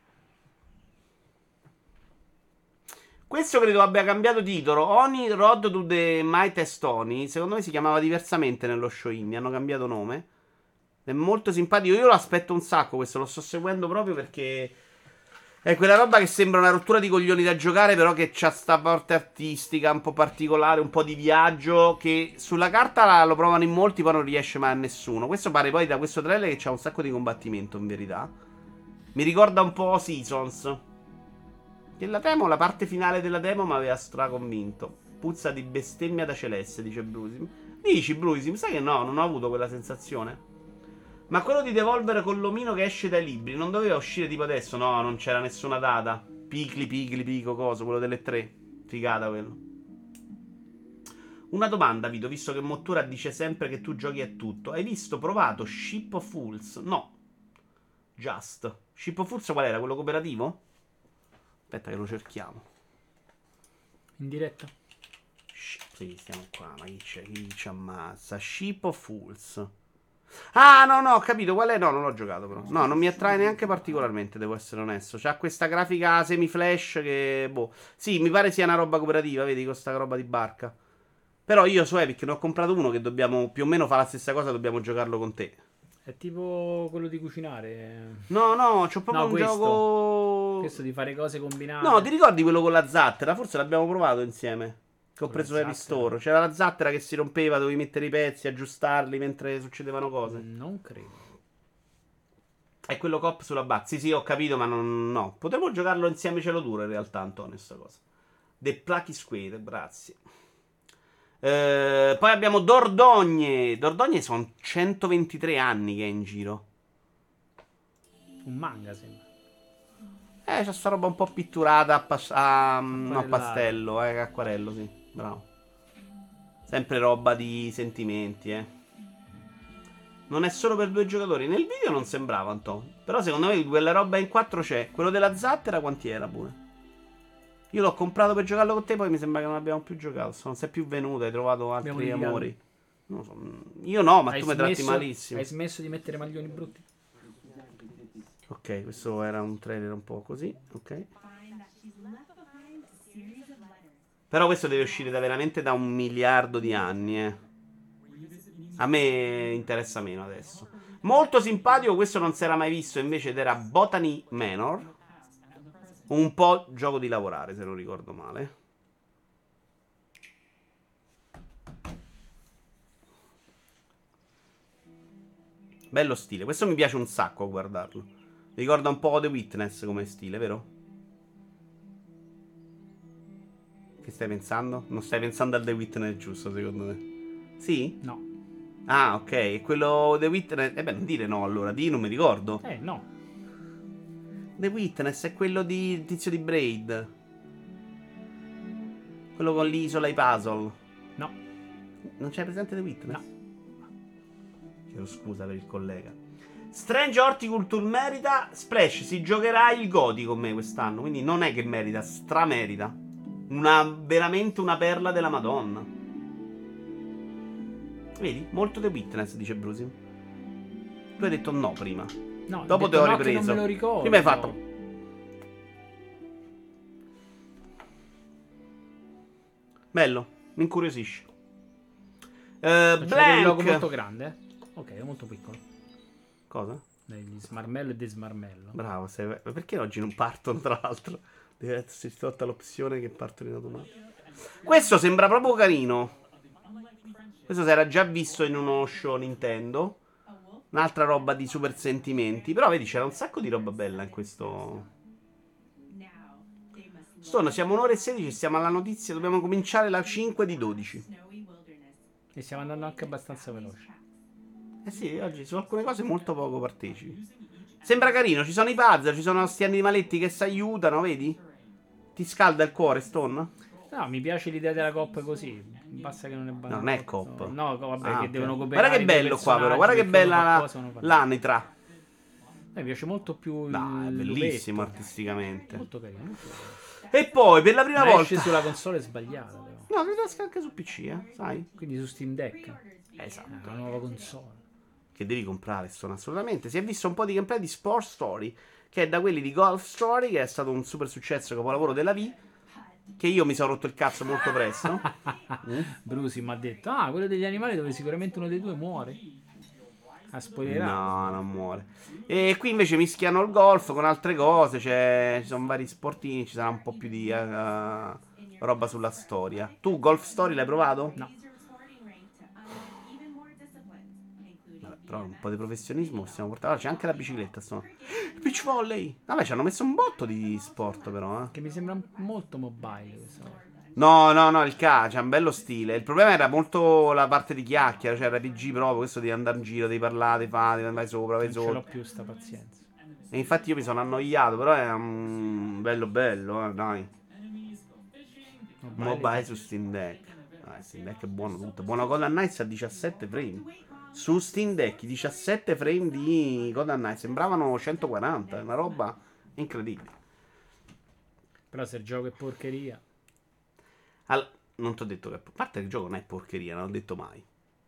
Questo credo abbia cambiato titolo. Oni Road to the Mightiest Oni. Secondo me si chiamava diversamente nello show indie. Hanno cambiato nome. È molto simpatico. Io lo aspetto un sacco. Questo lo sto seguendo proprio perché è quella roba che sembra una rottura di coglioni da giocare, però che c'ha sta parte artistica un po' particolare, un po' di viaggio, che sulla carta lo provano in molti, poi non riesce mai a nessuno. Questo pare poi da questo trailer che c'ha un sacco di combattimento, in verità. Mi ricorda un po' Seasons. Che la parte finale della demo mi aveva straconvinto. Puzza di bestemmia da Celeste, dice Brusim. Dici, Brusim, sai che no, non ho avuto quella sensazione. Ma quello di Devolver con l'omino che esce dai libri non doveva uscire tipo adesso? No, non c'era nessuna data. Picli, Pico, coso, quello delle 3. Figata quello. Una domanda, Vito, visto che Mottura dice sempre che tu giochi a tutto. Hai visto, provato Ship of Fools? No. Just. Ship of Fools qual era? Quello cooperativo? Aspetta che lo cerchiamo. In diretta? Sì, stiamo qua, ma chi c'è? Chi ci ammazza? Ship of Fools. Ah, no, ho capito qual è. No, non l'ho giocato però. No, non mi attrae neanche particolarmente, devo essere onesto. C'ha questa grafica semi-flash che, boh. Sì, mi pare sia una roba cooperativa, vedi, con sta roba di barca. Però io su Epic ne ho comprato uno che dobbiamo, più o meno fa la stessa cosa, dobbiamo giocarlo con te. È tipo quello di cucinare. No, c'ho proprio un gioco. Questo di fare cose combinate. No, ti ricordi quello con la zattera? Forse l'abbiamo provato insieme. Che ho Con la preso l'Epic zattera? Store. C'era la zattera che si rompeva, dovevi mettere i pezzi, aggiustarli mentre succedevano cose. Non credo. È quello cop sulla barca. Sì, ho capito, ma non. No. Potremmo giocarlo insieme cielo duro in realtà, Antonio, sta cosa. The Plucky Squid, grazie. Poi abbiamo Dordogne. Dordogne sono 123 anni che è in giro. Un manga sembra. C'è sta roba un po' pitturata no, Acquarellata. pastello, acquarello, sì. Bravo. Sempre roba di sentimenti, Non è solo per 2 giocatori. Nel video non sembrava, Antonio. Però secondo me quella roba in 4 c'è. Quello della zattera quanti era pure? Io l'ho comprato per giocarlo con te, poi mi sembra che non abbiamo più giocato. Non sei più venuto, hai trovato altri Abbiamo amori. Non lo so. Io no, ma Hai tu mi tratti smesso- malissimo. Hai smesso di mettere maglioni brutti? Ok, questo era un trailer un po' così. Ok. Però questo deve uscire veramente da 1 miliardo di anni, A me interessa meno adesso. Molto simpatico, questo non si era mai visto invece ed era Botany Manor. Un po' gioco di lavorare, se non ricordo male. Bello stile, questo mi piace un sacco a guardarlo. Ricorda un po' The Witness come stile, vero? Che stai pensando? Non stai pensando al The Witness giusto, secondo me? Sì? No. Ah, ok. Quello The Witness. Beh, non dire no allora. Di non mi ricordo. No. The Witness è quello di Tizio di Braid. Quello con l'isola e i puzzle. No. Non c'è presente The Witness? No. Chiedo scusa per il collega. Strange Horticulture merita. Splash si giocherà il Goti con me quest'anno. Quindi non è che merita, stramerita. Veramente una perla della Madonna. Vedi? Molto The Witness, dice Brusim. Tu hai detto no prima. No, Dopo ho te ho detto no, che ripreso. non me lo ricordo. Prima hai fatto. Bello, mi incuriosisce. C'è un logo Blank. molto grande, Ok, è molto piccolo. Cosa? Degli smarmello e desmarmello. Bravo, perché oggi non partono tra l'altro? Deve esserci tolta l'opzione che partono in automatico. Questo sembra proprio carino. Questo si era già visto in uno show Nintendo. Un'altra roba di super sentimenti. Però vedi, c'era un sacco di roba bella in questo. Stone, siamo un'ora e 16, siamo alla notizia. Dobbiamo cominciare la 5 di 12. E stiamo andando anche abbastanza veloci. Eh sì, oggi su alcune cose molto poco partecipi. Sembra carino, ci sono i puzzle, ci sono sti animaletti che si aiutano, vedi? Ti scalda il cuore, Stone? No, mi piace l'idea della coppa così. Basta che non è banale. Non è cop. No, vabbè, Ah, che ok. devono cooperare. Guarda che due bello qua, però. Guarda che personaggi bella fanno qualcosa, non fanno- l'anitra. Mi piace molto più il No, è bellissimo lupetto. artisticamente. Molto carino, molto carino. E poi, per la prima Ma volta. esce sulla console sbagliata, però. No, credo esca anche su PC, sai? Quindi su Steam Deck. Esatto. Una nuova console. Che devi comprare, Stone, assolutamente. Si è visto un po' di gameplay di Sport Story, che è da quelli di Golf Story, che è stato un super successo, capolavoro della Wii, che io mi sono rotto il cazzo molto presto. Brusi mi ha detto: quello degli animali dove sicuramente uno dei due muore. Ha spoilerato. No, non muore. E qui invece mischiano il golf con altre cose. Ci sono vari sportini. Ci sarà un po' più di roba sulla storia. Tu Golf Story l'hai provato? No. Vabbè, però un po' di professionismo possiamo portare. Allora, c'è anche la bicicletta. Il beach volley. Vabbè, ci hanno messo un botto di sport, però. Che mi sembra molto mobile questa cosa. No, il c'ha un bello stile. Il problema era molto la parte di chiacchiera, cioè RPG proprio, questo devi andare in giro, devi parlare, vai sopra, vai Non ce sopra. l'ho più sta pazienza. E infatti io mi sono annoiato, però è bello, dai. Mobile su Steam Deck. Steam Deck è buono tutto. Buono Gotham Knights a 17 frame. Su Steam Deck 17 frame di Gotham Knights sembravano 140, è una roba incredibile. Però se il gioco è porcheria. Non ti ho detto che... A parte che il gioco non è porcheria, non l'ho detto mai.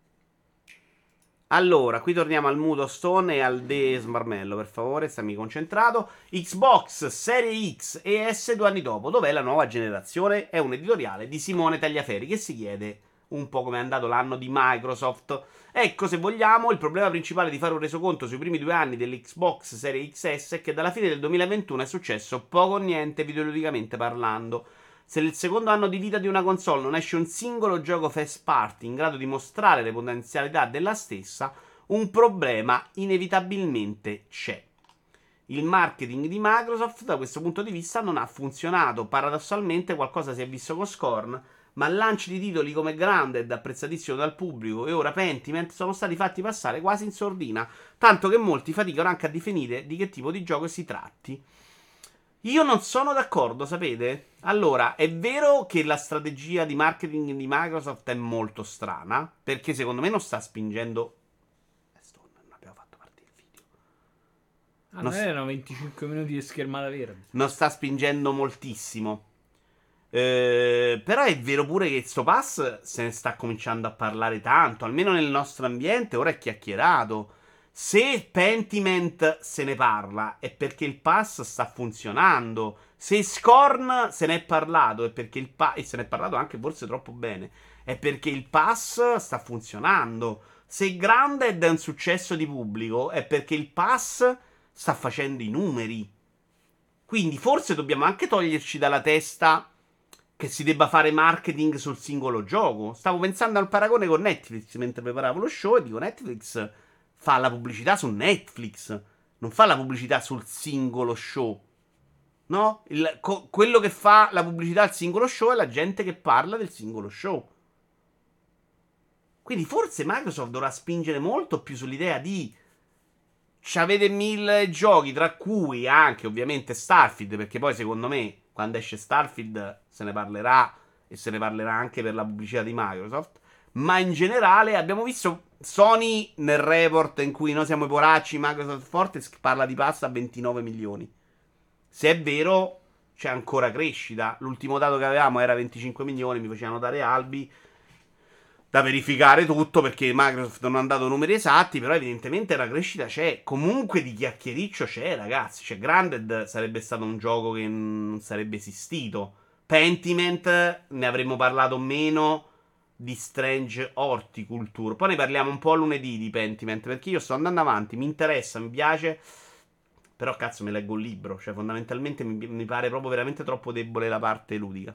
Allora, qui torniamo al Muto Stone e al De Smarmello, per favore, stammi concentrato. Xbox Serie X e S 2 anni dopo, dov'è la nuova generazione? È un editoriale di Simone Tagliaferri che si chiede un po' come è andato l'anno di Microsoft. Ecco, se vogliamo, il problema principale di fare un resoconto sui primi 2 anni dell'Xbox Serie XS è che dalla fine del 2021 è successo poco o niente videoludicamente parlando. Se nel secondo anno di vita di una console non esce un singolo gioco first party in grado di mostrare le potenzialità della stessa, un problema inevitabilmente c'è. Il marketing di Microsoft da questo punto di vista non ha funzionato. Paradossalmente qualcosa si è visto con Scorn, ma lanci di titoli come Grounded, apprezzatissimo dal pubblico, e ora Pentiment sono stati fatti passare quasi in sordina, tanto che molti faticano anche a definire di che tipo di gioco si tratti. Io non sono d'accordo, sapete? Allora, è vero che la strategia di marketing di Microsoft è molto strana, perché secondo me non sta spingendo... Non abbiamo fatto partire il video. Non erano 25 minuti di schermata verde. Non sta spingendo moltissimo. Però è vero pure che sto pass se ne sta cominciando a parlare tanto, almeno nel nostro ambiente, ora è chiacchierato. Se Pentiment se ne parla è perché il pass sta funzionando. Se Scorn se ne è parlato è perché il pass, e se ne è parlato anche forse troppo bene, è perché il pass sta funzionando. Se Grounded è un successo di pubblico è perché il pass sta facendo i numeri. Quindi forse dobbiamo anche toglierci dalla testa che si debba fare marketing sul singolo gioco. Stavo pensando al paragone con Netflix mentre preparavo lo show e dico Netflix fa la pubblicità su Netflix, non fa la pubblicità sul singolo show. No? Quello che fa la pubblicità al singolo show è la gente che parla del singolo show. Quindi forse Microsoft dovrà spingere molto più sull'idea di c'avete 1000 giochi, tra cui anche ovviamente Starfield, perché poi secondo me quando esce Starfield se ne parlerà e se ne parlerà anche per la pubblicità di Microsoft. Ma in generale abbiamo visto Sony nel report in cui noi siamo i poracci, Microsoft forte, parla di passa a 29 milioni. Se è vero, c'è ancora crescita. L'ultimo dato che avevamo era 25 milioni, mi faceva notare Albi. Da verificare tutto perché Microsoft non ha dato numeri esatti, però evidentemente la crescita c'è. Comunque di chiacchiericcio c'è, ragazzi. Cioè, Grounded sarebbe stato un gioco che non sarebbe esistito. Pentiment ne avremmo parlato meno di Strange Horticulture. Poi ne parliamo un po' lunedì di Pentiment, perché io sto andando avanti, mi interessa, mi piace, però cazzo me leggo un libro, cioè fondamentalmente mi pare proprio veramente troppo debole la parte ludica.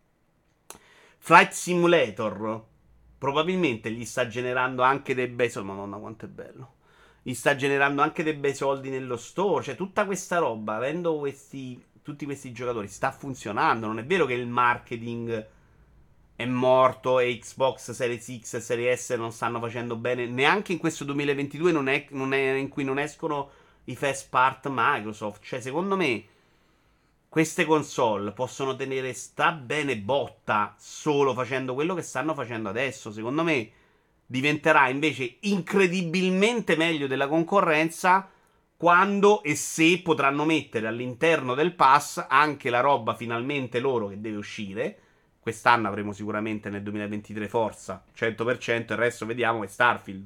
Flight Simulator probabilmente gli sta generando anche dei bei soldi, madonna quanto è bello, gli sta generando anche dei bei soldi nello store, cioè tutta questa roba, avendo tutti questi giocatori, sta funzionando. Non è vero che il marketing è morto e Xbox Series X e Series S non stanno facendo bene. Neanche in questo 2022 non è in cui non escono i first part Microsoft. Cioè, secondo me, queste console possono tenere sta bene botta solo facendo quello che stanno facendo adesso. Secondo me diventerà invece incredibilmente meglio della concorrenza quando e se potranno mettere all'interno del pass anche la roba finalmente loro che deve uscire. Quest'anno avremo sicuramente nel 2023 Forza 100%, il resto vediamo che Starfield.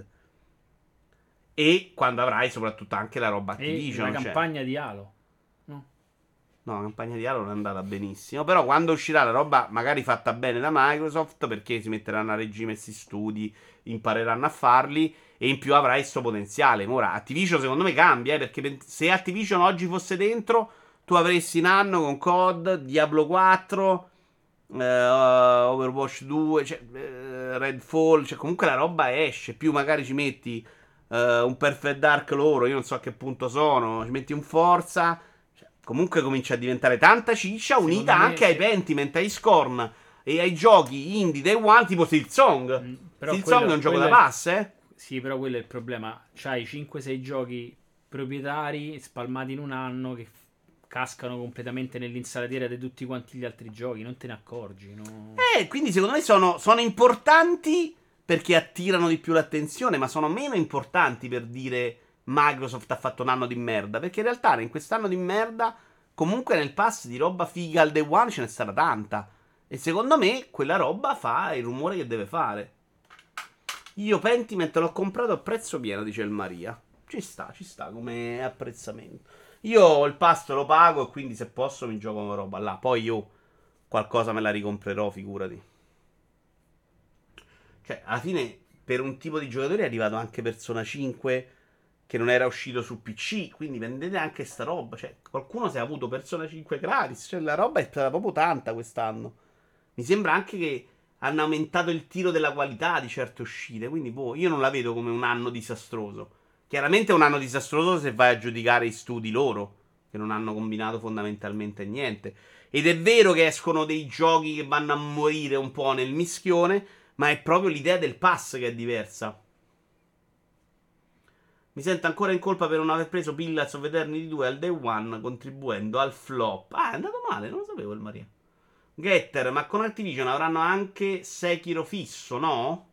E quando avrai soprattutto anche la roba Activision. E la campagna di Halo. No? No, la campagna di Halo non è andata benissimo. Però quando uscirà la roba magari fatta bene da Microsoft, perché si metteranno a regime questi studi, impareranno a farli, e in più avrai questo potenziale. Ora, Activision secondo me cambia, perché se Activision oggi fosse dentro, tu avresti in anno con COD, Diablo 4, Overwatch 2, cioè, Redfall, cioè comunque la roba esce, più magari ci metti un Perfect Dark loro, io non so a che punto sono, ci metti un Forza, cioè, comunque comincia a diventare tanta ciccia unita Secondo me anche ai Pentiment, ai Scorn e ai giochi indie Day One tipo Silksong. Però Silksong è un gioco da pass, eh? Sì, però quello è il problema. C'hai 5-6 giochi proprietari spalmati in un anno che cascano completamente nell'insalatiera di tutti quanti gli altri giochi. Non te ne accorgi, no? Quindi secondo me sono importanti perché attirano di più l'attenzione, ma sono meno importanti per dire Microsoft ha fatto un anno di merda. Perché in realtà in quest'anno di merda, comunque nel pass di roba figa al day one ce n'è stata tanta. E secondo me quella roba fa il rumore che deve fare. Io Pentiment l'ho comprato a prezzo pieno, dice il Maria. Ci sta come apprezzamento. Io il pasto lo pago e quindi se posso mi gioco una roba là. Poi io qualcosa me la ricomprerò, figurati. Cioè, alla fine, per un tipo di giocatore è arrivato anche Persona 5 che non era uscito su PC. Quindi vendete anche sta roba. Cioè, qualcuno si è avuto Persona 5 gratis. Cioè, la roba è stata proprio tanta quest'anno. Mi sembra anche che hanno aumentato il tiro della qualità di certe uscite. Quindi, boh, io non la vedo come un anno disastroso. Chiaramente è un anno disastroso se vai a giudicare i studi loro, che non hanno combinato fondamentalmente niente. Ed è vero che escono dei giochi che vanno a morire un po' nel mischione, ma è proprio l'idea del pass che è diversa. Mi sento ancora in colpa per non aver preso Pillars of Eternity 2 al day one, contribuendo al flop. Ah, è andato male, non lo sapevo il Maria. Getter, ma con Activision avranno anche Sekiro fisso, no?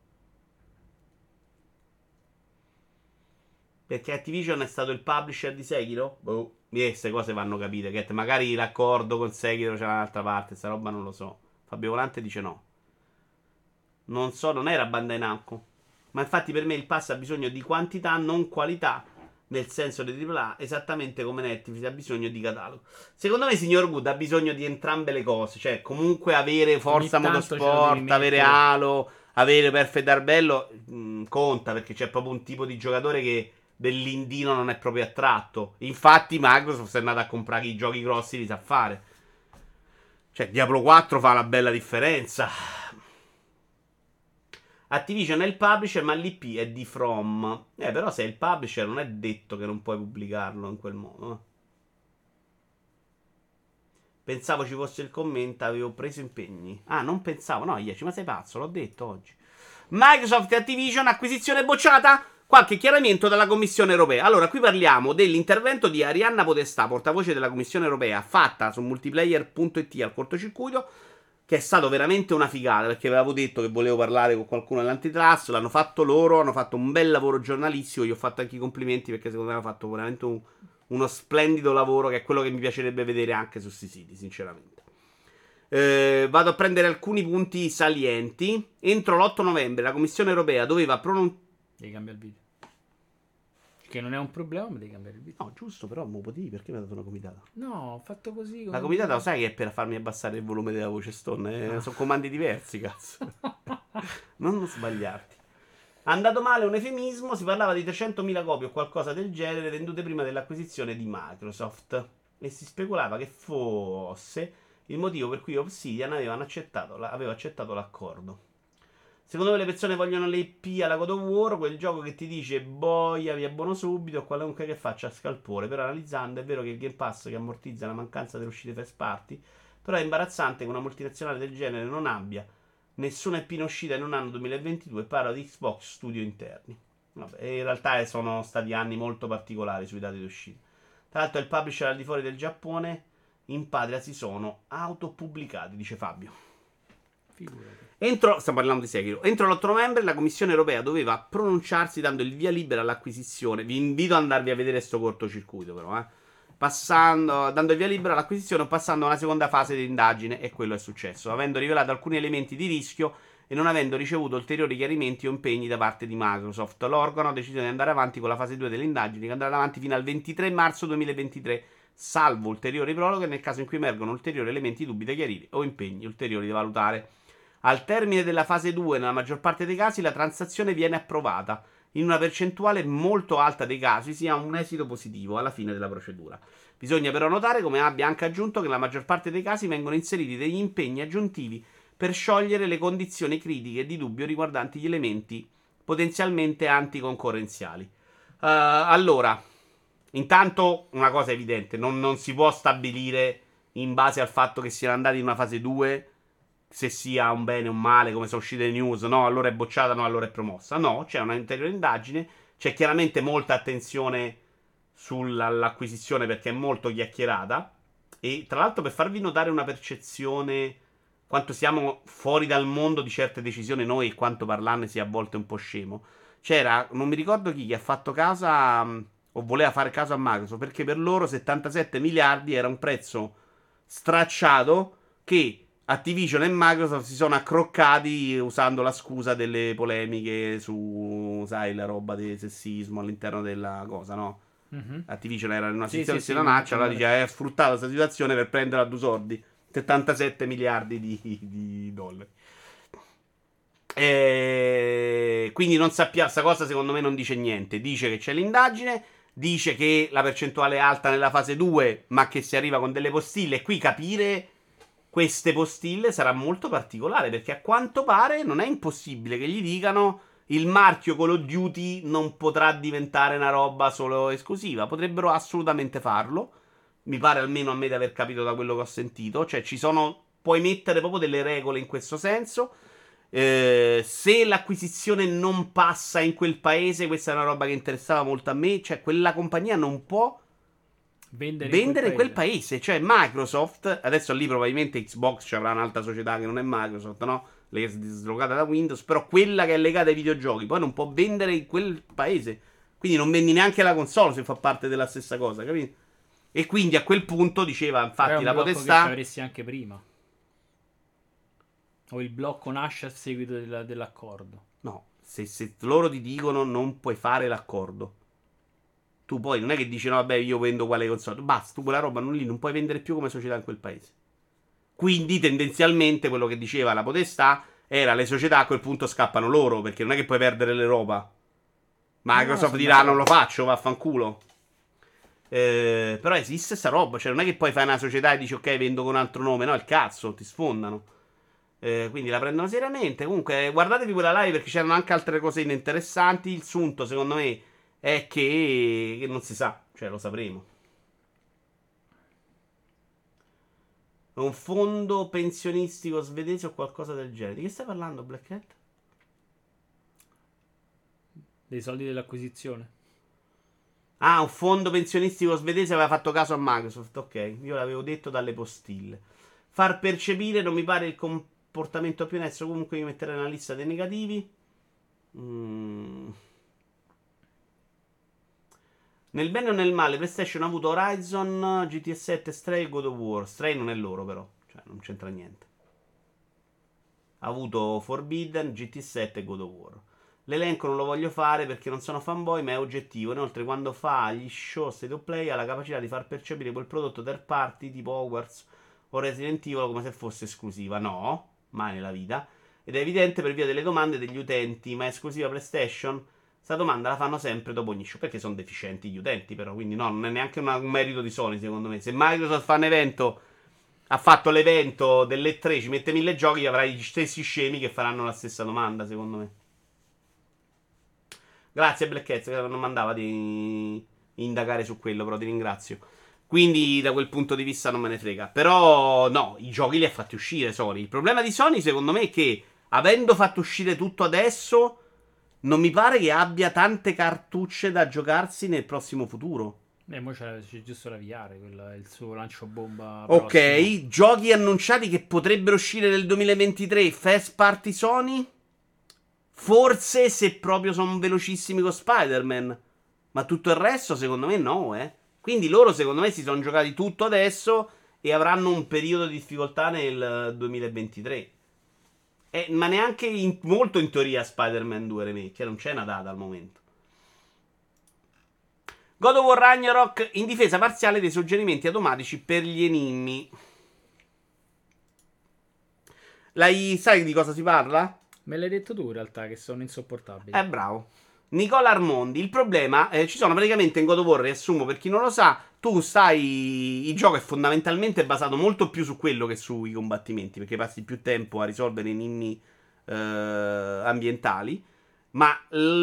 Perché Activision è stato il publisher di Sekiro? Boh, queste cose vanno capite. Getter, magari l'accordo con Sekiro c'è un'altra parte, sta roba non lo so. Fabio Volante dice no. Non so, non era Bandai Namco. Ma infatti per me il pass ha bisogno di quantità, non qualità, nel senso di AAA, esattamente come Netflix ha bisogno di catalogo. Secondo me Signor Good ha bisogno di entrambe le cose. Cioè, comunque avere Forza Motorsport, avere Halo, avere Perfect Darbello, conta, perché c'è proprio un tipo di giocatore che dell'indino non è proprio attratto. Infatti Microsoft è andata a comprare i giochi grossi, li sa fare. Cioè, Diablo 4 fa una bella differenza. Activision è il publisher, ma l'IP è di From. Però se è il publisher non è detto che non puoi pubblicarlo in quel modo. Pensavo ci fosse il commento, avevo preso impegni. Ah, non pensavo, no, Ieci, ma sei pazzo, l'ho detto oggi. Microsoft e Activision, acquisizione bocciata? Qualche chiarimento dalla Commissione Europea. Allora, qui parliamo dell'intervento di Arianna Podestà, portavoce della Commissione Europea, fatta su multiplayer.it al cortocircuito, che è stato veramente una figata, perché avevo detto che volevo parlare con qualcuno dell'antitrust, l'hanno fatto loro, hanno fatto un bel lavoro giornalistico, gli ho fatto anche i complimenti perché secondo me hanno fatto veramente uno splendido lavoro, che è quello che mi piacerebbe vedere anche su questi siti, sinceramente. Vado a prendere alcuni punti salienti. Entro l'8 novembre la Commissione Europea doveva pronunciare... Devi cambiare il video. Che non è un problema, ma devi cambiare il video. No, giusto, però mo potevi, perché mi ha dato una comitata? No, ho fatto così. La comitata lo sai che è per farmi abbassare il volume della voce Stone? Sono comandi diversi, cazzo. Non sbagliarti. Andato male un eufemismo, si parlava di 300.000 copie o qualcosa del genere vendute prima dell'acquisizione di Microsoft. E si speculava che fosse il motivo per cui Obsidian aveva accettato l'accordo. Secondo me le persone vogliono le IP alla God of War, quel gioco che ti dice boia, vi abbono subito, o qualunque che faccia scalpore. Però analizzando è vero che il Game Pass che ammortizza la mancanza delle uscite first party, però è imbarazzante che una multinazionale del genere non abbia nessuna IP in uscita in un anno 2022, parlo di Xbox Studio interni. Vabbè, in realtà sono stati anni molto particolari sui dati di uscita. Tra l'altro il publisher al di fuori del Giappone, in patria si sono autopubblicati, dice Fabio. Figurati. Stiamo parlando di Sekiro. Entro l'8 novembre la Commissione Europea doveva pronunciarsi dando il via libera all'acquisizione. Vi invito ad andarvi a vedere sto cortocircuito, però, dando il via libera all'acquisizione o passando a una seconda fase di indagine, e quello è successo, avendo rivelato alcuni elementi di rischio e non avendo ricevuto ulteriori chiarimenti o impegni da parte di Microsoft. L'organo ha deciso di andare avanti con la fase 2 delle indagini, che andrà avanti fino al 23 marzo 2023, salvo ulteriori proroghe nel caso in cui emergono ulteriori elementi dubbi da chiarire o impegni ulteriori da valutare. Al termine della fase 2, nella maggior parte dei casi, la transazione viene approvata. In una percentuale molto alta dei casi si ha un esito positivo alla fine della procedura. Bisogna però notare, come abbia anche aggiunto, che nella maggior parte dei casi vengono inseriti degli impegni aggiuntivi per sciogliere le condizioni critiche di dubbio riguardanti gli elementi potenzialmente anticoncorrenziali. Allora, intanto una cosa è evidente, non si può stabilire in base al fatto che siano andati in una fase 2 se sia un bene o un male, come sono uscite le news, no, allora è bocciata, no, allora è promossa. No, c'è una ulteriore indagine, c'è chiaramente molta attenzione sull'acquisizione perché è molto chiacchierata. E tra l'altro, per farvi notare una percezione quanto siamo fuori dal mondo di certe decisioni noi e quanto parlarne sia a volte un po' scemo, c'era, non mi ricordo chi, che ha fatto casa o voleva fare caso a Microsoft perché per loro 77 miliardi era un prezzo stracciato che Activision e Microsoft si sono accroccati usando la scusa delle polemiche su, sai, la roba del sessismo all'interno della cosa, no? Activision era in una situazione di senonaccia, allora dice, hai sfruttato questa situazione per prendere a due soldi 77 miliardi di dollari. Quindi non sappiamo, sta cosa secondo me non dice niente. Dice che c'è l'indagine, dice che la percentuale è alta nella fase 2, ma che si arriva con delle postille. E qui capire queste postille sarà molto particolare, perché a quanto pare non è impossibile che gli dicano il marchio Call of Duty non potrà diventare una roba solo esclusiva. Potrebbero assolutamente farlo. Mi pare, almeno a me, di aver capito da quello che ho sentito. Cioè ci sono, puoi mettere proprio delle regole in questo senso. Se l'acquisizione non passa in quel paese, questa è una roba che interessava molto a me. Cioè quella compagnia non può vendere in quel paese. Cioè Microsoft, adesso lì probabilmente Xbox ci avrà un'altra società che non è Microsoft, no? Lei è dislocata da Windows, però quella che è legata ai videogiochi poi non può vendere in quel paese. Quindi non vendi neanche la console se fa parte della stessa cosa, capito? E quindi a quel punto diceva, infatti, la potestà. Che ci avresti anche prima. O il blocco nasce a seguito dell'accordo. No, se loro ti dicono non puoi fare l'accordo, tu poi non è che dici no, vabbè, io vendo quale console. Basta, tu quella roba non puoi vendere più come società in quel paese. Quindi tendenzialmente quello che diceva la potestà era le società a quel punto scappano loro, perché non è che puoi perdere le roba. Microsoft dirà non lo faccio, vaffanculo. Però esiste sta roba, cioè non è che poi fai una società e dici ok, vendo con un altro nome, no, il cazzo, ti sfondano. Quindi la prendono seriamente. Comunque guardatevi quella live perché c'erano anche altre cose interessanti. Il sunto secondo me è che non si sa, cioè lo sapremo. Un fondo pensionistico svedese o qualcosa del genere. Di che stai parlando, Black Hat? Dei soldi dell'acquisizione. Ah, un fondo pensionistico svedese aveva fatto caso a Microsoft. Ok, io l'avevo detto dalle postille. Far percepire non mi pare il comportamento più onesto. Comunque io metterei nella lista dei negativi. Nel bene o nel male, PlayStation ha avuto Horizon, GTA 7, Stray e God of War. Stray non è loro però, cioè non c'entra niente. Ha avuto Forbidden, GTA 7 e God of War. L'elenco non lo voglio fare perché non sono fanboy, ma è oggettivo. Inoltre, quando fa gli show state of play, ha la capacità di far percepire quel prodotto third party tipo Hogwarts o Resident Evil come se fosse esclusiva. No, mai nella vita. Ed è evidente per via delle domande degli utenti, ma è esclusiva PlayStation? Questa domanda la fanno sempre dopo ogni show, perché sono deficienti gli utenti però, quindi no, non è neanche un merito di Sony secondo me. Se Microsoft fa un evento, ha fatto l'evento dell'E3, ci mette 1000 giochi, avrai gli stessi scemi che faranno la stessa domanda secondo me. Grazie Black Cat che non mandava di indagare su quello, però ti ringrazio. Quindi da quel punto di vista non me ne frega. Però no, i giochi li ha fatti uscire Sony. Il problema di Sony secondo me è che avendo fatto uscire tutto adesso non mi pare che abbia tante cartucce da giocarsi nel prossimo futuro. Mo c'è giusto da avviare il suo lancio bomba. Ok, prossimo. giochi annunciati che potrebbero uscire nel 2023. First party Sony? Forse se proprio sono velocissimi con Spider-Man. Ma tutto il resto secondo me no, Quindi loro secondo me si sono giocati tutto adesso e avranno un periodo di difficoltà nel 2023. Ma neanche molto in teoria Spider-Man 2 Remake, che non c'è una data al momento. God of War Ragnarok in difesa parziale dei suggerimenti automatici per gli enigmi. Sai di cosa si parla? Me l'hai detto tu in realtà che sono insopportabili. Bravo. Nicola Armondi. Il problema, ci sono praticamente in God of War, riassumo per chi non lo sa, il gioco è fondamentalmente basato molto più su quello che sui combattimenti, perché passi più tempo a risolvere enigmi ambientali. Ma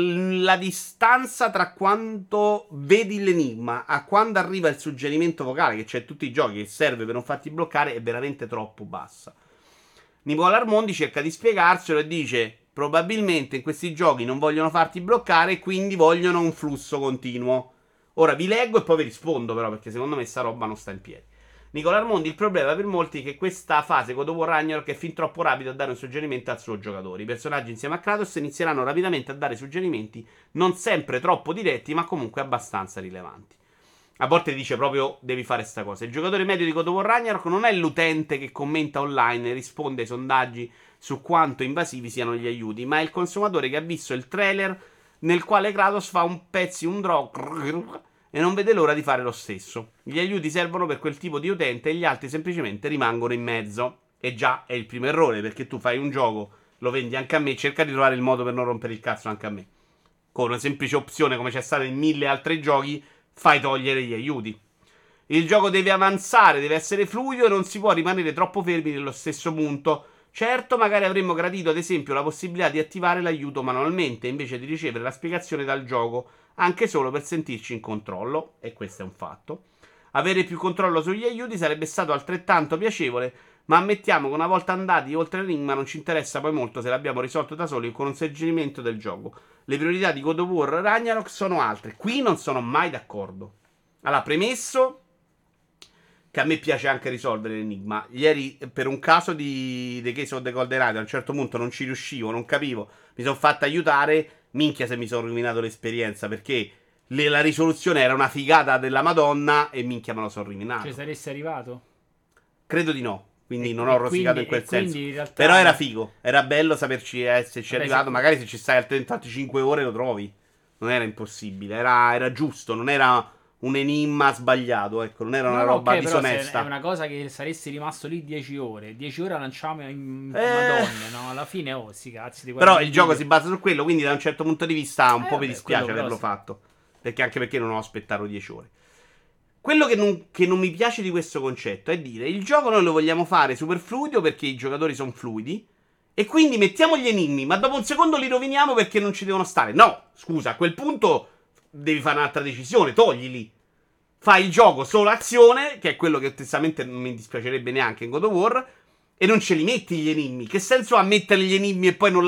la distanza tra quando vedi l'enigma a quando arriva il suggerimento vocale, che c'è in tutti i giochi, che serve per non farti bloccare, è veramente troppo bassa. Nicola Armondi cerca di spiegarselo e dice: probabilmente in questi giochi non vogliono farti bloccare e quindi vogliono un flusso continuo. Ora vi leggo e poi vi rispondo, però, perché secondo me sta roba non sta in piedi. Nicola Armondi: il problema per molti è che questa fase God of War Ragnarok è fin troppo rapida a dare un suggerimento al suo giocatore. I personaggi insieme a Kratos inizieranno rapidamente a dare suggerimenti non sempre troppo diretti, ma comunque abbastanza rilevanti. A volte dice proprio devi fare sta cosa. Il giocatore medio di God of War Ragnarok non è l'utente che commenta online e risponde ai sondaggi su quanto invasivi siano gli aiuti, ma è il consumatore che ha visto il trailer nel quale Kratos fa un drop e non vede l'ora di fare lo stesso. Gli aiuti servono per quel tipo di utente e gli altri semplicemente rimangono in mezzo. E già è il primo errore, perché tu fai un gioco, lo vendi anche a me, cerca di trovare il modo per non rompere il cazzo anche a me. Con una semplice opzione, come c'è stato in 1000 altri giochi, fai togliere gli aiuti. Il gioco deve avanzare, deve essere fluido e non si può rimanere troppo fermi nello stesso punto. Certo, magari avremmo gradito ad esempio la possibilità di attivare l'aiuto manualmente invece di ricevere la spiegazione dal gioco, anche solo per sentirci in controllo, e questo è un fatto. Avere più controllo sugli aiuti sarebbe stato altrettanto piacevole, ma ammettiamo che una volta andati oltre l'enigma non ci interessa poi molto se l'abbiamo risolto da soli con un suggerimento del gioco. Le priorità di God of War Ragnarok sono altre. Qui non sono mai d'accordo. Allora, premesso che a me piace anche risolvere l'enigma. Ieri, per un caso di The Case of the Golden Eye, a un certo punto non ci riuscivo, non capivo, mi sono fatto aiutare. Minchia se mi sono rovinato l'esperienza, perché la risoluzione era una figata della Madonna e minchia me lo sono rovinato. Cioè saresti arrivato? Credo di no. Quindi non ho rosicato in quel senso. In realtà... Però era figo. Era bello saperci esserci arrivato. Magari se ci stai altrettanto 5 ore lo trovi. Non era impossibile. Era giusto. Non era un enigma sbagliato. Ecco, non era una roba disonesta. È una cosa che saresti rimasto lì 10 ore. 10 ore lanciamo in Madonna. No? Alla fine, sti cazzi. Però il gioco si basa su quello. Quindi da un certo punto di vista un po' mi dispiace averlo fatto. Anche perché non ho aspettato 10 ore. Quello che non mi piace di questo concetto è dire: il gioco noi lo vogliamo fare super fluido perché i giocatori sono fluidi e quindi mettiamo gli enigmi, ma dopo un secondo li roviniamo perché non ci devono stare. No, scusa, a quel punto devi fare un'altra decisione, toglili. Fai il gioco solo azione, che è quello che onestamente non mi dispiacerebbe neanche in God of War, e non ce li metti gli enigmi. Che senso ha mettere gli enigmi e poi non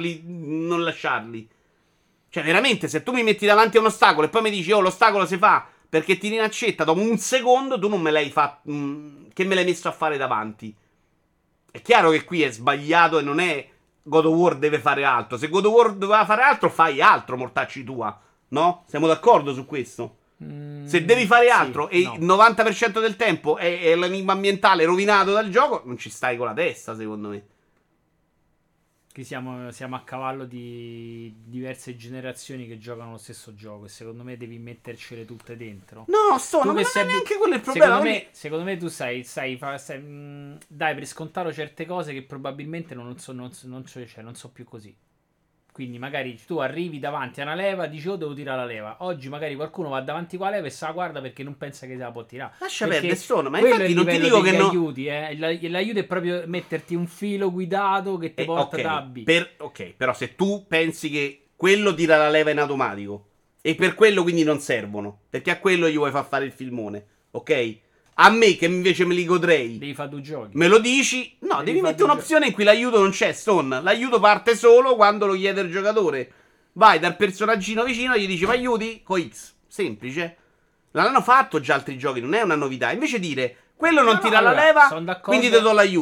lasciarli? Cioè, veramente, se tu mi metti davanti a un ostacolo e poi mi dici: oh, l'ostacolo si fa perché ti rinaccetta dopo un secondo, tu non me l'hai fatto. Che me l'hai messo a fare davanti? È chiaro che qui è sbagliato e non è God of War deve fare altro. Se God of War doveva fare altro, fai altro, mortacci tua. No? Siamo d'accordo su questo? Se devi fare altro e il 90% del tempo è l'enigma ambientale rovinato dal gioco, non ci stai con la testa, secondo me. Qui siamo a cavallo di diverse generazioni che giocano lo stesso gioco e secondo me devi mettercele tutte dentro. No, ma non è neanche quello il problema. Secondo me tu dai per scontato certe cose che probabilmente non so più così. Quindi magari tu arrivi davanti a una leva, dici: oh, devo tirare la leva. Oggi magari qualcuno va davanti con la leva e se la guarda perché non pensa che se la può tirare. Lascia perdere, ma infatti non ti dico che no. Aiuti, l'aiuto è proprio metterti un filo guidato che ti porta da B. Ok, però se tu pensi che quello tira la leva in automatico e per quello quindi non servono, perché a quello gli vuoi far fare il filmone, ok? A me che invece me li godrei, devi fare due giochi. Me lo dici? No, devi mettere un'opzione in cui l'aiuto non c'è, Stone. L'aiuto parte solo quando lo chiede il giocatore. Vai dal personaggino vicino e gli dici: ma aiuti? Con X. Semplice. L'hanno fatto già altri giochi, non è una novità. Invece dire: quello non tira la leva, quindi ti do l'aiuto.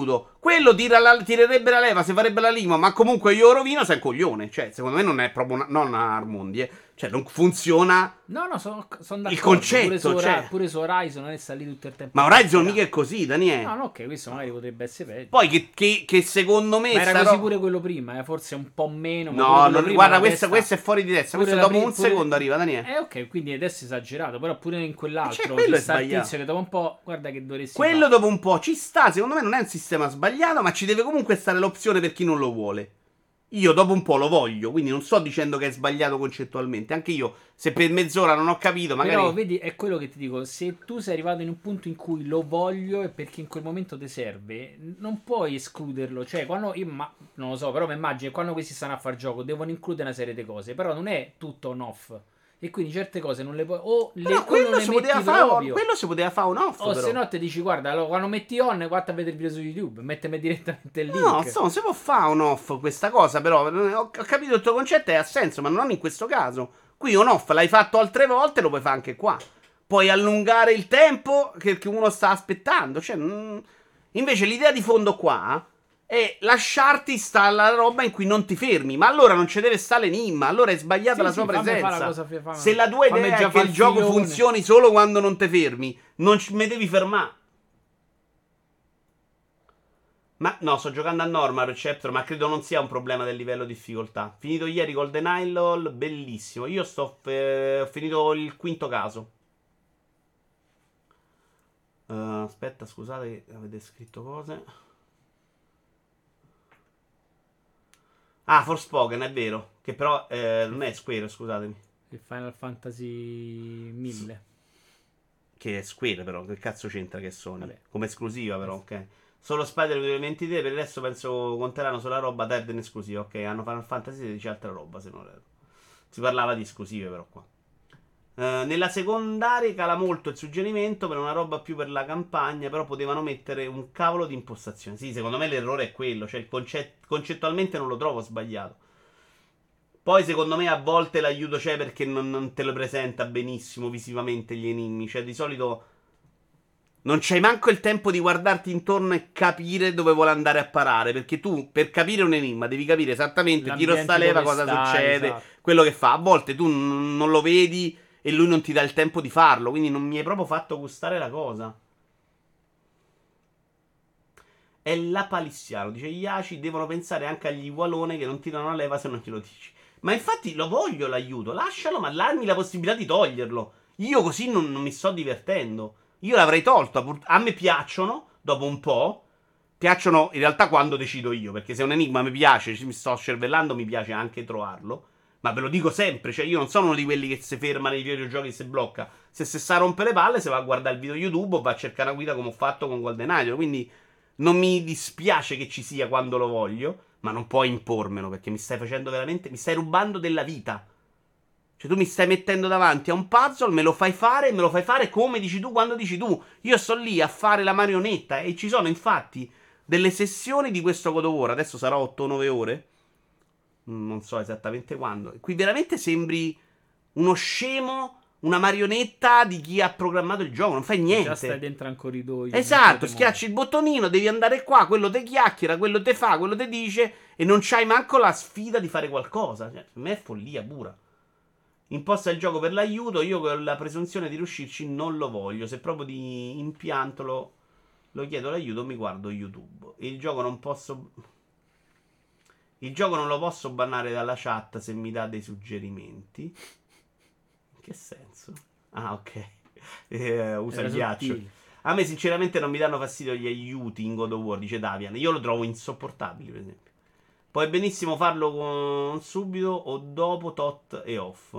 Quello tirerebbe la leva se farebbe la lima, ma comunque io lo rovino, sei un coglione. Cioè, secondo me non è proprio non Armondi, Cioè, non funziona. No, sono d'accordo. Il concetto, pure su Horizon non è salito tutto il tempo. Ma Horizon mica è così, Daniele. No, ok, questo magari potrebbe essere peggio. Poi che secondo me ma era così pure quello prima, forse un po' meno. No, guarda, questo è fuori di testa. Questo dopo un secondo arriva, Daniele. Ok, quindi adesso è esagerato. Però pure in quell'altro quello è sta il sbagliato. tizio che dopo un po', guarda che dovresti Quello fare. dopo un po' ci sta. Secondo me non è un sistema sbagliato, ma ci deve comunque stare l'opzione per chi non lo vuole. Io dopo un po' lo voglio, quindi non sto dicendo che è sbagliato concettualmente. Anche io, se per mezz'ora non ho capito, magari. Però vedi, è quello che ti dico. Se tu sei arrivato in un punto in cui lo voglio e perché in quel momento ti serve, non puoi escluderlo. Cioè, quando non lo so, però mi immagino che quando questi stanno a far gioco devono includere una serie di cose. Però non è tutto on-off. E quindi certe cose non le puoi. Quello si poteva fare on off. O se no te dici, guarda, allora, quando metti on, guarda a vedere il video su YouTube, mettimi direttamente il link. No, non si può fare on off questa cosa, però. Ho capito il tuo concetto e ha senso, ma non in questo caso. Qui on off l'hai fatto altre volte, lo puoi fare anche qua. Puoi allungare il tempo che uno sta aspettando. Cioè, invece l'idea di fondo qua è lasciarti sta la roba in cui non ti fermi. Ma allora non ci deve stare l'enigma. Allora è sbagliata la sua presenza. Se la tua idea è che il gioco funzioni solo quando non ti fermi, non mi devi fermare. Ma no, sto giocando a normal Receptor, ma credo non sia un problema del livello di difficoltà. Finito ieri GoldenEye LOL, bellissimo. Io ho finito il quinto caso. Aspetta, scusate che avete scritto cose. Ah, Forspoken, è vero. Che però non è Square, scusatemi. Il Final Fantasy 1000. Che è Square, però. Che cazzo c'entra che Sony? Vabbè. Come esclusiva, però, ok. Solo Spider 2023, per il resto penso conteranno sulla roba Dead in esclusiva. Ok, hanno Final Fantasy 16 altra roba, se non erro. Si parlava di esclusive, però, qua. Nella secondaria cala molto il suggerimento per una roba più per la campagna, però potevano mettere un cavolo di impostazione. Sì, secondo me l'errore è quello, cioè concettualmente non lo trovo sbagliato. Poi secondo me a volte l'aiuto c'è perché non te lo presenta benissimo visivamente gli enigmi, cioè di solito non c'hai manco il tempo di guardarti intorno e capire dove vuole andare a parare, perché tu per capire un enigma devi capire esattamente tiro sta leva, cosa succede, esatto. Quello che fa. A volte tu non lo vedi e lui non ti dà il tempo di farlo, quindi non mi hai proprio fatto gustare la cosa. È la palissiano, dice Iaci, devono pensare anche agli Walone che non ti danno la leva se non glielo dici. Ma infatti lo voglio l'aiuto, lascialo, ma darmi la possibilità di toglierlo. Io così non mi sto divertendo. Io l'avrei tolto, a me piacciono, dopo un po', piacciono in realtà quando decido io, perché se un enigma mi piace, mi sto scervellando, mi piace anche trovarlo. Ma ve lo dico sempre, cioè io non sono uno di quelli che si ferma nei videogiochi e si blocca. Se sa rompe le palle, se va a guardare il video YouTube o va a cercare una guida come ho fatto con GoldenEye. Quindi non mi dispiace che ci sia quando lo voglio, ma non puoi impormelo, perché mi stai facendo veramente, mi stai rubando della vita. Cioè tu mi stai mettendo davanti a un puzzle, me lo fai fare come dici tu, quando dici tu. Io sto lì a fare la marionetta e ci sono infatti delle sessioni di questo God of War, adesso sarà 8-9 ore. Non so esattamente quando. Qui veramente sembri uno scemo, una marionetta di chi ha programmato il gioco. Non fai niente. Già stai dentro un corridoio. Esatto, schiacci il bottonino, devi andare qua, quello te chiacchiera, quello te fa, quello te dice e non c'hai manco la sfida di fare qualcosa. Cioè, per me è follia pura. Imposta il gioco per l'aiuto, io con la presunzione di riuscirci non lo voglio. Se proprio di impianto lo chiedo l'aiuto, mi guardo YouTube. Il gioco non lo posso bannare dalla chat se mi dà dei suggerimenti. In che senso? Ah, ok. Usa il ghiaccio. A me sinceramente non mi danno fastidio gli aiuti in God of War, dice Davian. Io lo trovo insopportabile, per esempio. Puoi benissimo farlo con subito o dopo tot e off.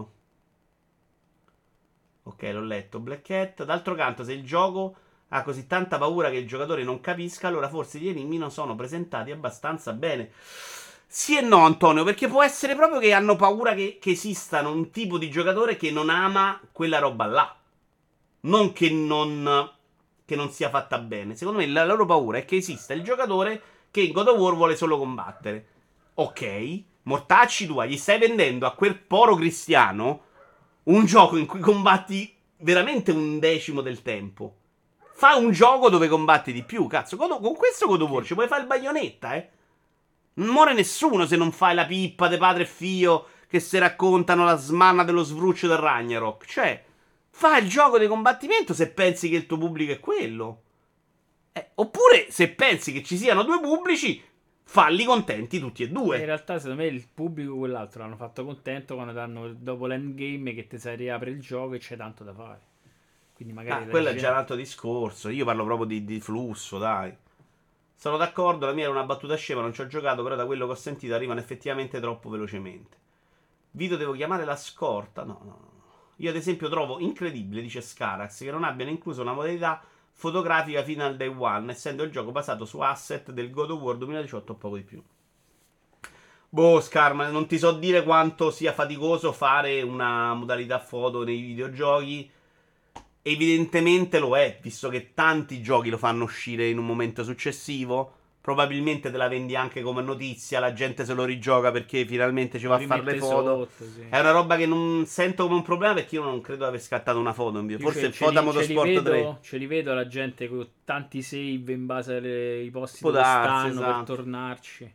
Ok, l'ho letto. Black Hat. D'altro canto, se il gioco ha così tanta paura che il giocatore non capisca, allora forse gli enigmi non sono presentati abbastanza bene. Sì e no, Antonio, perché può essere proprio che hanno paura che esistano un tipo di giocatore che non ama quella roba là. Non che non sia fatta bene. Secondo me la loro paura è che esista il giocatore che in God of War vuole solo combattere. Ok, mortacci tua, gli stai vendendo a quel poro cristiano un gioco in cui combatti veramente un decimo del tempo. Fa un gioco dove combatti di più, cazzo. Con questo God of War ci puoi fare il baionetta, Non muore nessuno se non fai la pippa di padre e figlio che si raccontano la smanna dello sfruccio del Ragnarok. Cioè, fai il gioco di combattimento se pensi che il tuo pubblico è quello. Oppure, se pensi che ci siano due pubblici, falli contenti tutti e due. In realtà, secondo me, il pubblico quell'altro l'hanno fatto contento quando danno dopo l'endgame che ti sai riapre il gioco e c'è tanto da fare. Quindi magari Quello è già un altro discorso. Io parlo proprio di flusso, dai. Sono d'accordo, la mia era una battuta scema, non ci ho giocato, però da quello che ho sentito arrivano effettivamente troppo velocemente. Vito, devo chiamare la scorta? No. Io ad esempio trovo incredibile, dice Scarax, che non abbiano incluso una modalità fotografica fino al day one, essendo il gioco basato su asset del God of War 2018 o poco di più. Boh, Scarma, non ti so dire quanto sia faticoso fare una modalità foto nei videogiochi. Evidentemente lo è, visto che tanti giochi lo fanno uscire in un momento successivo. Probabilmente te la vendi anche come notizia, la gente se lo rigioca perché finalmente ci va a fare le foto. Sotto, sì. È una roba che non sento come un problema perché io non credo di aver scattato una foto in video. Forse il Foda Motorsport 3. Ce li vedo la gente con tanti save in base ai posti Può dove darsi, stanno esatto. per tornarci.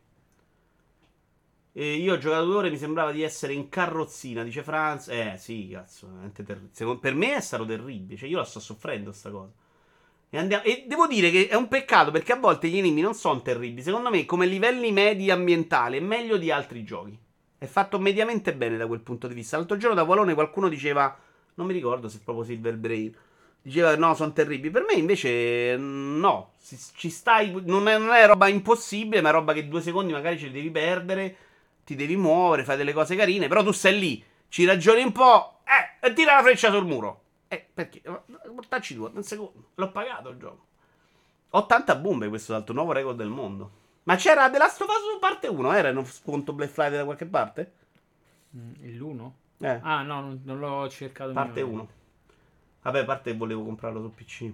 E io ho giocato 2 ore, mi sembrava di essere in carrozzina, dice Franz. Sì, cazzo, veramente per me è stato terribile. Cioè, io la sto soffrendo sta cosa. E devo dire che è un peccato perché a volte gli enigmi non sono terribili. Secondo me, come livelli medi ambientali, è meglio di altri giochi. È fatto mediamente bene da quel punto di vista. L'altro giorno da Valone qualcuno diceva, non mi ricordo se proprio Silver Brain, diceva no, sono terribili. Per me invece no, ci stai, non è roba impossibile, ma è roba che 2 secondi magari ce li devi perdere, ti devi muovere, fai delle cose carine, però tu stai lì, ci ragioni un po', e tira la freccia sul muro. Perché? Portacci tu, un secondo. L'ho pagato il gioco. 80 bombe, questo è l'altro nuovo record del mondo. Ma c'era The Last of Us parte 1? Era in uno sconto Black Friday da qualche parte? L'1? Eh. Ah, no, non l'ho cercato. Parte 1. Vabbè, parte che volevo comprarlo su PC.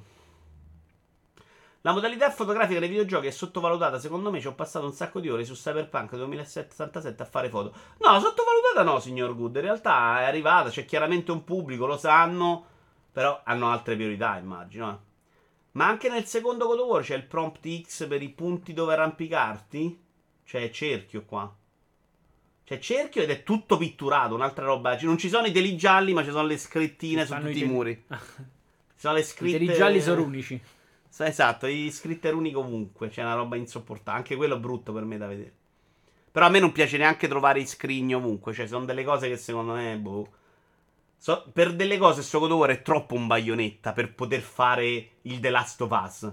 La modalità fotografica dei videogiochi è sottovalutata. Secondo me ci ho passato un sacco di ore su Cyberpunk 2077 a fare foto. No, sottovalutata no, signor Good. In realtà è arrivata, c'è chiaramente un pubblico, lo sanno. Però hanno altre priorità, immagino. Ma anche nel secondo God of War c'è il prompt X per i punti dove arrampicarti? C'è cerchio qua. C'è cerchio ed è tutto pitturato, un'altra roba. Non ci sono i teli gialli, ma ci sono le scrittine su tutti i muri. Ci sono le scritte. I teli gialli sono unici. Esatto, i scritte uniche ovunque. C'è una roba insopportabile. Anche quello è brutto per me da vedere. Però a me non piace neanche trovare i scrigni ovunque. Cioè, sono delle cose che secondo me, boh. Per delle cose sto God of War è troppo un baionetta per poter fare il The Last of Us.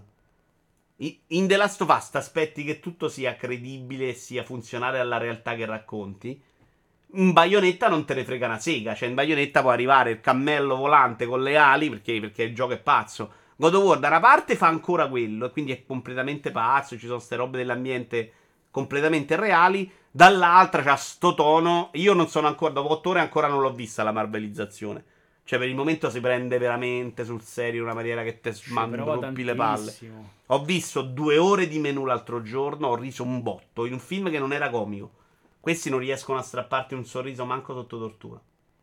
In The Last of Us ti aspetti che tutto sia credibile e sia funzionale alla realtà che racconti. In Bayonetta non te ne frega una sega. Cioè in Bayonetta può arrivare il cammello volante con le ali perché il gioco è pazzo. God of War da una parte fa ancora quello e quindi è completamente pazzo. Ci sono queste robe dell'ambiente completamente reali. Dall'altra c'ha sto tono. Io non sono ancora, dopo 8 ore ancora non l'ho vista la marvelizzazione. Cioè per il momento si prende veramente sul serio in una maniera che te rompi le palle. Ho visto 2 ore di menù l'altro giorno, ho riso un botto in un film che non era comico. Questi non riescono a strapparti un sorriso manco sotto tortura.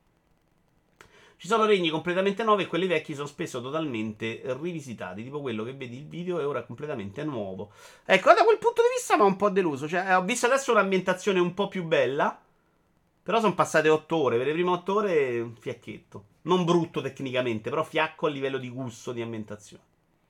Ci sono regni completamente nuovi e quelli vecchi sono spesso totalmente rivisitati. Tipo quello che vedi il video è ora completamente nuovo. Ecco, da quel punto di vista mi ha un po' deluso. Cioè, ho visto adesso un'ambientazione un po' più bella. Però sono passate 8 ore. Per le prime 8 ore, fiacchetto. Non brutto tecnicamente, però fiacco a livello di gusto di ambientazione.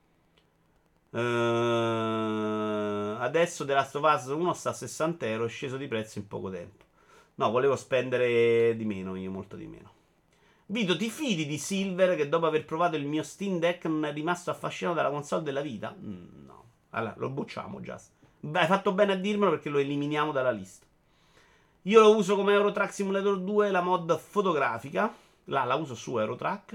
Adesso The Last of Us 1 sta a 60 euro. È sceso di prezzo in poco tempo. No, volevo spendere di meno, io molto di meno. Vito, ti fidi di Silver che dopo aver provato il mio Steam Deck non è rimasto affascinato dalla console della vita? No. Allora, lo bocciamo, Just. Hai fatto bene a dirmelo perché lo eliminiamo dalla lista. Io lo uso come Eurotrack Simulator 2, la mod fotografica. La uso su Eurotrack.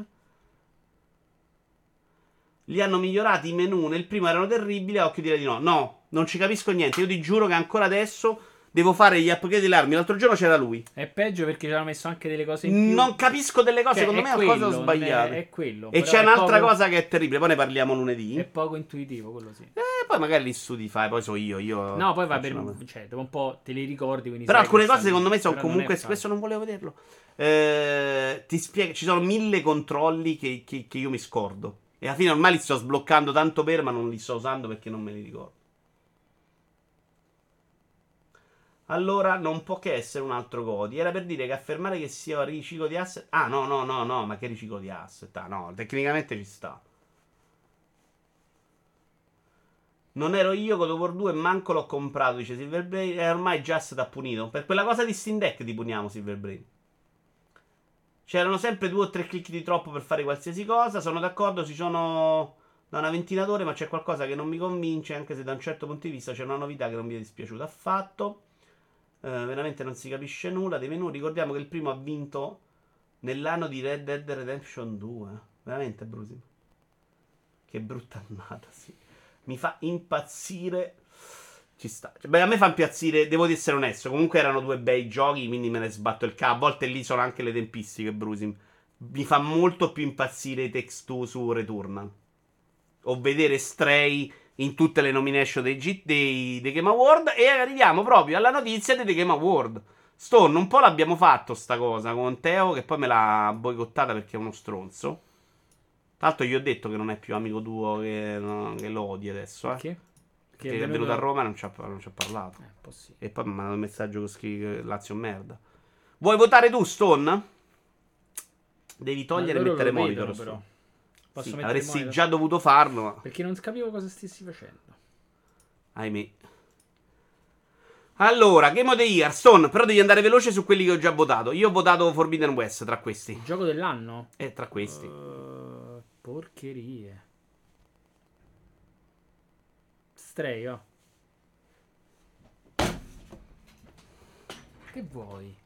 Li hanno migliorati i menu. Nel primo erano terribili, a occhio dire di no. No, non ci capisco niente. Io ti giuro che ancora adesso devo fare gli upgrade delle armi. L'altro giorno c'era lui. È peggio perché ci hanno messo anche delle cose in più. Non capisco delle cose, secondo me è una cosa sbagliata. È quello. E c'è un'altra cosa che è terribile, poi ne parliamo lunedì. È poco intuitivo, quello sì. Poi magari li studi fai, poi so io no, poi va per cioè, dopo un po' te li ricordi, quindi però alcune cose secondo me sono comunque, questo non volevo vederlo. Ti spiego, ci sono 1000 controlli che io mi scordo. E alla fine ormai li sto sbloccando tanto per, ma non li sto usando perché non me li ricordo. Allora, non può che essere un altro Godi. Era per dire che affermare che sia riciclo di asset. Ah, no, no, no, no, ma che riciclo di asset? Ah, no, tecnicamente ci sta. Non ero io God of War 2 e manco l'ho comprato, dice Silverbrain. E ormai Just t'ha punito. Per quella cosa di Steam Deck ti puniamo, Silverbrain. C'erano sempre 2 o 3 click di troppo per fare qualsiasi cosa. Sono d'accordo, ci sono da una ventina d'ore, ma c'è qualcosa che non mi convince, anche se da un certo punto di vista c'è una novità che non mi è dispiaciuta affatto. Veramente non si capisce nulla dei menu. Ricordiamo che il primo ha vinto nell'anno di Red Dead Redemption 2. Veramente, Brusi. Che brutta annata, sì. Mi fa impazzire. Ci sta. Cioè, beh, a me fa impazzire, devo essere onesto. Comunque erano 2 bei giochi, quindi me ne sbatto il capo. A volte lì sono anche le tempistiche, Brusi. Mi fa molto più impazzire i Takes Two su Returnal. O vedere Stray in tutte le nomination dei Game Award. E arriviamo proprio alla notizia dei Game Award. Stone, un po' l'abbiamo fatto sta cosa con Teo, che poi me l'ha boicottata perché è uno stronzo. Tra l'altro gli ho detto che non è più amico tuo, che lo odi adesso, Perché? Perché è venuto a Roma e non ci ha parlato. Possibile. E poi mi ha mandato un messaggio con scrive Lazio merda. Vuoi votare tu, Stone? Devi togliere e mettere monitor, però. Sì, Mettere avresti monitor? già dovuto farlo, ma Perché non capivo cosa stessi facendo. ahimè. Allora, Game of the Year, Stone, però devi andare veloce su quelli che ho già votato. Io ho votato Forbidden West tra questi. Il gioco dell'anno? Tra questi. Porcherie. Stray, oh. Che vuoi?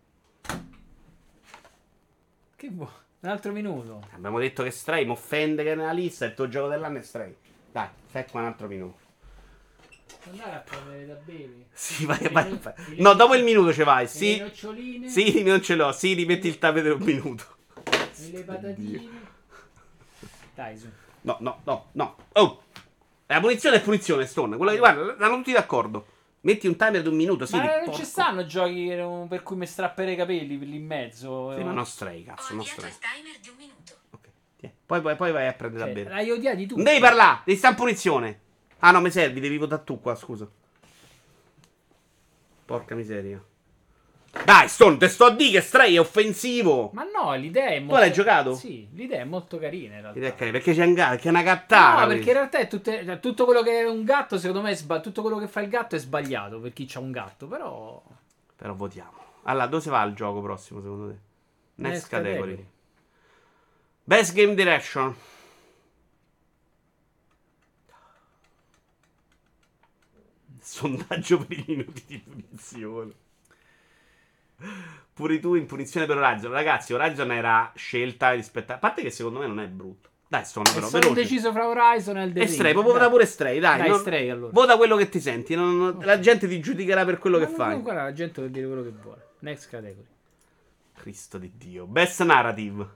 Che vuoi? Un altro minuto. Abbiamo detto che Stray mi offende che è nella lista. Il tuo gioco dell'anno è Stray. Dai, fai qua un altro minuto. Andare a prendere da bevi. Sì, vai. No, dopo il minuto ce vai. Sì. Le noccioline. Sì, non ce l'ho. Sì, rimetti il tappeto un minuto. E le patatine. Dai, su. No. Oh! La punizione è punizione, Stone. Quello che guarda, erano tutti d'accordo. Metti un timer di un minuto. Sì, Ma non ci stanno giochi per cui mi strapperei i capelli lì in mezzo. Sì, ma non Stray, cazzo, Ho non avviato Stray. il timer di 1 minuto. Ok, tieni. Poi vai a prendere da bere. L'hai odiati tu. Non devi parlare, devi stare in punizione. Ah no, mi servi, devi votare tu qua, scusa. Porca miseria. Dai, Stone, te sto a dire che Stray è offensivo. Ma no, l'idea è molto... Tu l'hai giocato? Sì, l'idea è molto carina in realtà. Perché c'è un gatto, che è una cattara. No, perché in realtà è tutto quello che è un gatto, secondo me, tutto quello che fa il gatto è sbagliato per chi c'ha un gatto, però... Però votiamo. Allora, dove si va il gioco prossimo, secondo te? Next category. Best Game Direction. Sondaggio per i minuti di punizione. Pure tu in punizione per Horizon. Ragazzi, Horizon era scelta rispetto a... parte che secondo me non è brutto. Dai, Stone, però, sono veloce. deciso fra Horizon e Elden E Ring. Stray, puoi votare pure Stray, dai. Dai, Stray, allora. Vota quello che ti senti. La gente ti giudicherà per quello che fai. Guarda, la gente può dire quello che vuole. Next category. Cristo di Dio. Best Narrative.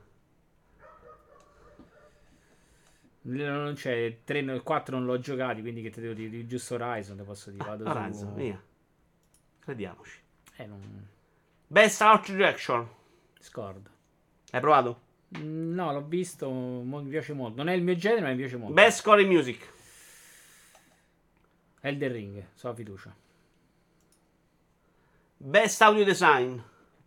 Non c'è 3 4 non l'ho giocati, quindi che ti devo dire giusto Horizon, te posso dire. Vado Horizon, via. Crediamoci. non Best Art Direction. scordo. Hai provato? No, l'ho visto, mi piace molto. Non è il mio genere, ma mi piace molto. Best Score in Music. Elden Ring, so la fiducia. Best Audio Design.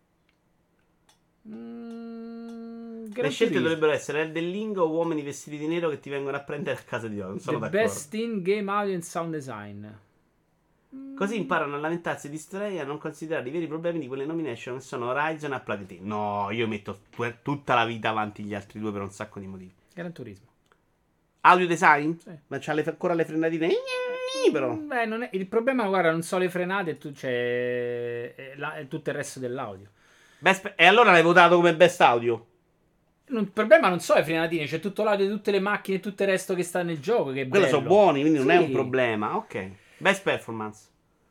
Le scelte dovrebbero essere Elden Ring o uomini vestiti di nero che ti vengono a prendere a casa di loro. Non sono The d'accordo. Best in Game Audio and Sound Design. Così imparano a lamentarsi di Stray e a non considerare i veri problemi di quelle nomination che sono Horizon e A Plague Tale. No, io metto tutta la vita avanti gli altri due per un sacco di motivi. Gran Turismo. Audio design? Sì. Ma c'ha ancora le frenatine? Però. Beh, non è... il problema, guarda, non so le frenate e tu c'è tutto il resto dell'audio. E allora l'hai votato come best audio? Il problema non so le frenatine, c'è tutto l'audio di tutte le macchine e tutto il resto che sta nel gioco. Che è Quello bello. sono buoni, quindi non Sì. è un problema. Ok. Best performance.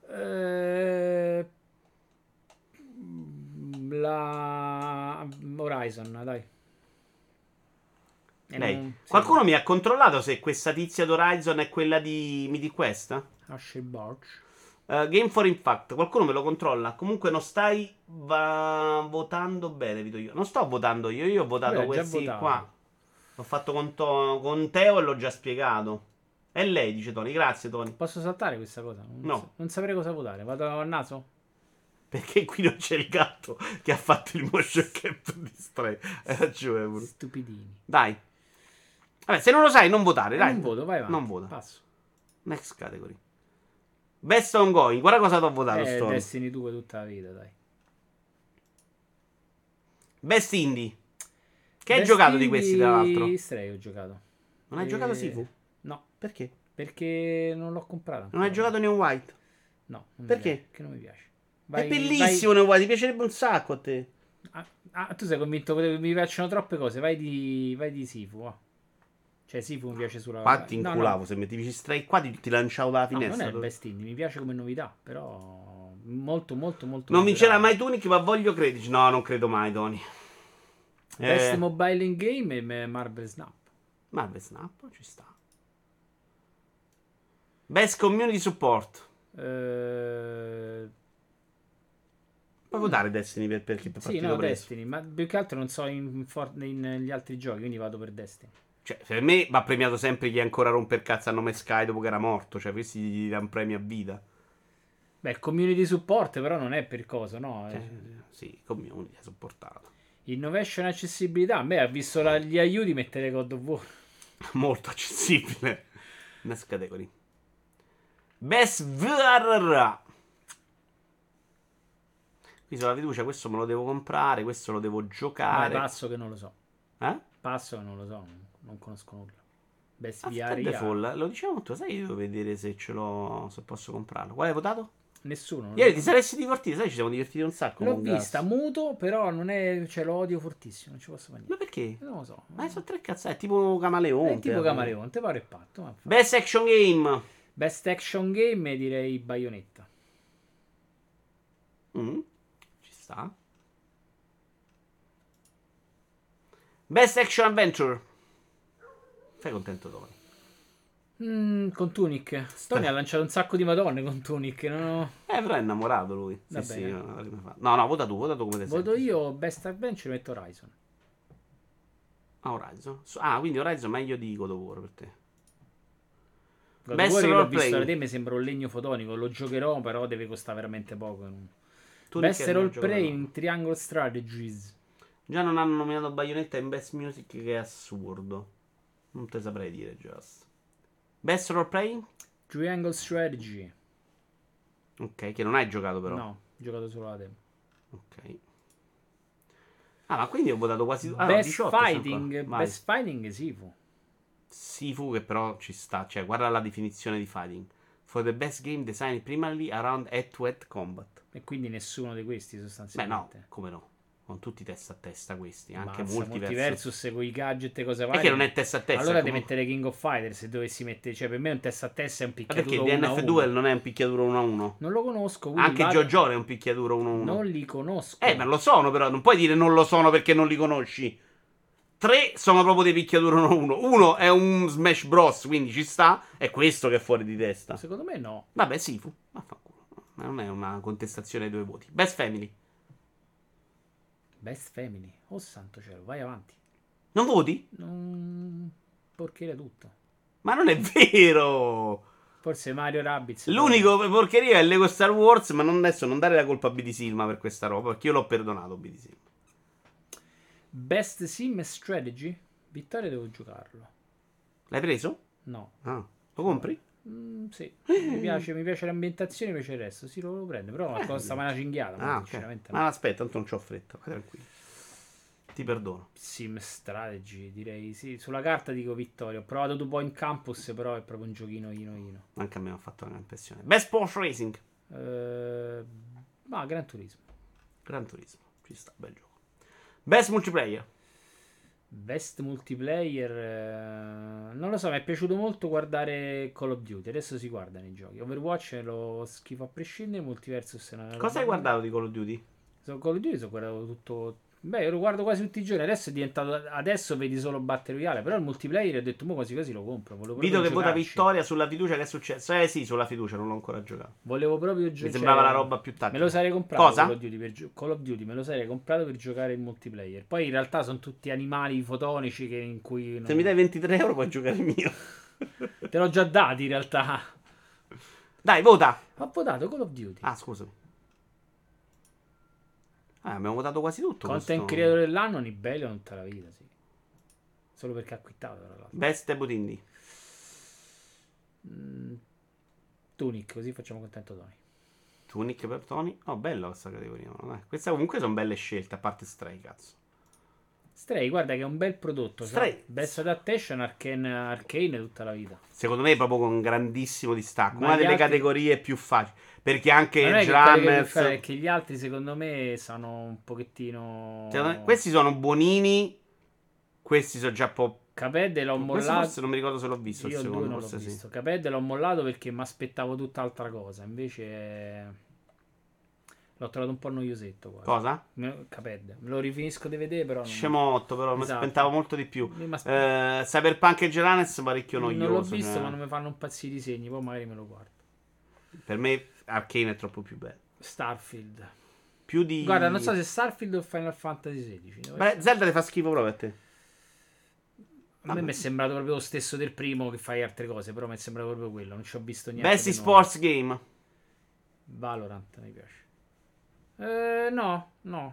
La Horizon, dai. Lei. Qualcuno mi ha controllato se questa tizia d'Horizon è quella di Mythic Quest? Ashley Barch. Game for Impact. Qualcuno me lo controlla. Comunque non stai votando bene, Vito io. Non sto votando io ho votato Beh, già questi votato. qua. L'ho fatto con Teo e l'ho già spiegato. È lei, dice Tony. Grazie, Tony. Posso saltare questa cosa? No. Non saprei cosa votare. Vado al naso? Perché qui non c'è il gatto che ha fatto il motion capture di Stray. Hai ragione, pure. Stupidini. Dai. Vabbè, se non lo sai, non votare, dai. Non voto, vai avanti. Non vota. Passo. Next category. Best ongoing. Guarda cosa ti ho votato, Stone. Destiny 2 tutta la vita, dai. Best indie. Che hai Best giocato di Indie questi, tra l'altro? Stray ho giocato. Non hai giocato Sifu? No, Perché? perché non l'ho comprato. Non hai giocato Neon White? No, non Perché? mi piace, che non mi piace. È bellissimo Neon White, ti piacerebbe un sacco a te. Tu sei convinto che mi piacciono troppe cose? Vai di Sifu, va. Cioè Sifu mi piace sulla... Qua ti inculavo, se mettevi Stray qua ti lanciavo dalla No, finestra. non è il best indie, mi piace come novità, però molto molto molto Non vincerà migliorata. mai Tunic, ma voglio crederci. No, non credo mai, Tony. Best mobile in game e Marvel Snap. Marvel Snap, ci sta. Best community support. Puoi votare Destiny perché per Sì, partito no, preso. Destiny, ma più che altro non so negli altri giochi, quindi vado per Destiny. Cioè, per me va premiato sempre chi ancora rompe il cazzo a nome Sky dopo che era morto. Cioè, questi gli danno un premio a vita. Beh, il community support però non è per cosa, no? Cioè, sì, community ha supportato. Innovation e accessibilità. A me ha visto gli aiuti mettere God of War. Molto accessibile. Next category. Best VR. Qui sulla fiducia, questo me lo devo comprare, questo lo devo Ma giocare. passo che non lo so. Eh? Passo che non lo so, non conosco nulla. Best Aspetta, VR. Default, lo dicevamo tu, sai, devo vedere se ce l'ho, se posso comprarlo. Quale hai votato? Nessuno. Ieri ti saresti divertito, sai, ci siamo divertiti un sacco. L'ho con Gas. vista, muto, però non è... Cioè, lo odio fortissimo, non ci posso fare Ma niente. perché? Non lo so. Ma sono tre cazzate, è tipo Camaleonte. È tipo Camaleonte, pare e patto. Ma Best Action Game. Best action game direi Bayonetta. Ci sta. Best Action Adventure. Fai contento Tony. Con Tunic. Tony ha lanciato un sacco di madonne con Tunic. No? Però è innamorato lui. Va Sì, bene. no, vota tu come te Voto senti. io Best Adventure metto Horizon. Ah, Horizon. Quindi Horizon meglio di God of War per te. God Best of War io l'ho role visto da playing. te, mi sembra un legno fotonico. Lo giocherò, però deve costare veramente poco. Tunic Best è il role mio giocatore. playing Triangle Strategies. Già non hanno nominato Bayonetta in Best Music, che è assurdo. Non te saprei dire, just. Best Role Playing? Triangle Strategy. Ok, che non hai giocato però. No, ho giocato solo la demo. Ok. Ah, ma quindi ho votato quasi... Best 18 Fighting. sono qua. Vai. Best Fighting Sifu. Sifu che però ci sta. Cioè, guarda la definizione di fighting. For the best game designed primarily around head-to-head combat. E quindi nessuno di questi Beh, no, sostanzialmente. come no? Con tutti testa a testa questi. Mazza, Anche multiversus. Multiversus con i gadget e cose varie. Perché non è testa a testa? Allora è devi comunque- mettere King of Fighters se dovessi mettere. Cioè, per me un testa a testa è un Ma picchiaduro perché 1 a DNF 1. Duel non è un picchiaduro 1 a 1? Non lo conosco. quindi Anche vado- JoJo è un picchiaduro 1 a 1. Non li conosco. Ma lo sono però, non puoi dire non lo sono perché non li conosci. 3 sono proprio dei picchiaduro 1 a 1. Uno è un Smash Bros, quindi ci sta. È questo che è fuori di testa. Secondo me no. Vabbè, Sifu. Vaffanculo. Ma non è una contestazione ai 2 voti. Best Family. Best Family. Oh santo cielo, vai avanti. Non voti? Porcheria tutto. Ma non è vero. Forse Mario Rabbids. L'unico porcheria è Lego Star Wars. Ma adesso non dare la colpa a BD Silma per questa roba. Perché io l'ho perdonato BD Silma. Best Sim Strategy. Vittoria devo giocarlo. L'hai preso? No. Ah, lo compri? Sì. Mi piace l'ambientazione, mi piace il resto. Sì, lo prendo. Però costa una cinghiata. Ah, ok. Sinceramente Ma no. aspetta, tanto non c'ho fretta. Vai tranquillo. Ti perdono. Sim Strategy, direi sì. Sulla carta dico vittoria. Ho provato Two Point Campus, però è proprio un giochino ino. Anche a me mi ha fatto una impressione. Best Porsche Racing. Ma Gran Turismo. Gran Turismo. Ci sta, bel gioco. Best Multiplayer. Best multiplayer, non lo so, mi è piaciuto molto guardare Call of Duty. Adesso si guardano i giochi. Overwatch lo schifo a prescindere. Multiversus è una Cosa hai guardato di Call of Duty? Call of Duty ho guardato tutto. Beh, io lo guardo quasi tutti i giorni. Adesso è diventato. Adesso vedi solo Battle Royale. Però il multiplayer ho detto, mo quasi quasi lo compro. Volevo Vito proprio che vota giocarci. vittoria sulla fiducia, che è successo? Sì, sulla fiducia, non l'ho ancora giocato. Volevo proprio Mi giocare. sembrava la roba più tattica. Me lo sarei comprato. Cosa? Call of Duty, Call of Duty me lo sarei comprato per giocare in multiplayer. Poi in realtà sono tutti animali fotonici che in cui. Se mi dai 23 euro puoi giocare il mio. Te l'ho già dati in realtà. Dai, vota. Ho votato Call of Duty. Ah, scusami. Abbiamo votato quasi tutto. Content creator dell'anno, Nibellion tutta la vita, sì. Solo perché ha quittato, tra l'altro. Best debut indie. Tunic, così facciamo contento Tony. Tunic per Tony. Oh, bella questa categoria. No? Queste comunque sono belle scelte, a parte Stray, cazzo. Stray, guarda che è un bel prodotto. Stray. Cioè, Best Adaptation, Arcane tutta la vita. Secondo me è proprio con grandissimo distacco. Ma Una gli delle altri- categorie più facili. Perché anche Non è che Runners... quelli che fare, è che gli altri secondo me sono un pochettino. Secondo me questi sono buonini. Questi sono già un po'... Cuphead l'ho Questo mollato. forse non mi ricordo se l'ho visto. Il Io il 2 secondo, non l'ho forse visto. sì. Cuphead l'ho mollato perché mi aspettavo tutt'altra cosa. Invece l'ho trovato un po' noiosetto quasi. Cosa? Cuphead. Me lo rifinisco di vedere, però. Scemotto, però mi Esatto. aspettavo molto di più. Mi aspe- Cyberpunk e Genesis parecchio noioso. Non l'ho visto, cioè. ma non mi fanno impazzire i disegni. Poi magari me lo guardo. Per me Arcane è troppo più bello. Starfield. Più di... Guarda, non so se Starfield o Final Fantasy XVI. Beh, Zelda ti fa schifo proprio a te. A me mi è sembrato proprio lo stesso del primo che fai altre cose, però mi è sembrato proprio quello. Non ci ho visto niente. Best di nuovo. Sports Game. Valorant mi piace. No.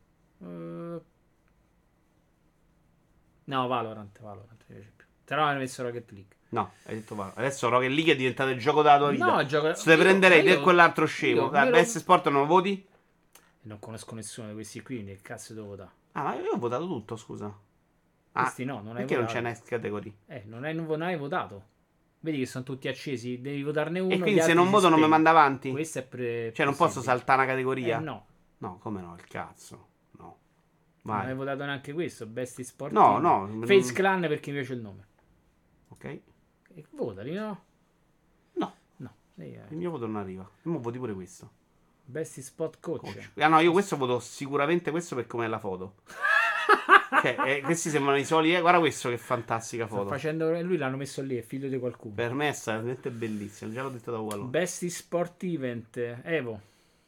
No, Valorant mi piace più. Però mi hanno messo Rocket League. No, hai detto Valorant. Adesso Rocket League è diventato il gioco della tua vita. No, gioco. Se ne prenderei te e io- quell'altro scemo. io- Dai, me lo- Best Sport non lo voti? Non conosco nessuno di questi qui, quindi che cazzo devo votare? Ah, ma io ho votato tutto, scusa. Questi no, non hai Perché non votato. c'è next category? Non hai votato. Vedi che sono tutti accesi, devi votarne uno. E gli quindi se altri non si voto non mi spengono. manda avanti? Questo è Cioè non posso possibile. saltare una categoria? No, No, come no, il cazzo. No. non Vai. hai votato neanche questo. Best Sport. No, no. Face Clan perché mi piace il nome. Ok. E votali, no? No, No. il mio voto non arriva. E mo voti pure questo. Best Spot Coach. Ah no, io questo voto sicuramente questo per com'è la foto. Cioè, questi sembrano i soliti. Guarda questo che fantastica Sta foto. facendo. Lui l'hanno messo lì, è figlio di qualcuno. Per me è veramente bellissimo. Già l'ho detto da Wallone. Best Sport Event. Evo.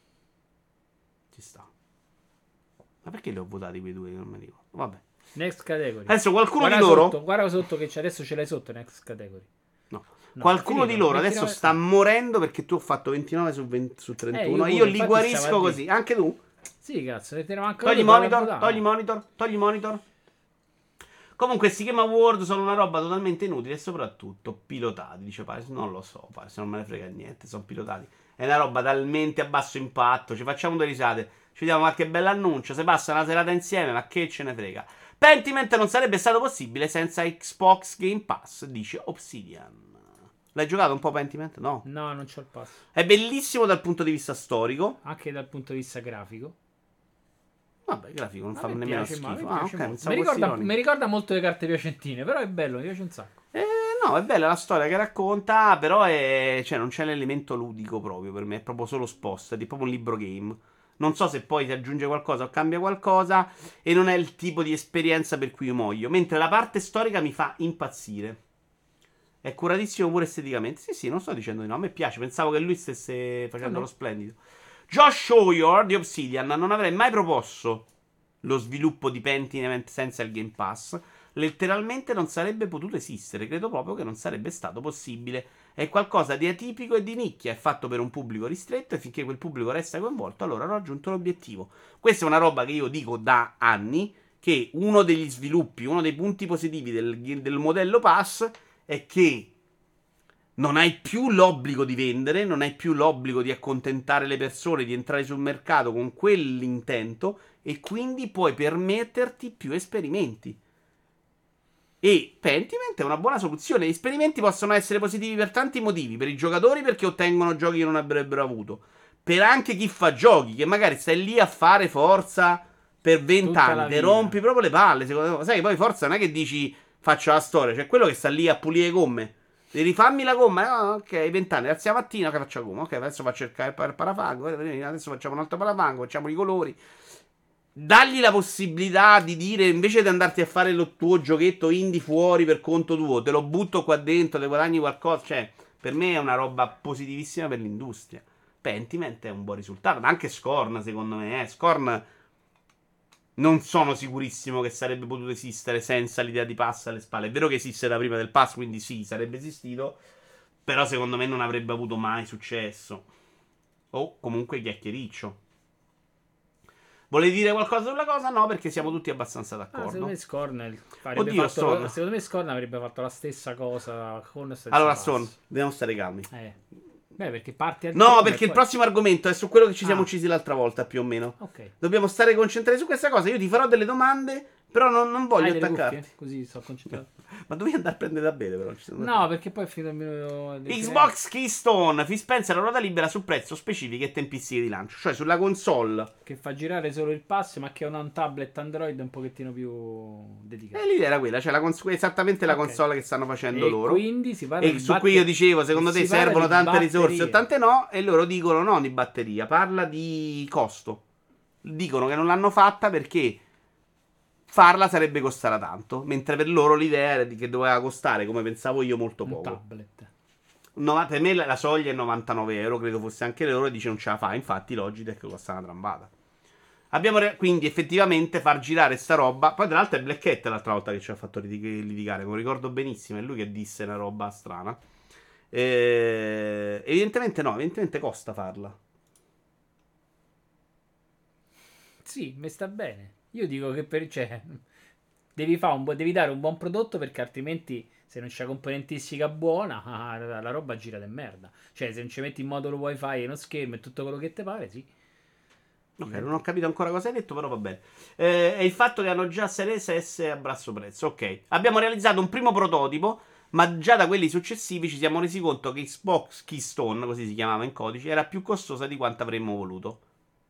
Ci sta. Ma perché li ho votati quei due? Che non mi ricordo. Vabbè. Next category. Adesso qualcuno Guarda di loro. sotto, guarda sotto che c'è. Adesso ce l'hai sotto. Next category. No. No, Qualcuno finito. di loro Metti adesso la- sta morendo perché tu hai fatto 29 su, 20 su 31. io Io pure, li infatti guarisco stavo a così. Anche tu? Sì, cazzo. Ne teniamo anche Togli uno, monitor, votato. togli monitor, togli monitor. Comunque si chiama Award, sono una roba totalmente inutile e soprattutto pilotati, dice Paris. Non lo so, Paris, non me ne frega niente, sono pilotati. È una roba talmente a basso impatto, ci facciamo due risate, ci vediamo qualche bell'annuncio, se passa una serata insieme, ma che ce ne frega. Pentiment non sarebbe stato possibile senza Xbox Game Pass, dice Obsidian. L'hai giocato un po' Pentiment? No. No, non c'ho il passo. È bellissimo dal punto di vista storico. Anche dal punto di vista grafico. Vabbè, il grafico non A fa me nemmeno piace, ma a me schifo. piace Ok, molto. pensavo mi, fosse ricorda, ironico. mi ricorda molto le carte piacentine, però è bello, mi piace un sacco. No, è bella la storia che racconta, però cioè, non c'è l'elemento ludico proprio per me, è proprio solo sposta, è proprio un libro game. Non so se poi si aggiunge qualcosa o cambia qualcosa e non è il tipo di esperienza per cui io muoio, mentre la parte storica mi fa impazzire. È curatissimo pure esteticamente. Sì, non sto dicendo di no, a me piace, pensavo che lui stesse facendo no. lo splendido. Josh Sawyer di Obsidian, non avrei mai proposto lo sviluppo di Pentiment senza il Game Pass. Letteralmente non sarebbe potuto esistere. Credo proprio che non sarebbe stato possibile. È qualcosa di atipico e di nicchia. È fatto per un pubblico ristretto e finché quel pubblico resta coinvolto, allora ho raggiunto l'obiettivo. Questa è una roba che io dico da anni. Che uno degli sviluppi, uno dei punti positivi del modello Pass è che non hai più l'obbligo di vendere, non hai più l'obbligo di accontentare le persone, di entrare sul mercato con quell'intento e quindi puoi permetterti più esperimenti. E Pentiment è una buona soluzione. Gli esperimenti possono essere positivi per tanti motivi. Per i giocatori perché ottengono giochi che non avrebbero avuto. Per anche chi fa giochi, che magari stai lì a fare Forza per 20 Tutta la anni, te vita. rompi proprio le palle. Secondo me. Sai, poi Forza non è che dici faccio la storia, c'è quello che sta lì a pulire le gomme. Devi rifammi la gomma, ok, 20 anni, alzia mattina, che faccio la gomma, ok, adesso faccio il parafango, adesso facciamo un altro parafango, facciamo i colori. dagli la possibilità di dire, invece di andarti a fare il tuo giochetto indie fuori per conto tuo, te lo butto qua dentro, te guadagni qualcosa. Cioè, per me è una roba positivissima per l'industria. Pentiment è un buon risultato, ma anche Scorn, secondo me. Scorn non sono sicurissimo che sarebbe potuto esistere senza l'idea di pass alle spalle. È vero che esiste da prima del pass, quindi sì, sarebbe esistito. Però secondo me non avrebbe avuto mai successo. O comunque chiacchiericcio. Volevi dire qualcosa sulla cosa? No, perché siamo tutti abbastanza d'accordo. Secondo me Scorn Oddio, Stone. secondo me Scorn avrebbe fatto la stessa cosa con senza Allora, pass. Stone, dobbiamo stare calmi. Beh, perché parte al No, primo perché e il poi- prossimo argomento è su quello che ci siamo uccisi l'altra volta, più o meno. Ok. Dobbiamo stare concentrati su questa cosa. Io ti farò delle domande, però non voglio Hai delle attaccarti. cuffie? Così sto concentrato. Ma dovevi andare a prendere da bere, però. Ci sono No, perché poi è finito il minuto di Xbox Keystone. Phil Spencer a ruota libera su prezzo, specifiche e tempistiche di lancio. Cioè sulla console. che fa girare solo il pass, ma che ha un tablet Android un pochettino più dedicato. E l'idea era quella. Cioè esattamente la Ok. console che stanno facendo E loro. quindi si parla E di su cui io dicevo, secondo te si parla servono di tante risorse o batterie. tante no? E loro dicono no di batteria, parla di costo. Dicono che non l'hanno fatta perché farla sarebbe costata tanto, mentre per loro l'idea era di che doveva costare, come pensavo io, molto un poco. tablet. Per me la soglia è 99 euro, credo fosse anche loro, e dice non ce la fa, infatti Logitech costa una trambata. Quindi effettivamente far girare sta roba. Poi tra l'altro è Black Cat l'altra volta che ci ha fatto litigare, me lo ricordo benissimo, è lui che disse una roba strana. Evidentemente no, evidentemente costa farla. Sì, mi sta bene. Io dico che cioè, devi dare un buon prodotto perché altrimenti se non c'è componentistica buona, la roba gira de merda. Cioè, se non ci metti in modulo wifi e uno schermo e tutto quello che ti pare, sì. Ok, non ho capito ancora cosa hai detto, però va bene. È il fatto che hanno già Series S a basso prezzo. Ok, abbiamo realizzato un primo prototipo, ma già da quelli successivi ci siamo resi conto che Xbox Keystone, così si chiamava in codice, era più costosa di quanto avremmo voluto.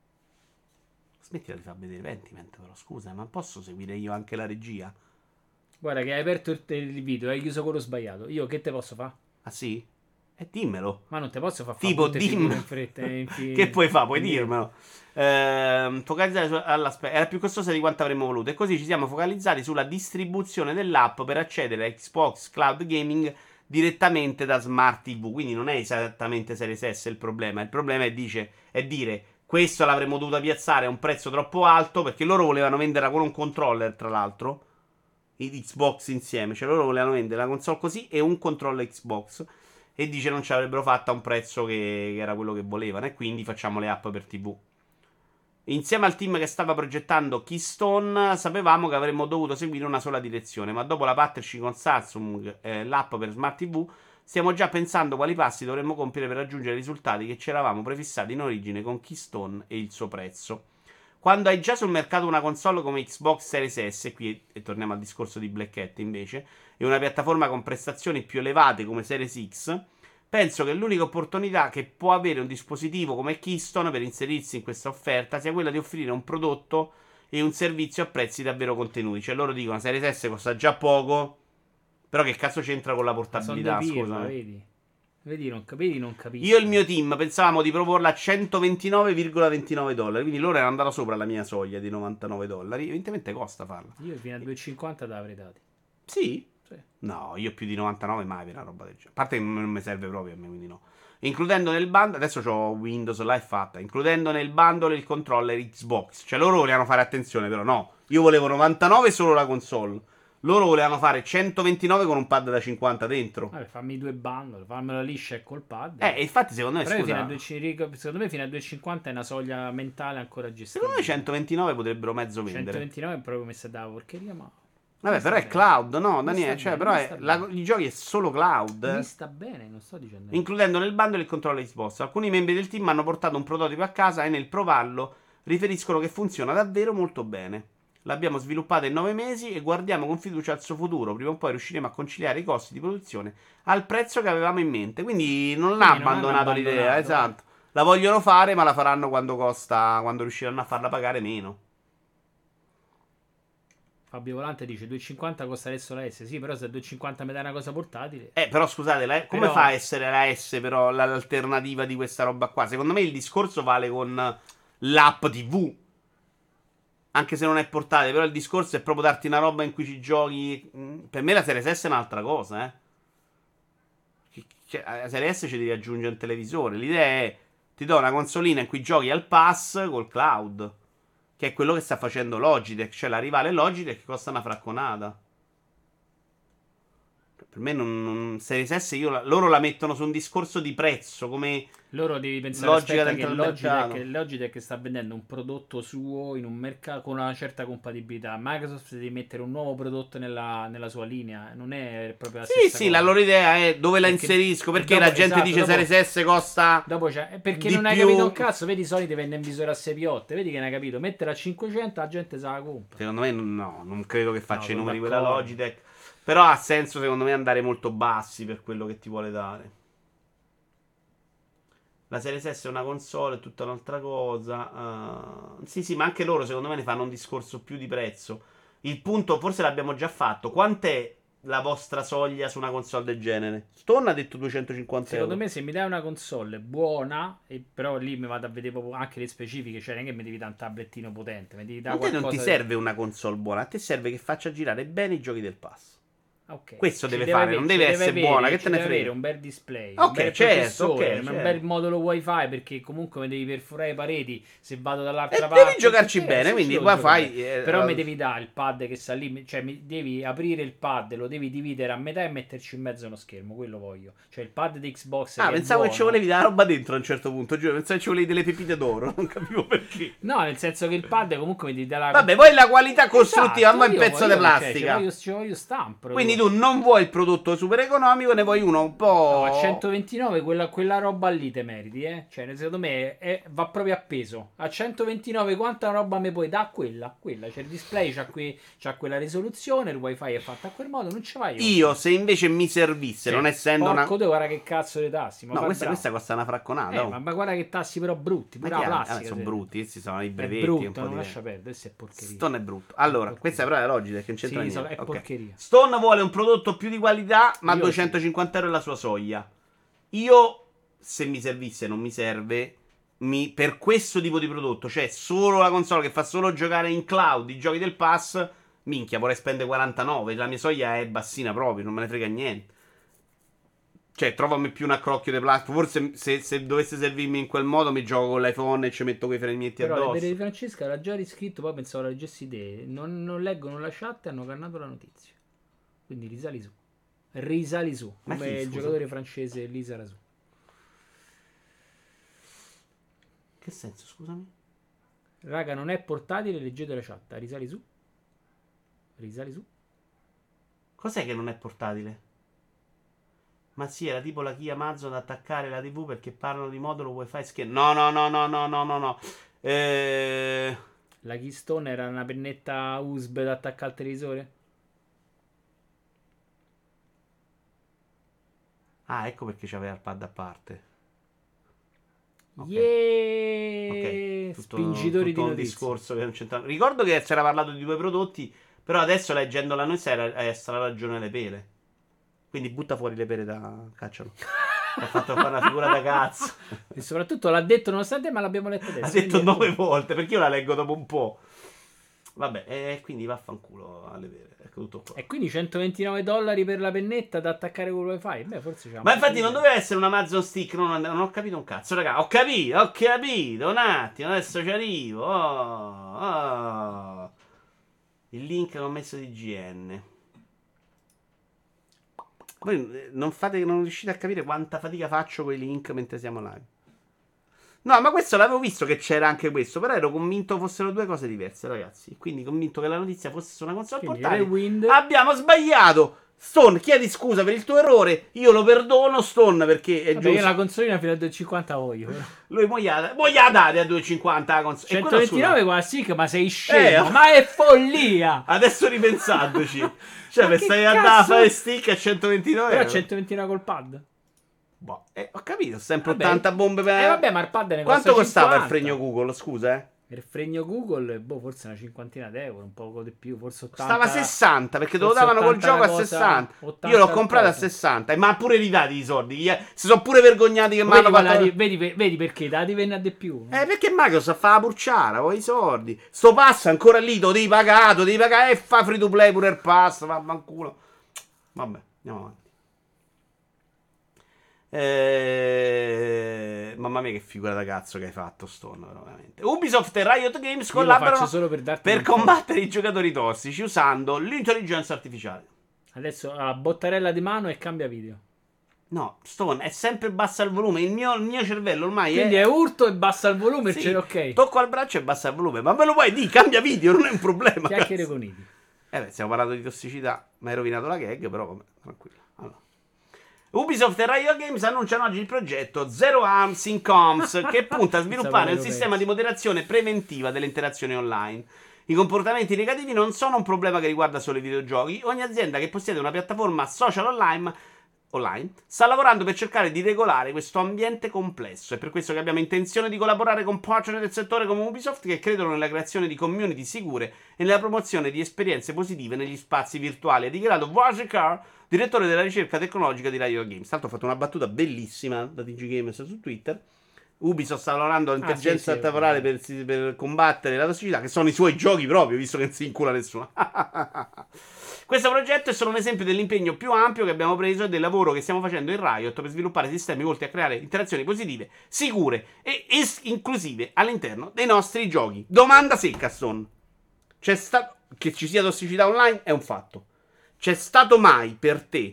Smettila di far vedere Pentiment, però scusa, ma posso seguire io anche la regia? Guarda che hai aperto il video, hai chiuso quello sbagliato. Io che te posso fare? Ah sì? Dimmelo. Ma non te posso fare Tipo, brutte dimmi. figure in fretta. Che puoi fare? Puoi dirmelo. Focalizzare all'aspetto. Era più costosa di quanto avremmo voluto. E così ci siamo focalizzati sulla distribuzione dell'app per accedere a Xbox Cloud Gaming direttamente da Smart TV. Quindi non è esattamente Series S il problema. Il problema è dire questo l'avremmo dovuta piazzare a un prezzo troppo alto, perché loro volevano venderla con un controller, tra l'altro. I Xbox insieme. Cioè loro volevano vendere la console così e un controller Xbox. E dice non ci avrebbero fatto a un prezzo che era quello che volevano. E quindi facciamo le app per TV. Insieme al team che stava progettando Keystone, sapevamo che avremmo dovuto seguire una sola direzione. Ma dopo la partnership con Samsung, l'app per Smart TV, stiamo già pensando quali passi dovremmo compiere per raggiungere i risultati che ci eravamo prefissati in origine con Keystone e il suo prezzo. Quando hai già sul mercato una console come Xbox Series S, qui e torniamo al discorso di Black Hat invece, e una piattaforma con prestazioni più elevate come Series X, penso che l'unica opportunità che può avere un dispositivo come Keystone per inserirsi in questa offerta sia quella di offrire un prodotto e un servizio a prezzi davvero contenuti. Cioè loro dicono Series S costa già poco, però che cazzo c'entra con la portabilità, scusa. Vedi, non capisco. Io e il mio team pensavamo di proporla a 129,29 dollari. Quindi loro erano andati sopra la mia soglia di 99 dollari. Evidentemente costa farla. Io fino a 2,50 te l'avrei dati. Sì? Sì. No, io più di 99 mai per una roba del genere. A parte che non mi serve proprio a me, quindi no. Includendo nel bundle, adesso ho Windows Live fatta. Includendo nel bundle il controller Xbox. Cioè loro volevano fare attenzione, però no. Io volevo 99 solo la console. Loro volevano fare 129 con un pad da 50 dentro. Vabbè, fammi due bundle, fammela liscia e col pad. Infatti secondo me, però scusa, secondo me fino a 2,50 è una soglia mentale ancora gestita. secondo me 129 potrebbero mezzo vendere. 129 è proprio messa da porcheria, ma... Vabbè, però è cloud, no, Daniele? Cioè, però i giochi è solo cloud. Mi sta bene, non sto dicendo. Includendo nel bundle il controller Xbox. Alcuni membri del team hanno portato un prototipo a casa e nel provarlo riferiscono che funziona davvero molto bene. L'abbiamo sviluppata in 9 mesi e guardiamo con fiducia al suo futuro. Prima o poi riusciremo a conciliare i costi di produzione al prezzo che avevamo in mente. Quindi non ha abbandonato l'idea, esatto. La vogliono fare, ma la faranno quando riusciranno a farla pagare meno. Fabio Volante dice 2,50 costa adesso la S. Sì, però se 2,50 mi dà una cosa portatile. Però scusate, come fa a essere la S però l'alternativa di questa roba qua? Secondo me il discorso vale con l'app TV. anche se non è portatile, però il discorso è proprio darti una roba in cui ci giochi. Per me la Series S è un'altra cosa, la Series S ci devi aggiungere un televisore. L'idea è, ti do una consolina in cui giochi al pass col cloud, che è quello che sta facendo Logitech, cioè la rivale Logitech che costa una fracconata. Per me Series S loro la mettono su un discorso di prezzo, come loro devi pensare logica aspetta, dentro il mercato. Logitech sta vendendo un prodotto suo in un mercato con una certa compatibilità. Microsoft deve mettere un nuovo prodotto nella sua linea, non è proprio la stessa Sì, cosa. la loro idea è dove la inserisco, perché dopo, la gente esatto, dice dopo, Series S costa dopo c'è, perché di non hai più. capito un cazzo. Vedi, Sony ti vende un visore a 6 piotte, vedi che non hai capito, mettere a 500 la gente se la compra. Secondo me no, non credo che faccia i sono numeri quella d'accordo. Logitech. Però ha senso secondo me andare molto bassi per quello che ti vuole dare. La Series S è una console, è tutta un'altra cosa. Sì, ma anche loro secondo me ne fanno un discorso più di prezzo. Il punto, forse l'abbiamo già fatto. Quant'è la vostra soglia su una console del genere? Stone ha detto 250 Secondo euro. me se mi dai una console buona, però lì mi vado a vedere proprio anche le specifiche, cioè non è che mi devi dare un tablettino potente, mi devi A dare te non ti qualcosa serve una console buona, a te serve che faccia girare bene i giochi del pass. Ok. Questo Ci deve fare, non deve essere avere, buona, che ci te ne deve frega. avere un bel display, Ok, un bel certo, processore, ok, un certo. bel modulo wifi, perché comunque mi devi perforare le pareti se vado dall'altra E parte. devi giocarci Perché, bene, sì, quindi ci devo qua giocare fai bene. Però mi devi dare il pad che sta lì, cioè mi devi aprire il pad, lo devi dividere a metà e metterci in mezzo uno schermo, quello voglio. Cioè il pad di Xbox che pensavo è che ci buono. volevi dare roba dentro a un certo punto, giuro, pensavo che ci volevi delle pepite d'oro, non capivo perché. No, nel senso che il pad comunque mi devi dare la... Vabbè, poi la qualità costruttiva, ma è un io pezzo di voglio- plastica. Cioè, ci voglio stampo. Quindi tu non vuoi il prodotto super economico, ne vuoi uno un po'. No, a 129 quella roba lì te meriti, eh? Cioè, secondo me va proprio a peso. A 129 quanta roba mi puoi dare? Quella. C'è il display, c'ha quella risoluzione, il wifi è fatto a quel modo, non ce vai Io, se invece mi servisse, non essendo porco una. te, guarda che cazzo di tassi. No, questa costa una fracconata. Oh. Ma guarda che tassi però brutti, pure Ma la che plastica. sono brutti, questi sono i È brevetti. brutto, un po' non di. lascia perdere, questo è porcheria. Stone è brutto. Allora, questa è però la Logitech, che non c'entra Sì, niente. è Ok. porcheria. Stone vuole un prodotto più di qualità, ma Io 250 euro è la sua soglia. Io, se mi servisse, non mi serve. Per questo tipo di prodotto, cioè solo la console che fa solo giocare in cloud i giochi del pass, minchia, vorrei spendere 49. La mia soglia è bassina proprio, non me ne frega niente. Cioè, trovami più un accrocchio di plastica. Forse se dovesse servirmi in quel modo, mi gioco con l'iPhone e ci metto quei frenetti Però le addosso. vere di Francesca l'ha già riscritto, poi pensavo la leggessi idee. Non leggono la chat e hanno cannato la notizia. Quindi risali su. Risali su. Ma Come chi, il scusa? giocatore francese Lisa Razou. Che senso, scusami? Raga, non è portatile, leggete la chat. Risali su. Risali su. Cos'è che non è portatile? Ma sì, era tipo la key Amazon da attaccare la TV perché parlano di modulo wifi schermo. No. La Keystone era una pennetta USB da attaccare al televisore? Ah, ecco perché c'aveva il pad a parte. Ok. Yeah! Ok, Spingitori tutto di un notizie. discorso che non c'entra. Ricordo che c'era parlato di due prodotti, però adesso leggendo la notizia hai ragione le pere. Quindi butta fuori le pere da caccialo. Ha fatto fare una figura da cazzo. E soprattutto l'ha detto nonostante, ma l'abbiamo letto adesso. Ha detto quindi 9 volte, perché io la leggo dopo un po'. Vabbè, e quindi vaffanculo alle pere. Ecco tutto qua. E quindi $129 per la pennetta da attaccare con il wifi? Beh, forse c'ha Ma infatti non doveva essere un Amazon Stick, non ho capito un cazzo, raga. Ho capito, un attimo, adesso ci arrivo. Oh. Il link che ho messo di IGN. Voi non riuscite a capire quanta fatica faccio con i link mentre siamo live. No, ma questo l'avevo visto che c'era anche questo, però ero convinto fossero due cose diverse, ragazzi. Quindi convinto che la notizia fosse su una console Quindi portatile. Rewind. Abbiamo sbagliato. Stone, chiedi scusa per il tuo errore. Io lo perdono, Stone, perché è Vabbè, giusto. io la consolina fino a 250 voglio. Però. Lui mo gli ha date a 250 la console. E quello 129 qua sì, ma sei scemo. Ma è follia. Adesso ripensandoci. Cioè, Ma per che stare a cazzo? dare a fare stick a 129 Però euro. 129 col pad. Boh, ho capito, sempre Vabbè. 80 bombe per. Vabbè, ma il pad ne Quanto costa costava 50. il fregno Google? Scusa, Il fregno Google, boh, forse una cinquantina d'euro, un poco di più, forse 80. Stava a 60 perché te lo forse davano col 80 gioco la a cosa, 60. 80 Io l'ho comprato a cosa. 60, ma ha pure ridati i soldi. Si sono pure vergognati che mi hanno fatto. Vedi perché dati venne di più. Perché Microsoft fa la purciara, vuoi i soldi. Sto pass ancora lì, lo devi pagare e fa free to play pure il pass, vaffanculo. Vabbè, andiamo avanti. Mamma mia che figura da cazzo che hai fatto, Stone, veramente. Ubisoft e Riot Games collaborano solo per combattere i giocatori tossici usando l'intelligenza artificiale. Adesso a bottarella di mano e cambia video. No, Stone, è sempre bassa il volume. Il mio cervello ormai Quindi è urto e bassa il volume. Sì, c'è ok. tocco al braccio e bassa il volume. Ma me lo puoi dire, cambia video, non è un problema. Chiacchiere con Idi. Stiamo parlando di tossicità. Mi hai rovinato la gag, però vabbè, tranquillo. Allora. Ubisoft e Riot Games annunciano oggi il progetto Zero Arms in Comms, che punta a sviluppare un sistema di moderazione preventiva delle interazioni online. I comportamenti negativi non sono un problema che riguarda solo i videogiochi. Ogni azienda che possiede una piattaforma social online sta lavorando per cercare di regolare questo ambiente complesso. È per questo che abbiamo intenzione di collaborare con partner del settore come Ubisoft, che credono nella creazione di community sicure e nella promozione di esperienze positive negli spazi virtuali, ha dichiarato Wojciech, direttore della ricerca tecnologica di Riot Games. Tanto ho fatto una battuta bellissima da TG Games su Twitter. Ubisoft sta lavorando all'intelligenza artificiale per combattere la tossicità, che sono i suoi giochi proprio, visto che non si incula nessuno. Questo progetto è solo un esempio dell'impegno più ampio che abbiamo preso e del lavoro che stiamo facendo in Riot per sviluppare sistemi volti a creare interazioni positive, sicure e inclusive all'interno dei nostri giochi. Domanda secca, Stone. Che ci sia tossicità online è un fatto. C'è stato mai per te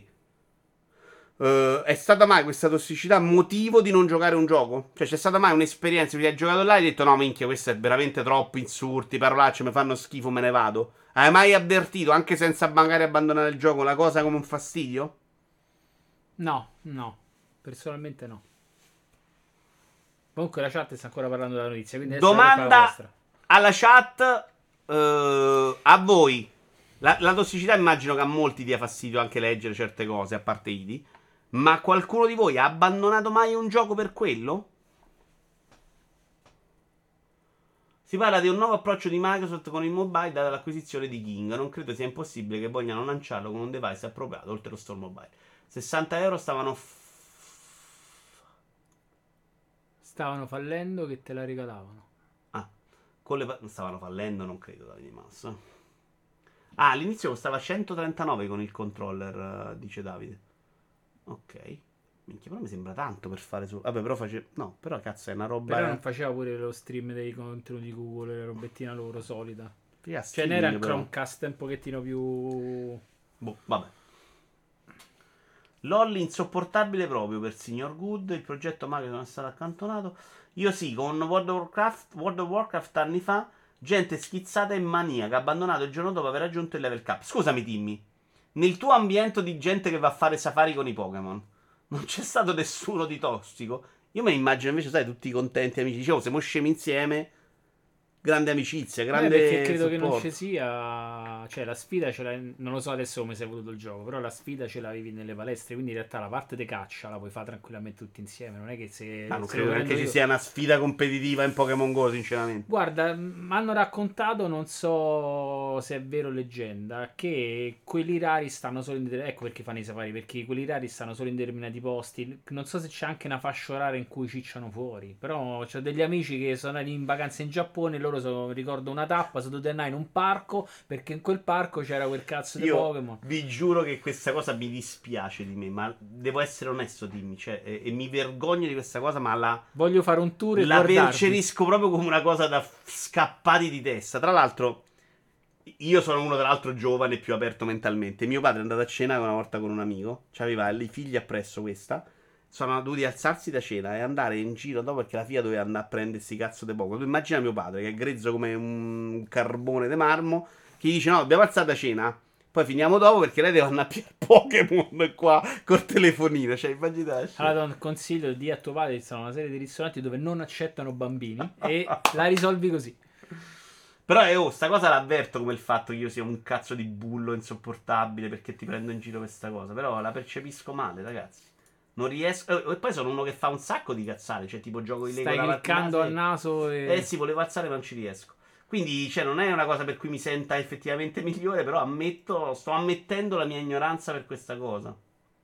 è stata mai questa tossicità motivo di non giocare un gioco? Cioè c'è stata mai un'esperienza in cui hai giocato là e hai detto no minchia, questo è veramente troppo insulti, parolacce, mi fanno schifo, me ne vado? Hai mai avvertito, anche senza magari abbandonare il gioco, la cosa come un fastidio? No, personalmente no. Comunque la chat sta ancora parlando della notizia, quindi domanda alla chat, a voi. La tossicità immagino che a molti dia fastidio anche leggere certe cose, a parte Idi. Ma qualcuno di voi ha abbandonato mai un gioco per quello? Si parla di un nuovo approccio di Microsoft con il mobile data l'acquisizione di King. Non credo sia impossibile che vogliano lanciarlo con un device appropriato oltre lo store mobile. 60 euro stavano fallendo che te la regalavano. stavano fallendo, non credo, Davide Mouse. All'inizio costava 139 con il controller, dice Davide. Ok. Minchia, però mi sembra tanto per fare su. Vabbè, però no, però cazzo è una roba. Però non faceva pure lo stream dei contenuti Google, la robettina loro solita. Cioè, n'era un Chromecast un pochettino più. Boh, vabbè. LOL insopportabile proprio per Signor Good. Il progetto Microsoft è stato accantonato. Io sì, con World of Warcraft anni fa. Gente schizzata e maniaca, abbandonato il giorno dopo aver raggiunto il level cap. Scusami, Timmy. Nel tuo ambiente di gente che va a fare safari con i Pokémon, non c'è stato nessuno di tossico? Io me immagino invece, sai, tutti contenti, amici. Dicevo, siamo scemi insieme. Grande amicizia, grande perché credo supporto. che non ci sia. Cioè, la sfida ce l'hai. Non lo so adesso come si è voluto il gioco. Però la sfida ce l'avevi nelle palestre. Quindi in realtà la parte di caccia la puoi fare tranquillamente tutti insieme. Non è che se. Non credo neanche ci sia una sfida competitiva in Pokémon Go, sinceramente. Guarda, mi hanno raccontato, non so se è vero o leggenda, che quelli rari stanno solo in. Ecco perché fanno i safari. Perché quelli rari stanno solo in determinati posti. Non so se c'è anche una fascia oraria in cui cicciano fuori. Però ho degli amici che sono andati in vacanza in Giappone. Loro ricordo una tappa, sono dovuti andare in un parco perché in quel parco c'era quel cazzo di Pokémon. Vi giuro che questa cosa mi dispiace di me, ma devo essere onesto, Timmy, cioè, e mi vergogno di questa cosa, ma voglio fare un tour e la percepisco proprio come una cosa da scappati di testa. Tra l'altro io sono uno tra l'altro giovane e più aperto mentalmente. Mio padre è andato a cena una volta con un amico, aveva i figli appresso questa. Sono dovuti alzarsi da cena e andare in giro dopo perché la figlia doveva andare a prendersi cazzo di poco. Tu immagina mio padre che è grezzo come un carbone di marmo, che gli dice no, dobbiamo alzare da cena, poi finiamo dopo perché lei deve andare a pigliare Pokémon qua col telefonino. Cioè immaginate. Allora consiglio di a tuo padre che sono una serie di ristoranti dove non accettano bambini e la risolvi così. Però sta cosa l'avverto come il fatto che io sia un cazzo di bullo insopportabile perché ti prendo in giro questa cosa. Però la percepisco male, ragazzi. Non riesco. E poi sono uno che fa un sacco di cazzate. Cioè, tipo gioco di Lego. Stai cliccando al naso e... sì, volevo alzare, ma non ci riesco. Quindi, cioè, non è una cosa per cui mi senta effettivamente migliore. Però sto ammettendo la mia ignoranza per questa cosa.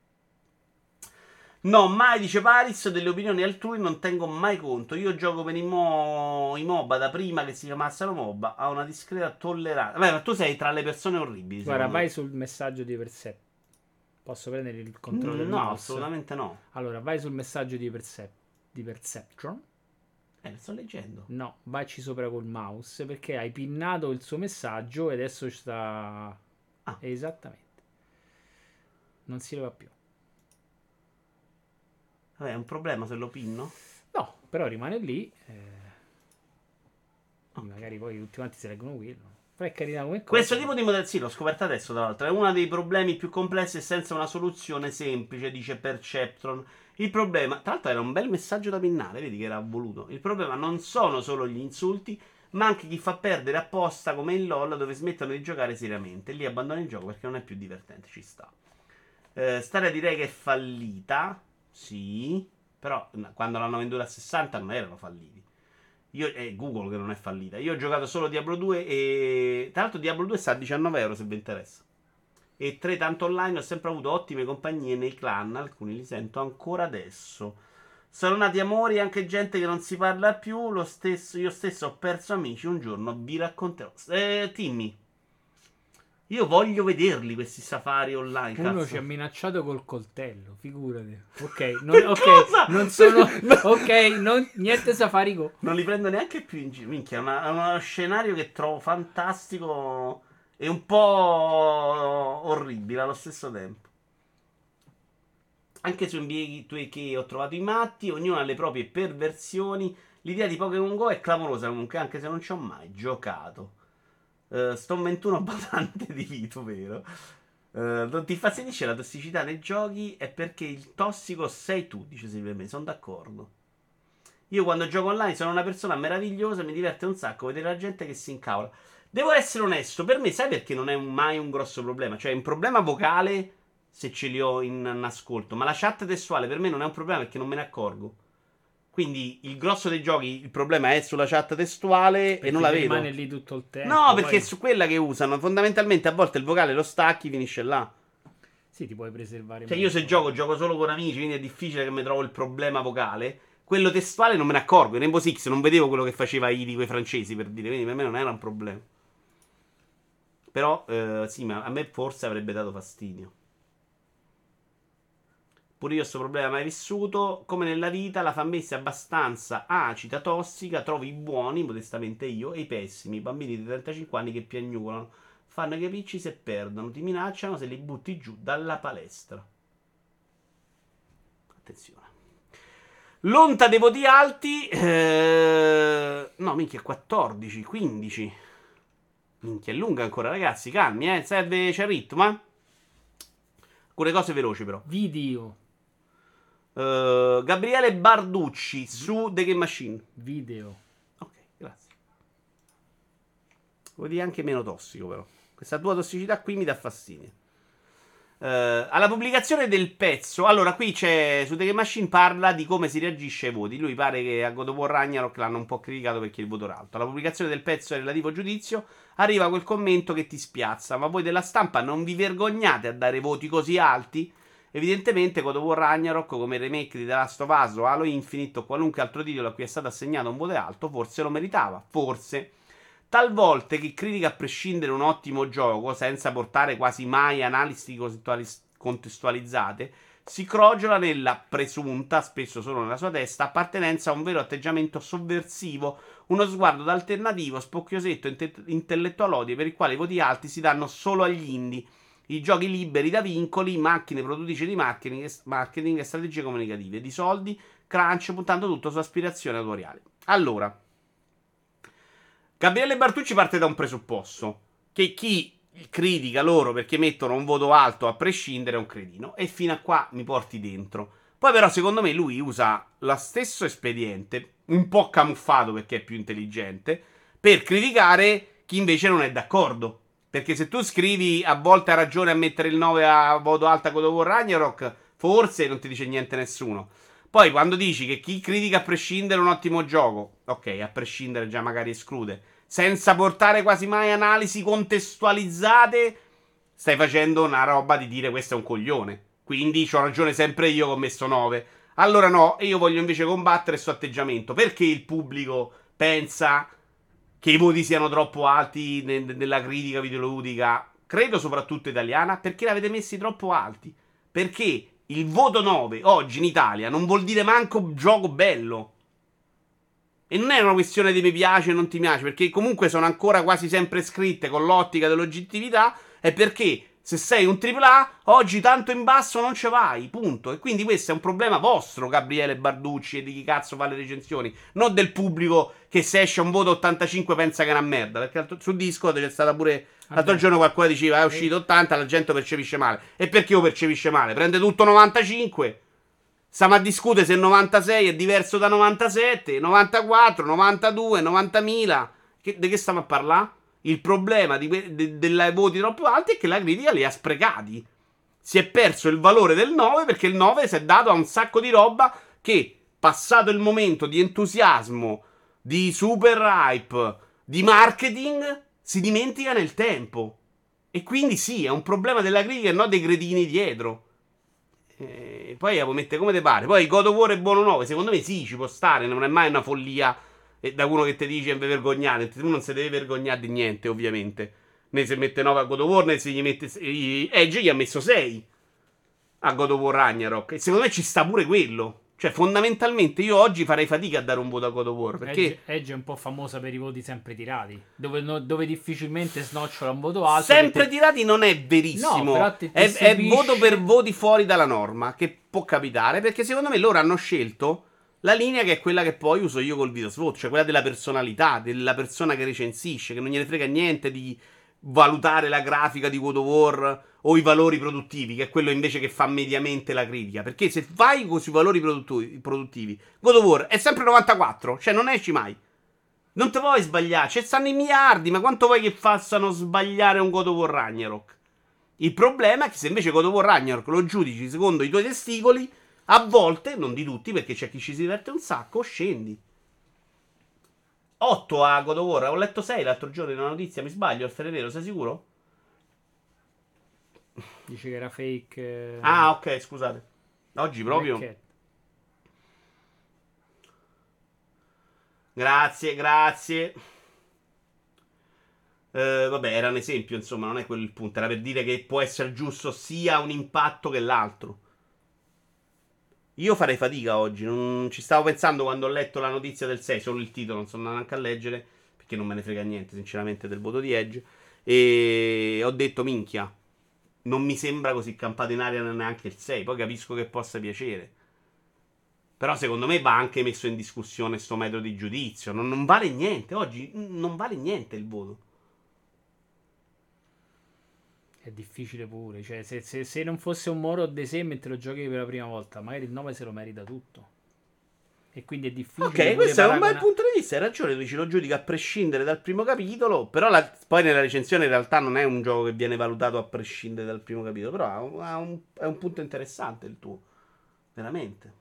No, mai, dice Paris, delle opinioni altrui non tengo mai conto. Io gioco per i MOBA da prima che si chiamassero MOBA. Ha una discreta tolleranza. Vabbè, ma tu sei tra le persone orribili. Guarda, vai sul messaggio di Percept. Posso prendere il controllo del No, mouse? assolutamente no. Allora, vai sul messaggio di Perceptron. Lo sto leggendo. No, vacci sopra col mouse perché hai pinnato il suo messaggio e adesso sta... Esattamente. Non si leva più. Vabbè, è un problema se lo pinno? No, però rimane lì. Magari poi tutti quanti si leggono quello. Però è carina come cosa. Questo tipo di modello, sì, l'ho scoperto adesso, tra l'altro. È uno dei problemi più complessi e senza una soluzione semplice, dice Perceptron. Il problema, tra l'altro era un bel messaggio da pinnare, vedi che era voluto. Il problema non sono solo gli insulti, ma anche chi fa perdere apposta come in LoL, dove smettono di giocare seriamente. Lì abbandona il gioco perché non è più divertente, ci sta. Stadia direi che è fallita. Sì, però quando l'hanno venduta a 60 non erano falliti. È Google che non è fallita. Io ho giocato solo Diablo 2 e... Tra l'altro Diablo 2 sta a 19 euro se vi interessa. E 3 tanto online, ho sempre avuto ottime compagnie nei clan, alcuni li sento ancora adesso. Sono nati amori, anche gente che non si parla più, io stesso ho perso amici, un giorno vi racconterò. Timmy, io voglio vederli questi safari online. Uno cazzo. ci ha minacciato col coltello, figurati. Ok, Non sono. Niente safari go. Non li prendo neanche più in giro. Minchia, è uno scenario che trovo fantastico e un po' orribile allo stesso tempo. Anche su NBA 2K ho trovato i matti, ognuno ha le proprie perversioni. L'idea di Pokémon Go è clamorosa comunque, anche se non ci ho mai giocato. Sto 21 batante di Vito, vero? Non ti infastidisce la tossicità nei giochi? È perché il tossico sei tu, dice Silvia Me, sono d'accordo. Io quando gioco online sono una persona meravigliosa, mi diverte un sacco vedere la gente che si incavola. Devo essere onesto, per me sai perché non è mai un grosso problema? Cioè è un problema vocale se ce li ho in ascolto, ma la chat testuale per me non è un problema perché non me ne accorgo. Quindi il grosso dei giochi, il problema è sulla chat testuale perché e non la vedo. rimane lì tutto il tempo. No, perché poi... è su quella che usano. Fondamentalmente a volte il vocale lo stacchi, finisce là. Sì, ti puoi preservare. Cioè io se gioco solo con amici, quindi è difficile che mi trovo il problema vocale. Quello testuale non me ne accorgo. In Rainbow Six non vedevo quello che faceva Idi quei francesi, per dire. Quindi per me non era un problema. Però sì, ma a me forse avrebbe dato fastidio. Pure io sto problema mai vissuto. Come nella vita, la fanbase è abbastanza acida, tossica. Trovi i buoni, modestamente io, e i pessimi. I bambini di 35 anni che piagnucolano. Fanno i capicci se perdono. Ti minacciano se li butti giù dalla palestra. Attenzione. L'onta dei voti alti. No, minchia, 14, 15. Minchia, è lunga ancora, ragazzi. Calmi, serve, c'è il ritmo, alcune cose veloci, però. Video. Gabriele Barducci su The Game Machine. Video. Ok, grazie. Vuoi dire anche meno tossico, però. Questa tua tossicità qui mi dà fastidio. Alla pubblicazione del pezzo. Allora, qui c'è su The Game Machine parla di come si reagisce ai voti. Lui pare che a God of War Ragnarok l'hanno un po' criticato perché il voto era alto. Alla pubblicazione del pezzo e relativo giudizio arriva quel commento che ti spiazza. Ma voi della stampa non vi vergognate a dare voti così alti? Evidentemente God of War Ragnarok, come il remake di The Last of Us o Halo Infinite o qualunque altro titolo a cui è stato assegnato un voto alto, forse lo meritava, forse. Talvolta chi critica a prescindere un ottimo gioco, senza portare quasi mai analisi contestualizzate, si crogiola nella presunta, spesso solo nella sua testa, appartenenza a un vero atteggiamento sovversivo, uno sguardo alternativo, spocchiosetto, intellettualodi per il quale i voti alti si danno solo agli indie, i giochi liberi da vincoli, macchine produttrici di marketing e strategie comunicative, di soldi, crunch, puntando tutto su aspirazioni autoriali. Allora, Gabriele Bartucci parte da un presupposto, che chi critica loro perché mettono un voto alto a prescindere è un cretino, e fino a qua mi porti dentro. Poi però secondo me lui usa lo stesso espediente, un po' camuffato perché è più intelligente, per criticare chi invece non è d'accordo. Perché se tu scrivi a volte ha ragione a mettere il 9 a voto alto a God of War Ragnarok, Forse non ti dice niente nessuno. Poi quando dici che chi critica a prescindere è un ottimo gioco, ok, a prescindere già magari esclude, senza portare quasi mai analisi contestualizzate, stai facendo una roba di dire questo è un coglione. Quindi c'ho ragione sempre io che ho messo 9. Allora no, e io voglio invece combattere questo atteggiamento. Perché il pubblico pensa che i voti siano troppo alti nella critica videoludica? Credo soprattutto italiana, perché l'avete messi troppo alti. Perché il voto 9 oggi in Italia non vuol dire manco gioco bello. E non è una questione di mi piace o non ti piace, perché comunque sono ancora quasi sempre scritte con l'ottica dell'oggettività, è perché se sei un AAA, oggi tanto in basso non ce vai, punto. E quindi questo è un problema vostro, Gabriele Barducci, e di chi cazzo fa le recensioni, non del pubblico che se esce un voto 85 pensa che è una merda. Perché su Discord c'è stata pure l'altro giorno qualcuno diceva è uscito 80, la gente lo percepisce male. E perché lo percepisce male? Prende tutto 95. Stiamo a discutere se il 96 è diverso da 97, 94, 92, 90.000. Di che stiamo a parlare? Il problema dei voti troppo alti è che la critica li ha sprecati. Si è perso il valore del 9 perché il 9 si è dato a un sacco di roba che, passato il momento di entusiasmo, di super hype, di marketing, si dimentica nel tempo. E quindi sì, è un problema della critica e non dei cretini dietro. Poi la puoi mettere come te pare. Poi God of War è buono 9. Secondo me sì, ci può stare. Non è mai una follia. E da uno che ti dice vi vergognate. Tu non si deve vergognare di niente, ovviamente. Né se mette 9 a God of War, né se gli mette. Edge gli ha messo 6 a God of War Ragnarok. E secondo me ci sta pure quello. Cioè, fondamentalmente, io oggi farei fatica a dare un voto a God of War. Perché Edge è un po' famosa per i voti sempre tirati. Dove difficilmente snocciola un voto alto. sempre tirati non è verissimo. No, però è voto per voti fuori dalla norma. Che può capitare. Perché secondo me loro hanno scelto la linea che è quella che poi uso io col video slot. Cioè quella della personalità, della persona che recensisce. Che non gliene frega niente di valutare la grafica di God of War o i valori produttivi, che è quello invece che fa mediamente la critica. Perché se vai sui valori produttivi, God of War è sempre 94, cioè non esci mai. Non te puoi sbagliare, ci stanno i miliardi, ma quanto vuoi che facciano sbagliare un God of War Ragnarok? Il problema è che se invece God of War Ragnarok lo giudici secondo i tuoi testicoli, a volte, non di tutti, perché c'è chi ci si diverte un sacco, scendi. 8 a God of War, ho letto 6 l'altro giorno in una notizia, mi sbaglio, il Ferrero, sei sicuro? Dice che era fake. Ah, ok, scusate. Oggi proprio. Grazie. Vabbè, era un esempio, insomma, non è quello il punto. Era per dire che può essere giusto sia un impatto che l'altro. Io farei fatica oggi. Non ci stavo pensando quando ho letto la notizia del 6, solo il titolo, non sono andato neanche a leggere, perché non me ne frega niente, sinceramente, del voto di Edge. E ho detto, minchia, non mi sembra così campato in aria neanche il 6. Poi capisco che possa piacere. Però secondo me va anche messo in discussione sto metodo di giudizio. Non vale niente. Oggi non vale niente il voto. È difficile pure. Cioè, se non fosse un Moro of the Same e te lo giochi per la prima volta, magari il 9 se lo merita tutto. E quindi è difficile. Ok, questo è un bel punto di vista. Hai ragione, tu dici lo giudica a prescindere dal primo capitolo. Però poi nella recensione in realtà non è un gioco che viene valutato a prescindere dal primo capitolo. Però è un punto interessante il tuo. Veramente.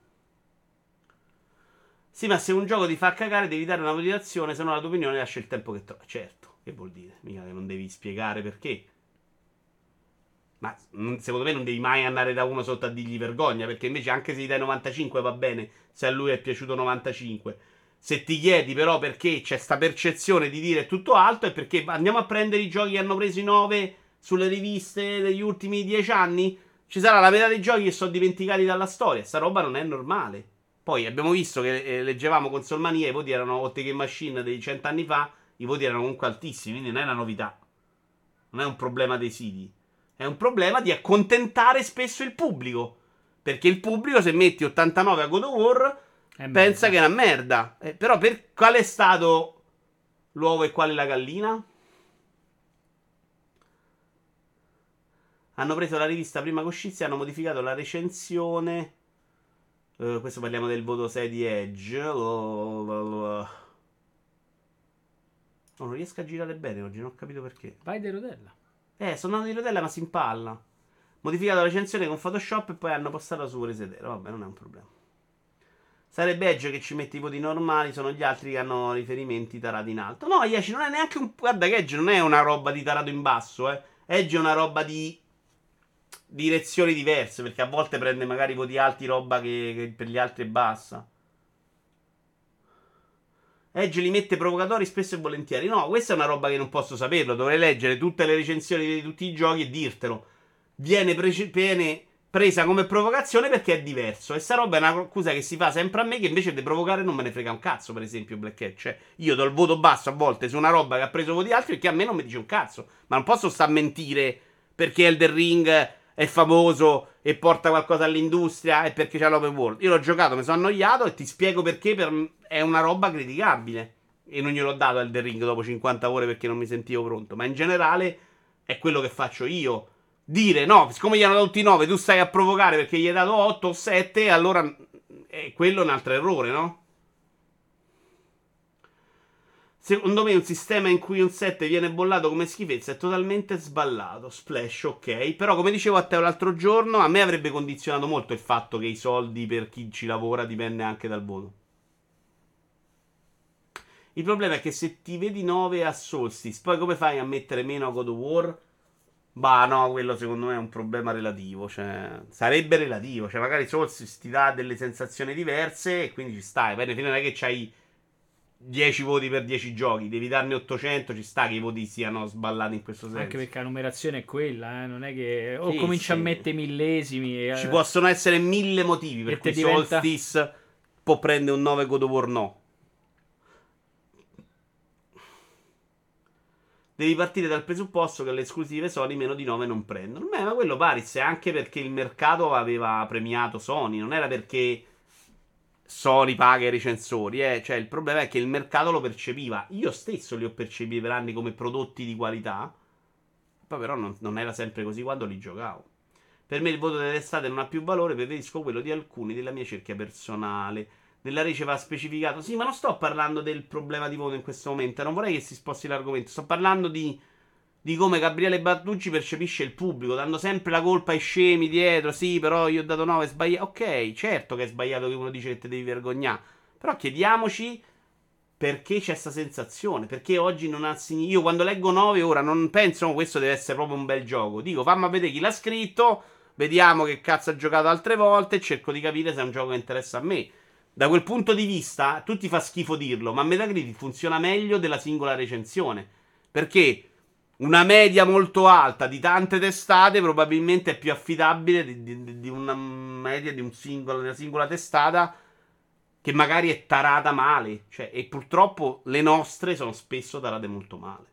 Sì, ma se un gioco ti fa cagare devi dare una motivazione, se no la tua opinione lascia il tempo che trova. Certo, che vuol dire? Mica che non devi spiegare perché. Ma secondo me non devi mai andare da uno sotto a dirgli vergogna, perché invece anche se gli dai 95 va bene, se a lui è piaciuto 95. Se ti chiedi però perché c'è sta percezione di dire tutto alto, è perché andiamo a prendere i giochi che hanno preso i 9 sulle riviste degli ultimi 10 anni, ci sarà la metà dei giochi che sono dimenticati dalla storia. Sta roba non è normale. Poi abbiamo visto che leggevamo Consolmania, i voti erano Hot Game Machine dei 100 anni fa, i voti erano comunque altissimi, quindi non è una novità. Non è un problema dei siti. È un problema di accontentare spesso il pubblico. Perché il pubblico, se metti 89 a God of War, pensa che è una merda. Però qual è stato l'uovo e qual è la gallina? Hanno preso la rivista Prima Coscizia e hanno modificato la recensione. Questo parliamo del voto 6 di Edge. Non riesco a girare bene oggi, non ho capito perché. Vai di rotella. Sono andato di rotella ma si impalla. modificato la recensione con Photoshop e poi hanno postato su Resetero. Vabbè, non è un problema. Sarebbe Edge che ci mette i voti normali, sono gli altri che hanno riferimenti tarati in alto. No, Yaci, non è neanche un... Guarda che Edge non è una roba di tarato in basso, eh. Edge è una roba di direzioni diverse, perché a volte prende magari voti alti, roba che per gli altri è bassa. Edge li mette provocatori spesso e volentieri. No, questa è una roba che non posso saperlo. Dovrei leggere tutte le recensioni di tutti i giochi e dirtelo. Viene presa come provocazione perché è diverso. E sta roba è una accusa che si fa sempre a me, che invece di provocare non me ne frega un cazzo. Per esempio Black Hat, cioè io do il voto basso a volte su una roba che ha preso voti alti perché a me non mi dice un cazzo. Ma non posso sta a mentire perché Elden Ring è famoso e porta qualcosa all'industria e perché c'è l'open world. Io l'ho giocato, mi sono annoiato e ti spiego perché è una roba criticabile. E non gliel'ho dato Elden Ring dopo 50 ore perché non mi sentivo pronto. Ma in generale è quello che faccio io. Dire no, siccome gli hanno dato tutti 9, tu stai a provocare perché gli hai dato 8 o 7, allora quello è un altro errore, no? Secondo me un sistema in cui un 7 viene bollato come schifezza è totalmente sballato. Splash, ok. Però come dicevo a te l'altro giorno, a me avrebbe condizionato molto il fatto che i soldi per chi ci lavora dipende anche dal voto. Il problema è che se ti vedi 9 a Solstice, poi come fai a mettere meno a God of War? Bah, no, quello secondo me è un problema relativo. Cioè, sarebbe relativo. Cioè, magari Solstice ti dà delle sensazioni diverse e quindi ci stai. Poi alla fine non è che c'hai 10 voti per 10 giochi, devi darne 800. Ci sta che i voti siano sballati in questo senso. Anche perché la numerazione è quella, non è che o Sì, cominci sì. a mettere millesimi. Ci possono essere 1000 motivi per E cui te diventa- Solstice può prendere un 9 God of War no. Devi partire dal presupposto che le esclusive Sony meno di 9 non prendono. Beh, ma quello Paris è anche perché il mercato aveva premiato Sony, non era perché Sony paga i recensori, Cioè, il problema è che il mercato lo percepiva. Io stesso li ho percepiti per anni come prodotti di qualità. Poi però non era sempre così quando li giocavo. Per me il voto dell'estate non ha più valore, preferisco quello di alcuni della mia cerchia personale. Nella rece va specificato. Sì, ma non sto parlando del problema di voto in questo momento. Non vorrei che si sposti l'argomento. Sto parlando di come Gabriele Bartucci percepisce il pubblico, dando sempre la colpa ai scemi dietro. Sì, però io ho dato 9, è sbagliato. Ok, certo che è sbagliato che uno dice che te devi vergognare. Però chiediamoci perché c'è questa sensazione. Perché oggi non ha significato. Io quando leggo 9 ora non penso oh, questo deve essere proprio un bel gioco. Dico, fammi vedere chi l'ha scritto. Vediamo che cazzo ha giocato altre volte. E cerco di capire se è un gioco che interessa a me. Da quel punto di vista, tutti fa schifo dirlo, ma Metacritic funziona meglio della singola recensione. Perché una media molto alta di tante testate probabilmente è più affidabile di una media di una singola testata che magari è tarata male. Cioè, e purtroppo le nostre sono spesso tarate molto male.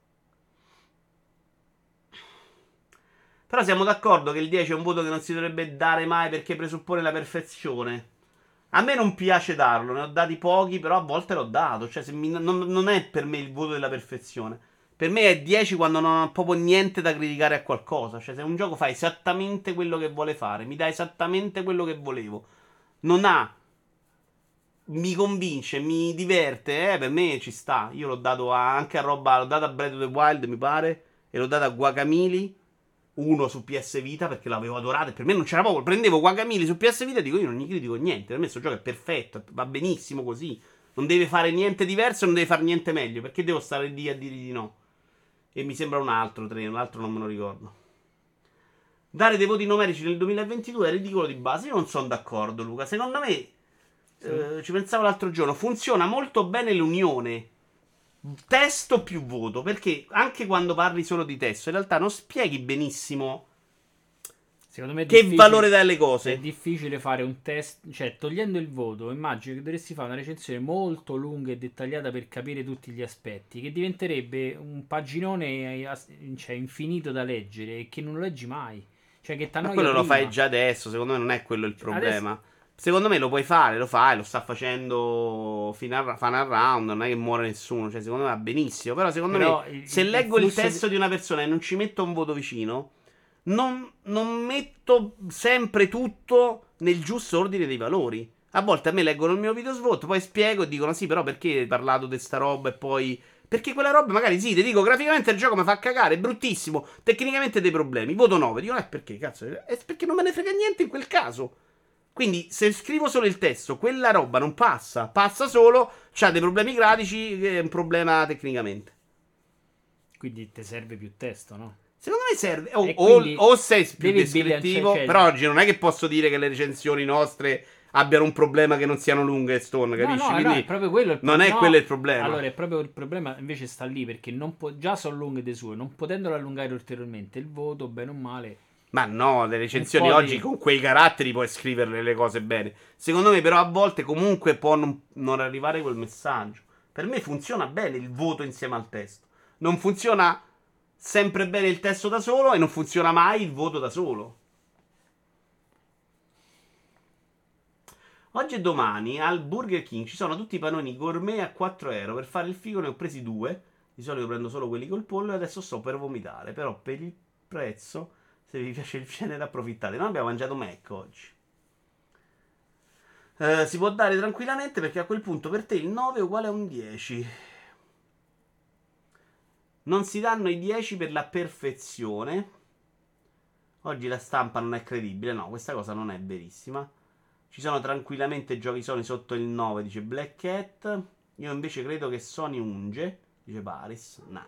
Però siamo d'accordo che il 10 è un voto che non si dovrebbe dare mai perché presuppone la perfezione. A me non piace darlo, ne ho dati pochi, però a volte l'ho dato. Cioè, non è per me il voto della perfezione. Per me è 10 quando non ho proprio niente da criticare a qualcosa. Cioè, se un gioco fa esattamente quello che vuole fare, mi dà esattamente quello che volevo, non ha, mi convince, mi diverte, per me ci sta. Io l'ho dato anche a roba, l'ho dato a Breath of the Wild, mi pare, e l'ho dato a Guacamole. Uno su PS Vita perché l'avevo adorato e per me non c'era proprio. Prendevo Guacamole su PS Vita e dico io non gli critico niente. Per me questo gioco è perfetto, va benissimo così. Non deve fare niente diverso, non deve fare niente meglio. Perché devo stare lì a dire di no? E mi sembra un altro non me lo ricordo. Dare dei voti numerici nel 2022 è ridicolo di base. Io non sono d'accordo, Luca. Secondo me, ci pensavo l'altro giorno, funziona molto bene l'unione testo più voto, perché anche quando parli solo di testo in realtà non spieghi benissimo Secondo me è che valore dai alle È cose. difficile fare un test, cioè togliendo il voto, immagino che dovresti fare una recensione molto lunga e dettagliata per capire tutti gli aspetti, che diventerebbe un paginone cioè, infinito da leggere e che non lo leggi mai. Cioè che Ma t'annoia quello lo prima. fai già adesso, secondo me non è quello il problema. Adesso- Secondo me lo puoi fare, lo fai, lo sta facendo Final Round, non è che muore nessuno, cioè secondo me va benissimo, però secondo Però me se leggo il testo di una persona e non ci metto un voto vicino, non metto sempre tutto nel giusto ordine dei valori. A volte a me leggono il mio video svolto, poi spiego e dicono sì, però perché hai parlato di sta roba e poi Perché quella roba magari sì, ti dico, graficamente il gioco mi fa cagare, è bruttissimo, tecnicamente dei problemi, voto 9. Dico, perché, cazzo? È perché non me ne frega niente in quel caso. Quindi, se scrivo solo il testo, quella roba non passa. Passa solo, c'ha dei problemi grafici, è un problema tecnicamente. Quindi ti serve più testo, no? Secondo me serve. E quindi O sei più devi descrittivo. cioè, Però oggi non è che posso dire che le recensioni nostre abbiano un problema che non siano lunghe, Stone, capisci? no, Quindi è proprio quello il non è quello il problema. Allora, è proprio il problema invece sta lì, perché già sono lunghe le sue, non potendolo allungare ulteriormente, il voto, bene o male. Ma no, le recensioni po' oggi di- con quei caratteri puoi scriverle le cose bene. Secondo me, però, a volte comunque può non arrivare quel messaggio. Per me funziona bene il voto insieme al testo. Non funziona sempre bene il testo da solo e non funziona mai il voto da solo. Oggi e domani al Burger King ci sono tutti i panoni gourmet a 4 euro. Per fare il figo ne ho presi 2. Di solito prendo solo quelli col pollo e adesso sto per vomitare. Però per il prezzo, se vi piace il genere, approfittate. Noi abbiamo mangiato Mac oggi. Si può dare tranquillamente perché a quel punto per te il 9 è uguale a un 10. Non si danno i 10 per la perfezione. Oggi la stampa non è credibile. No, questa cosa non è verissima. Ci sono tranquillamente giochi Sony sotto il 9, dice Black Cat. Io invece credo che Sony unge, dice Paris. Nah.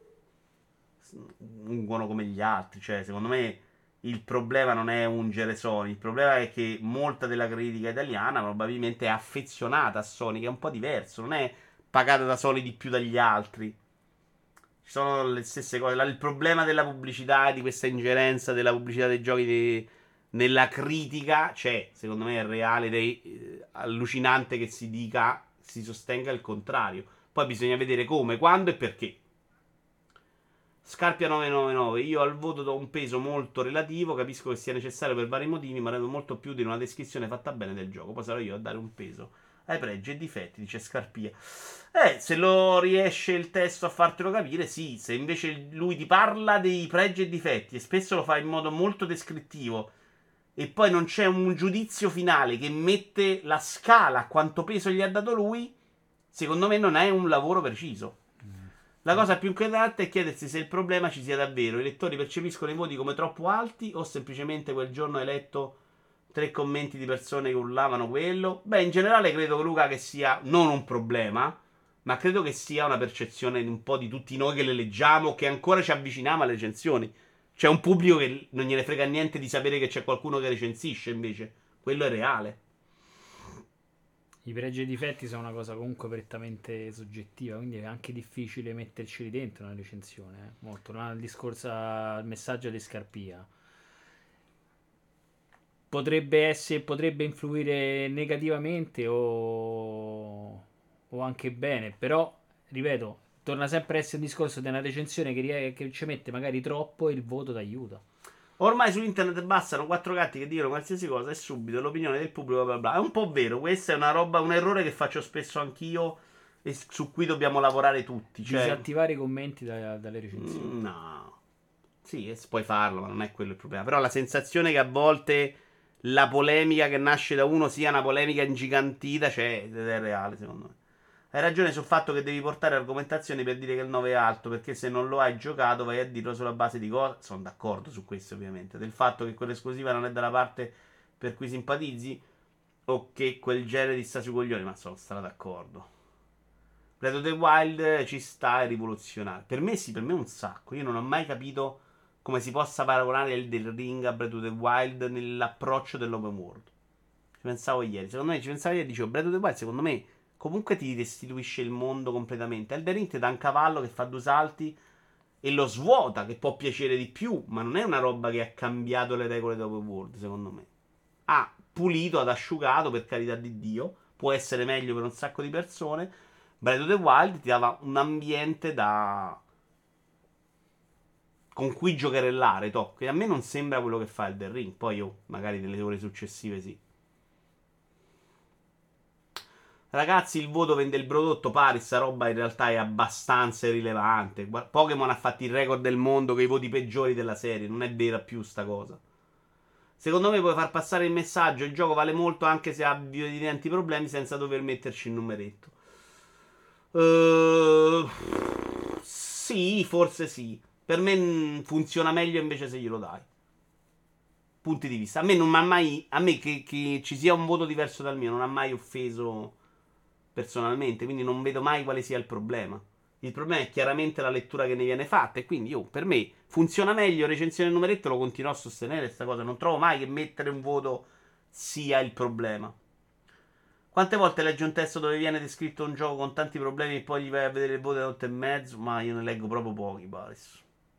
Ungono come gli altri. Cioè, secondo me il problema non è ungere Sony. Il problema è che molta della critica italiana probabilmente è affezionata a Sony, che è un po' diverso. Non è pagata da Sony di più dagli altri. Ci sono le stesse cose. Il problema della pubblicità e di questa ingerenza della pubblicità dei giochi nella critica c'è. Secondo me è reale ed è allucinante che si dica, si sostenga il contrario. Poi bisogna vedere come, quando e perché. Scarpia 999. Io al voto do un peso molto relativo. Capisco che sia necessario per vari motivi, ma rendo molto più di una descrizione fatta bene del gioco. Poi sarò io a dare un peso ai pregi e difetti, dice Scarpia. Se lo riesce il testo a fartelo capire, sì. Se invece lui ti parla dei pregi e difetti e spesso lo fa in modo molto descrittivo e poi non c'è un giudizio finale che mette la scala a quanto peso gli ha dato lui, secondo me non è un lavoro preciso. La cosa più inquietante è chiedersi se il problema ci sia davvero. I lettori percepiscono i voti come troppo alti o semplicemente quel giorno hai letto 3 commenti di persone che urlavano quello. Beh, in generale credo, Luca, che sia non un problema, ma credo che sia una percezione di un po' di tutti noi che le leggiamo, che ancora ci avviciniamo alle recensioni. C'è un pubblico che non gliene frega niente di sapere che c'è qualcuno che recensisce, invece. Quello è reale. I pregi e i difetti sono una cosa comunque prettamente soggettiva, quindi è anche difficile metterci dentro una recensione. Molto. Il discorso al messaggio di Scarpia. Potrebbe influire negativamente o anche bene, però, ripeto, torna sempre a essere un discorso di una recensione che ci mette magari troppo e il voto t'aiuta. Ormai su internet bastano 4 gatti che dicono qualsiasi cosa e subito l'opinione del pubblico bla bla. È un po' vero, questa è una roba, un errore che faccio spesso anch'io e su cui dobbiamo lavorare tutti. Cioè, disattivare i commenti dalle recensioni. no. Sì, puoi farlo, ma non è quello il problema. Però la sensazione che a volte la polemica che nasce da uno sia una polemica ingigantita, c'è, ed è reale, secondo me. Hai ragione sul fatto che devi portare argomentazioni per dire che il 9 è alto, perché se non lo hai giocato vai a dirlo sulla base di cosa. Sono d'accordo su questo, ovviamente. Del fatto che quell'esclusiva non è dalla parte per cui simpatizzi o che quel genere ti sta sui coglioni, ma sono stato d'accordo. Breath of the Wild ci sta, è rivoluzionario. Per me sì, per me un sacco. Io non ho mai capito come si possa paragonare Elden Ring a Breath of the Wild nell'approccio dell'open world. Ci pensavo ieri. Secondo me, ci pensavo ieri e dicevo, Breath of the Wild secondo me comunque ti restituisce il mondo completamente. Elden Ring ti dà un cavallo che fa 2 salti e lo svuota, che può piacere di più, ma non è una roba che ha cambiato le regole dell'open world, secondo me. Ha pulito, ad asciugato, per carità di Dio. Può essere meglio per un sacco di persone. Breath of the Wild ti dava un ambiente con cui giocherellare, che a me non sembra quello che fa Elden Ring. Poi io, magari nelle ore successive sì. Ragazzi, il voto vende il prodotto pari, sta roba in realtà è abbastanza irrilevante. Pokémon ha fatto il record del mondo con i voti peggiori della serie, non è vera più sta cosa. Secondo me puoi far passare il messaggio, il gioco vale molto anche se ha evidenti problemi senza dover metterci il numeretto. Sì, forse sì. Per me funziona meglio invece se glielo dai. Punti di vista. A me non mi ha mai. A me che ci sia un voto diverso dal mio non ha mai offeso personalmente. Quindi non vedo mai quale sia il problema. Il problema è chiaramente la lettura che ne viene fatta. E quindi io, per me, funziona meglio. Recensione e numeretto lo continuo a sostenere. Questa cosa. Non trovo mai che mettere un voto sia il problema. Quante volte leggi un testo dove viene descritto un gioco con tanti problemi e poi gli vai a vedere il voto da 8,5? Ma io ne leggo proprio pochi, Baris.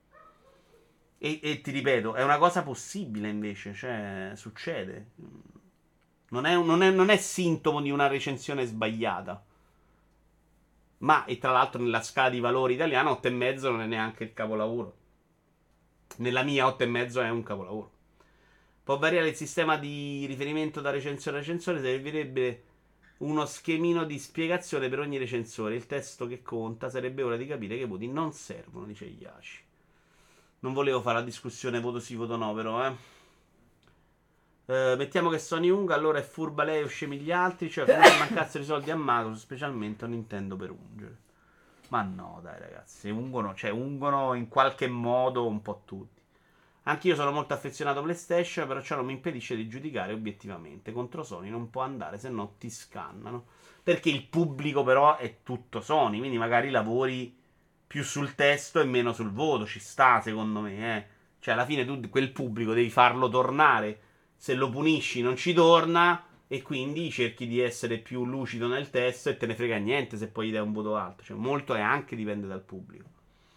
E ti ripeto, è una cosa possibile invece, cioè, succede. Non è sintomo di una recensione sbagliata. Ma, e tra l'altro, nella scala di valori italiana, 8,5 non è neanche il capolavoro. Nella mia, 8,5 è un capolavoro. Può variare il sistema di riferimento da recensione a recensore, servirebbe uno schemino di spiegazione per ogni recensore. Il testo che conta sarebbe ora di capire che i voti non servono, dice Iaci. Non volevo fare la discussione voto sì, voto no, però, mettiamo che Sony unga, allora è furba lei o scemi gli altri. Cioè, come se mancassero i soldi a Microsoft, specialmente a Nintendo per ungere. Ma no, dai, ragazzi, ungono in qualche modo un po' tutti. Anch'io sono molto affezionato a PlayStation, però ciò non mi impedisce di giudicare obiettivamente. Contro Sony non può andare, se no ti scannano. Perché il pubblico però è tutto Sony, quindi magari lavori più sul testo e meno sul voto. Ci sta, secondo me, Cioè, alla fine tu quel pubblico devi farlo tornare. Se lo punisci non ci torna e quindi cerchi di essere più lucido nel testo e te ne frega niente se poi gli dai un voto alto. Cioè, molto è anche dipende dal pubblico.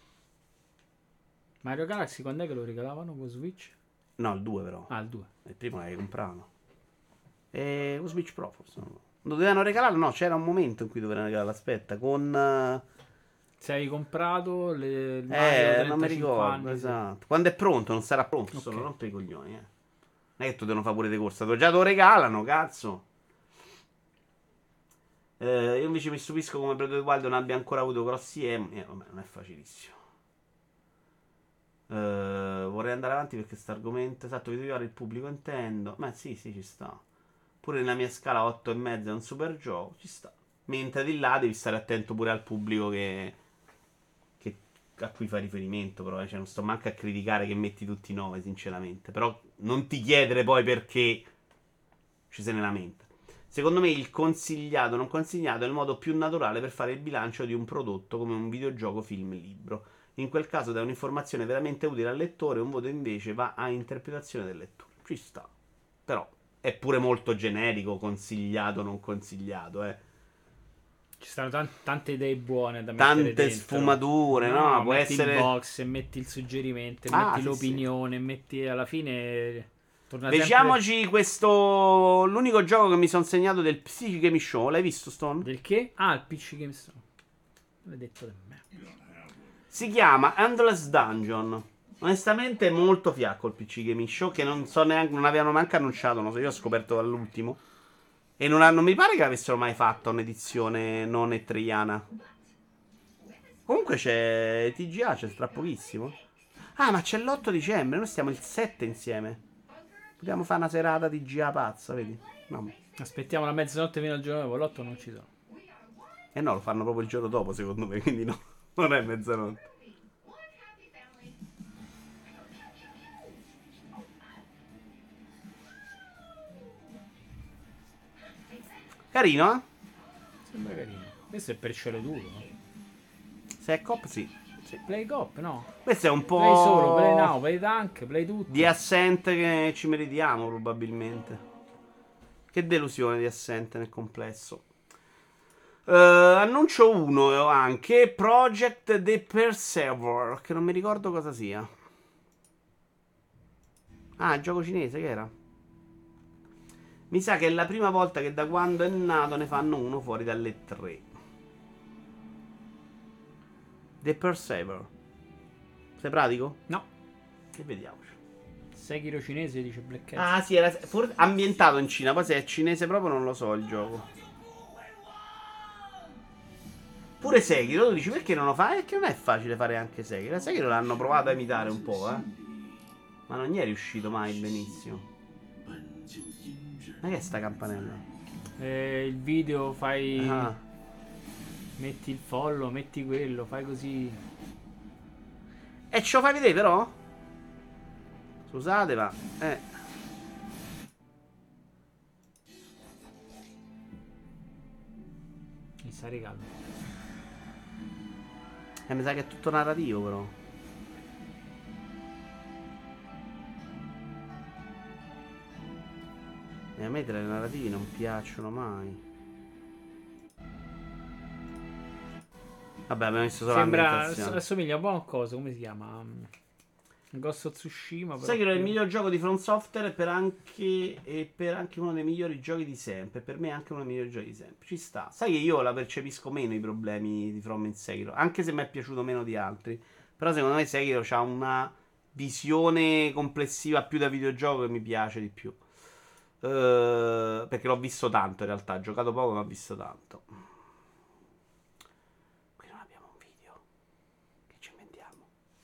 Mario Galaxy quando è che lo regalavano con Switch? No, il 2 però. Ah, il 2. Il primo l'avevi comprato. E con Switch Pro forse. No. Lo dovevano regalare? No, c'era un momento in cui dovevano regalare. Aspetta, con... Se hai comprato il Mario non mi 35 ricordo, anni, esatto. Quando è pronto, non sarà pronto, Ok. solo rompe i coglioni, Non è che tu devono fare pure di corsa, già te lo regalano, cazzo. Io invece mi stupisco come Breath of the Wild non abbia ancora avuto grossi vabbè, non è facilissimo. Vorrei andare avanti perché sto argomento. Esatto, video il pubblico intendo. Ma sì, ci sta. Pure nella mia scala 8,5 è un super gioco. Ci sta. Mentre di là devi stare attento pure al pubblico a cui fa riferimento. Però, cioè, non sto manco a criticare che metti tutti 9, sinceramente. Però non ti chiedere poi perché ci se ne lamenta. Secondo me il consigliato, non consigliato, è il modo più naturale per fare il bilancio di un prodotto come un videogioco, film, libro. In quel caso dà un'informazione veramente utile al lettore, un voto invece va a interpretazione del lettore. Ci sta. Però è pure molto generico, consigliato, non consigliato, Ci stanno tante idee buone da mettere Tante dentro. sfumature, no? Può metti essere... il box, metti il suggerimento, Ah, metti sì, l'opinione, metti alla fine... Torna Leggiamoci questo... L'unico gioco che mi sono segnato del PC Game Show. L'hai visto, Stone? Del che? Ah, il PC Game Store. L'hai detto da me. Si chiama Endless Dungeon. Onestamente è molto fiacco il PC Gaming Show, che non so neanche, non avevano neanche annunciato, non so, io ho scoperto dall'ultimo. E non mi pare che avessero mai fatto un'edizione non etreiana. Comunque c'è TGA, c'è tra pochissimo. Ah, ma c'è l'8 dicembre, noi stiamo il 7 insieme. Dobbiamo fare una serata TGA pazza, vedi? No. Aspettiamo la mezzanotte fino al giorno dopo, l'8 non ci sono. Eh no, lo fanno proprio il giorno dopo, secondo me, quindi no, non è mezzanotte. Carino, eh? Sembra carino. Questo è per cielo duro. No? Se è cop, sì. Play Cop, no? Questo è un po'... Play solo, Play now, Play tank, Play tutto. di assente che ci meritiamo, probabilmente. Che delusione di assente nel complesso. Annuncio uno anche. Project The Persever, che non mi ricordo cosa sia. Ah, il gioco cinese, che era? Mi sa che è la prima volta che da quando è nato ne fanno uno fuori dalle 3. The Persever. Sei pratico? No. Che vediamoci. Sekiro cinese dice Black Cat. Ah, sì, era ambientato in Cina. Poi se è cinese proprio non lo so il gioco. Pure Sekiro, tu dici perché non lo fai? Perché non è facile fare anche Sekiro. Sekiro l'hanno provato a imitare un po', ma non gli è riuscito mai benissimo. Ma che è sta campanella? Il video fai... Ah. Metti il follow, metti quello, fai così. E ce lo fai vedere però? Scusate, ma... Mi sta regalo. Mi sa che è tutto narrativo però. E a me tra le narrativi non piacciono mai. Vabbè, abbiamo visto solo Sembra, l'ambientazione. assomiglia un po' a un coso, come si chiama? Ghost of Tsushima. Però Sai che è il più- miglior gioco di From Software e per anche uno dei migliori giochi di sempre. Per me è anche uno dei migliori giochi di sempre. Ci sta. Sai che io la percepisco meno i problemi di From in Sekiro. Anche se mi è piaciuto meno di altri. Però secondo me Sekiro ha una visione complessiva più da videogioco che mi piace di più. Perché l'ho visto tanto in realtà. Ho giocato poco ma ho visto tanto. Qui non abbiamo un video. Che ci inventiamo?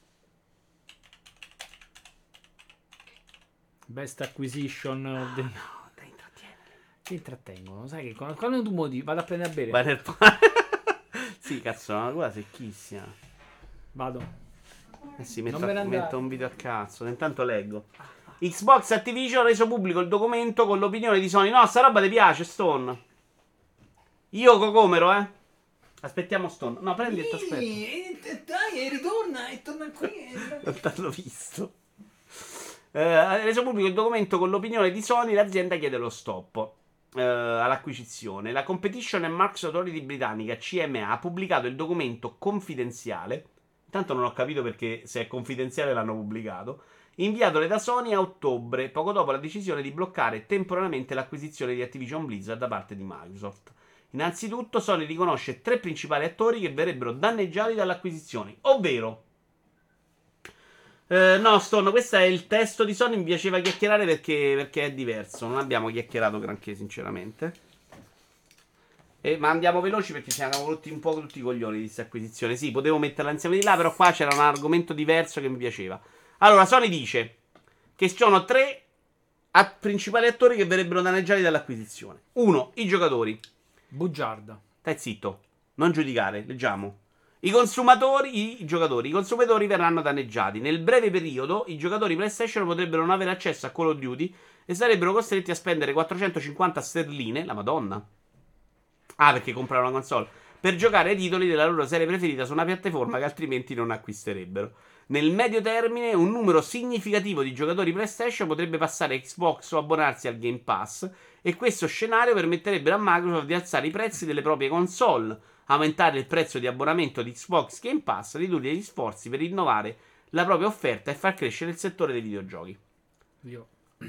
Best Acquisition of the... No, dai, intrattieni. Ti intrattengono, sai che quando tu modi vado a prendere a bere. Vai nel sì, cazzo, una cosa secchissima. Vado. Eh sì, Non me ne andare. metto un video a cazzo. Intanto leggo. Xbox Activision ha reso pubblico il documento con l'opinione di Sony. No, sta roba ti piace, Stone. Io cocomero, eh. Aspettiamo Stone. No, prendi e t'aspetto. Dai, ritorna e torna qui. Non t'hanno visto. Ha reso pubblico il documento con l'opinione di Sony. L'azienda chiede lo stop all'acquisizione. La Competition and Marks Authority britannica, CMA, ha pubblicato il documento confidenziale. Intanto non ho capito perché se è confidenziale l'hanno pubblicato. Inviatole da Sony a ottobre, poco dopo la decisione di bloccare temporaneamente l'acquisizione di Activision Blizzard da parte di Microsoft. Innanzitutto, Sony riconosce 3 principali attori che verrebbero danneggiati dall'acquisizione, ovvero... no, Stone, questo è il testo di Sony. Mi piaceva chiacchierare perché è diverso. Non abbiamo chiacchierato granché, sinceramente. Ma andiamo veloci perché ci siamo rotti un po' tutti i coglioni di questa acquisizione. Sì, potevo metterla insieme di là, però qua c'era un argomento diverso che mi piaceva. Allora, Sony dice che ci sono 3 principali attori che verrebbero danneggiati dall'acquisizione. 1. I giocatori. Bugiarda. Stai zitto, non giudicare, leggiamo. I giocatori, i consumatori verranno danneggiati. Nel breve periodo, i giocatori PlayStation potrebbero non avere accesso a Call of Duty e sarebbero costretti a spendere 450 sterline, la Madonna. Ah, perché comprano una console. Per giocare ai titoli della loro serie preferita su una piattaforma che altrimenti non acquisterebbero. Nel medio termine, un numero significativo di giocatori PlayStation potrebbe passare a Xbox o abbonarsi al Game Pass, e questo scenario permetterebbe a Microsoft di alzare i prezzi delle proprie console, aumentare il prezzo di abbonamento di Xbox Game Pass, ridurre gli sforzi per innovare la propria offerta e far crescere il settore dei videogiochi. Io.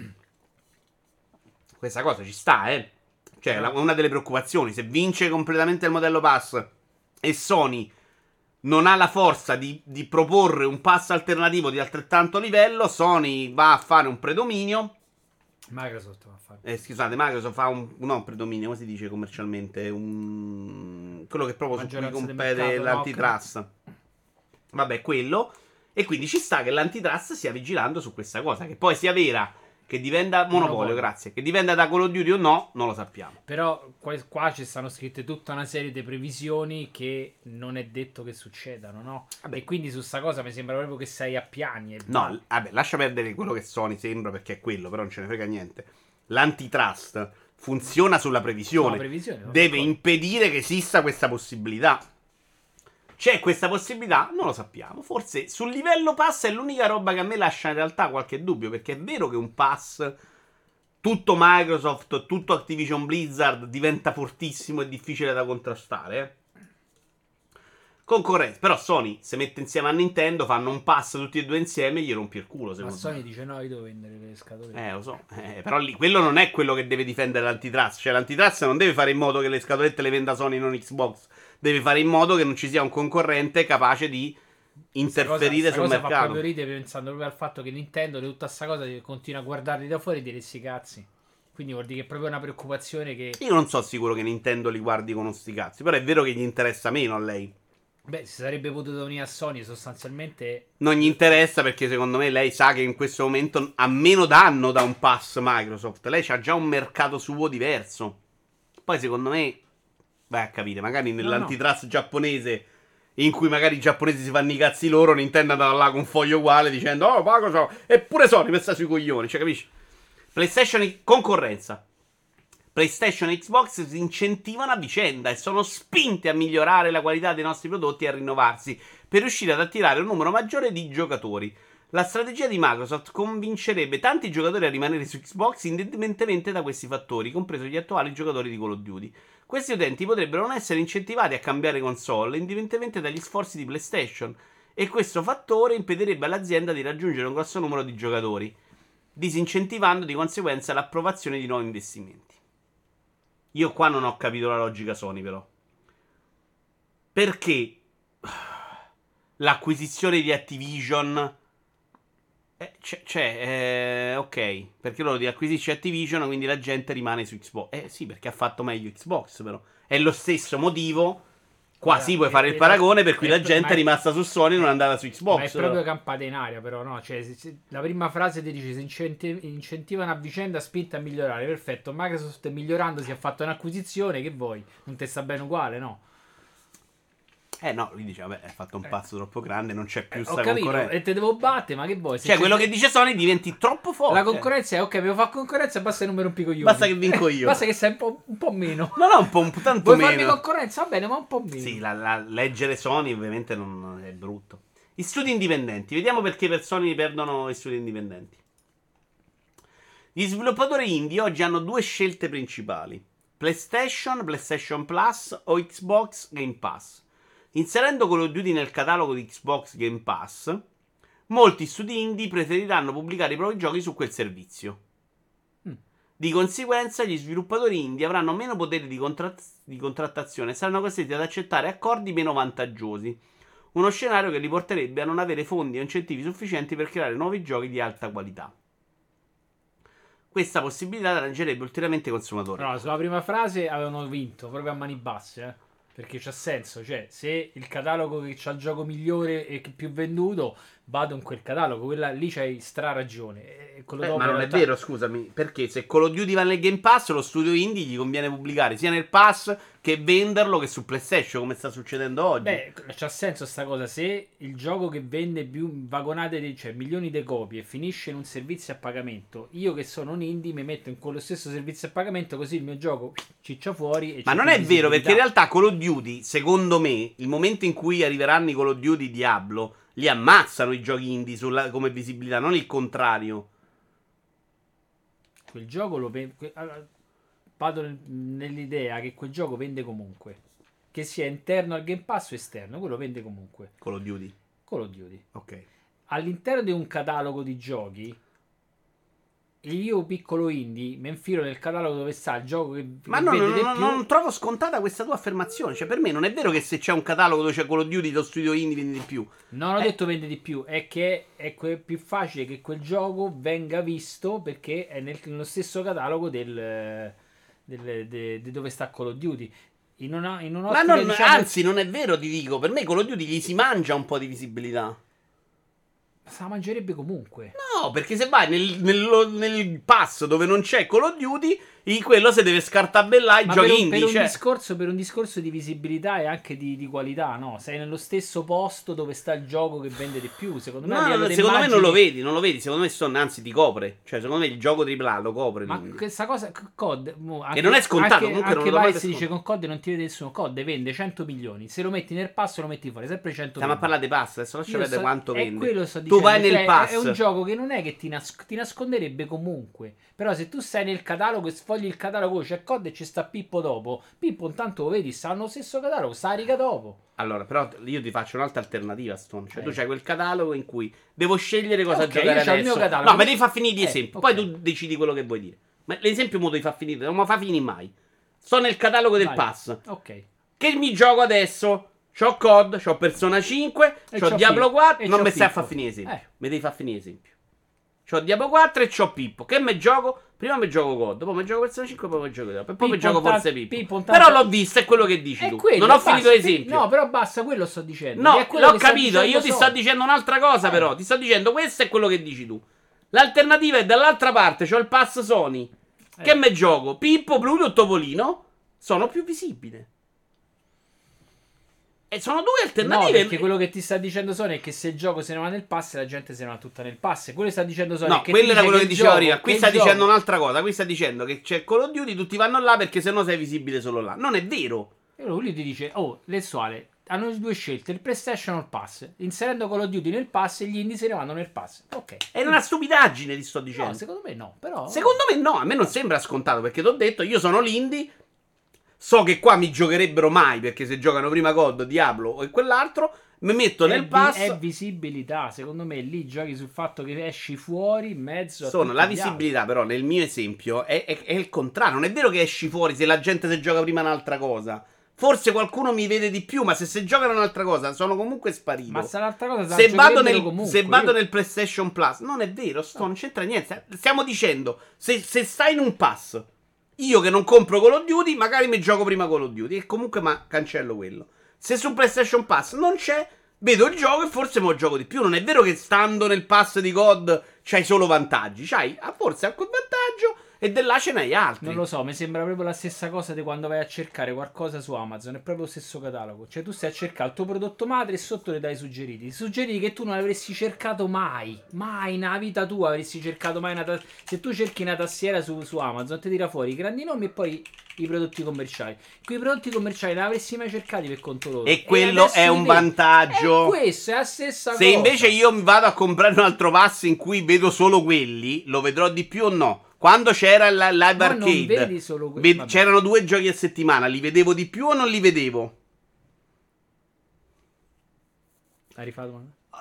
Questa cosa ci sta, eh. Cioè, una delle preoccupazioni, se vince completamente il modello pass e Sony non ha la forza di proporre un pass alternativo di altrettanto livello, Sony va a fare un predominio. Microsoft va a fare. Scusate, Microsoft fa un predominio, come si dice commercialmente? Quello che proprio su cui Maggioranza del compete mercato, l'antitrust. Vabbè, quello. E quindi ci sta che l'antitrust stia vigilando su questa cosa. Che poi sia vera, che diventa monopolio, grazie. Che diventa da Call of Duty o no, non lo sappiamo. Però qua ci stanno scritte tutta una serie di previsioni che non è detto che succedano, no? Vabbè. E quindi su sta cosa mi sembra proprio che sei a piani. No, vabbè, lascia perdere quello che Sony sembra, perché è quello, però non ce ne frega niente. L'antitrust funziona sulla previsione. Deve impedire che esista questa possibilità. C'è questa possibilità? Non lo sappiamo. Forse sul livello pass è l'unica roba che a me lascia in realtà qualche dubbio, perché è vero che un pass tutto Microsoft, tutto Activision Blizzard diventa fortissimo e difficile da contrastare. Concorrenza. Però Sony, se mette insieme a Nintendo, fanno un pass tutti e due insieme e gli rompi il culo, Ma secondo Sony me. dice no, io devo vendere le scatole. Lo so. Però lì, quello non è quello che deve difendere l'antitrust. Cioè l'antitrust non deve fare in modo che le scatolette le venda Sony, non Xbox. Deve fare in modo che non ci sia un concorrente capace di interferire sul mercato. Fa mercato. proprio ridere pensando proprio al fatto che Nintendo di tutta sta cosa continua a guardarli da fuori e dire sti cazzi. Quindi vuol dire che è proprio una preoccupazione che... Io non so sicuro che Nintendo li guardi con uno sti cazzi, però è vero che gli interessa meno a lei. Beh, si sarebbe potuto unire a Sony sostanzialmente. Non gli interessa perché secondo me lei sa che in questo momento ha meno danno da un pass Microsoft. Lei ha già un mercato suo diverso. Poi secondo me vai a capire, magari No. nell'antitrust giapponese, in cui magari i giapponesi si fanno i cazzi loro, Nintendo andava là con un foglio uguale dicendo oh pago so, eppure Sony mi sta sui coglioni, cioè capisci? PlayStation concorrenza. PlayStation e Xbox si incentivano a vicenda e sono spinte a migliorare la qualità dei nostri prodotti e a rinnovarsi per riuscire ad attirare un numero maggiore di giocatori. La strategia di Microsoft convincerebbe tanti giocatori a rimanere su Xbox indipendentemente da questi fattori, compreso gli attuali giocatori di Call of Duty. Questi utenti potrebbero non essere incentivati a cambiare console indipendentemente dagli sforzi di PlayStation, e questo fattore impedirebbe all'azienda di raggiungere un grosso numero di giocatori, disincentivando di conseguenza l'approvazione di nuovi investimenti. Io qua non ho capito la logica Sony, però. Perché l'acquisizione di Activision... ok, perché loro ti acquisisce Activision, quindi la gente rimane su Xbox. Sì, perché ha fatto meglio Xbox, però. È lo stesso motivo. Qua sì puoi fare il paragone per cui la gente è rimasta su Sony e non andava su Xbox. Ma è proprio campata in aria, però, no? Cioè, la prima frase ti dice: si incentivano a vicenda spinta a migliorare. Perfetto, Microsoft migliorando si è fatto un'acquisizione, che vuoi? Non te sta bene uguale, no? No, lui dice, vabbè, hai fatto un passo troppo grande, non c'è più Ho sta capito, concorrenza. e te devo battere, ma che vuoi? Se Cioè, c'è- quello che dice Sony diventi troppo forte. La concorrenza è ok, devo fare concorrenza, basta che non mi rompi i coglioni. Basta che vinco io. Basta che sei un po' meno. No, un po' tanto Vuoi meno. farmi concorrenza? Va bene, ma un po' meno. Sì, leggere Sony ovviamente non è brutto. Gli studi indipendenti. Vediamo perché per Sony perdono gli studi indipendenti. Gli sviluppatori indie oggi hanno due scelte principali: PlayStation, PlayStation Plus o Xbox Game Pass. Inserendo Call of Duty nel catalogo di Xbox Game Pass, molti studi indie preferiranno pubblicare i propri giochi su quel servizio. Di conseguenza, gli sviluppatori indie avranno meno potere di contrattazione e saranno costretti ad accettare accordi meno vantaggiosi. Uno scenario che li porterebbe a non avere fondi o incentivi sufficienti per creare nuovi giochi di alta qualità. Questa possibilità danneggerebbe ulteriormente i consumatori. No, sulla prima frase avevano vinto proprio a mani basse, perché c'ha senso, cioè se il catalogo che c'ha il gioco migliore e che più venduto, vado in quel catalogo, quella lì c'hai stra ragione. E quello dopo Ma in non realtà- è vero, scusami, perché se Call of Duty va nel Game Pass, lo studio indie gli conviene pubblicare sia nel Pass che venderlo che su PlayStation, come sta succedendo oggi. Beh, c'ha senso sta cosa, se il gioco che vende più vagonate, cioè milioni di copie, finisce in un servizio a pagamento, io che sono un indie mi metto in quello stesso servizio a pagamento, così il mio gioco ciccia fuori. E Ma c'è non più è vero, perché in visibilità. realtà Call of Duty, secondo me, il momento in cui arriveranno i Call of Duty Diablo, li ammazzano i giochi indie come visibilità, non il contrario. Quel gioco vado nell'idea che quel gioco vende comunque, che sia interno al Game Pass o esterno, quello vende comunque. Call of Duty. Call of Duty Ok. all'interno di un catalogo di giochi, io piccolo indie mi infilo nel catalogo dove sta il gioco che Ma che no, vende di più. non trovo scontata questa tua affermazione. Cioè, per me non è vero che se c'è un catalogo dove c'è Call of Duty, lo studio indie vende di più. Non ho detto vende di più, è che è più facile che quel gioco venga visto perché è nello stesso catalogo di dove sta Call of Duty. In Ma un'ottica, non, diciamo, anzi, non è vero, ti dico. Per me Call of Duty gli si mangia un po' di visibilità. se la mangerebbe comunque. No, perché se vai nel pass dove non c'è Call of Duty, quello si deve scartabellare i Ma giochi per indie. un Cioè. per un discorso di visibilità e anche di qualità, no? Sei nello stesso posto dove sta il gioco che vende di più. Secondo me, a No, livello di secondo me non immagini- lo vedi. Secondo me anzi ti copre. Cioè, secondo me il gioco AAA lo copre. Ma lui. questa cosa, COD, anche, non è scontato, Anche, comunque non anche lo date Vice dice scontato. con COD non ti vede nessuno. COD vende 100 milioni. Se lo metti nel pass, lo metti fuori. Sempre 100 Stiamo a milioni. parlare di pass. Adesso lascia vedere quanto vende. Quello sto Tu dicendo, vai nel cioè, pass. È un gioco che non è che ti nasconderebbe comunque. Però se tu stai nel catalogo e sfogli il catalogo, c'è COD e ci sta Pippo dopo. Pippo intanto lo vedi, sta nello stesso catalogo, sta a riga dopo. Allora, però io ti faccio un'altra alternativa, Stone. Cioè, tu c'hai quel catalogo in cui devo scegliere cosa Ok, giocare io c'ho il adesso. mio catalogo. No, ma devi far finire gli esempi. ok. Poi tu decidi quello che vuoi dire. Ma l'esempio mo devi far finire, non mi fa finire mai. Sto nel catalogo del Vai. pass. Ok. Che mi gioco adesso? C'ho COD, c'ho Persona 5, E c'ho c'ho Diablo Pippo. 4. E Non c'ho mi stai a Pippo. far finire esempio. Eh. Mi devi far finire esempio. C'ho Diablo 4 e c'ho Pippo. Che me gioco? Prima mi gioco COD, poi mi gioco Persona 5, poi mi gioco Diablo. E poi mi Pippo gioco intanto- forse Pippo. Pippo intanto- Però l'ho visto, è quello che dici È tu. quello, Non ho basta, finito l'esempio. No, però basta, quello sto dicendo. No, È quello l'ho che sto capito. dicendo Io ti sto solo. dicendo un'altra cosa, però. Ti sto dicendo questo è quello che dici tu. L'alternativa è dall'altra parte. C'ho il pass Sony. Che me gioco? Pippo, Pluto o Topolino? Sono più visibile. E sono due No, alternative. perché quello che ti sta dicendo Sony è che se il gioco se ne va nel pass, la gente se ne va tutta nel pass. Quello che sta dicendo Sony No, è che quello ti era dice quello che il diceva gioco- prima. Qui che sta il dicendo gioco- un'altra cosa. Qui sta dicendo che c'è Call of Duty, tutti vanno là perché sennò sei visibile solo là. Non è vero. E lui ti dice, oh, Lessuale, hanno due scelte, il PlayStation o il pass. Inserendo Call of Duty nel pass e gli indie se ne vanno nel pass. Ok. È una stupidaggine, ti sto dicendo. No, secondo me no, però... Secondo me no, a me non sembra scontato perché ti ho detto, io sono l'indie, so che qua mi giocherebbero mai perché se giocano prima COD, Diablo e quell'altro, mi metto nel pass. È visibilità, secondo me lì giochi sul fatto che esci fuori in mezzo a Sono tutti la gli visibilità, però nel mio esempio è il contrario. Non è vero che esci fuori se la gente si gioca prima un'altra cosa. Forse qualcuno mi vede di più, ma se giocano un'altra cosa sono comunque sparito. altri. Ma sarà l'altra cosa, Se vado, comunque. se vado nel PlayStation Plus, non è vero, non c'entra niente. Stiamo dicendo, se stai in un pass, io che non compro Call of Duty, magari mi gioco prima Call of Duty e comunque cancello quello. Se sul PlayStation Pass non c'è, vedo il gioco e forse me lo gioco di più. Non è vero che stando nel pass di COD c'hai solo vantaggi. C'hai forse anche un vantaggio e là ce n'hai altri. Non lo so, mi sembra proprio la stessa cosa di quando vai a cercare qualcosa su Amazon. È proprio lo stesso catalogo. Cioè, tu stai a cercare il tuo prodotto madre e sotto le dai suggeriti. Suggeriti che tu non avresti cercato mai. Mai nella vita tua avresti cercato mai una se tu cerchi una tastiera su Amazon, ti tira fuori i grandi nomi e poi i prodotti commerciali. Quei prodotti commerciali non avresti mai cercati per conto loro. E quello è un vantaggio. E questo è la stessa cosa. Se invece io mi vado a comprare un altro pass in cui vedo solo quelli, lo vedrò di più o no? Quando c'era il live Ma non arcade, vedi solo quelli. c'erano 2 giochi a settimana, li vedevo di più o non li vedevo? Hai rifatto?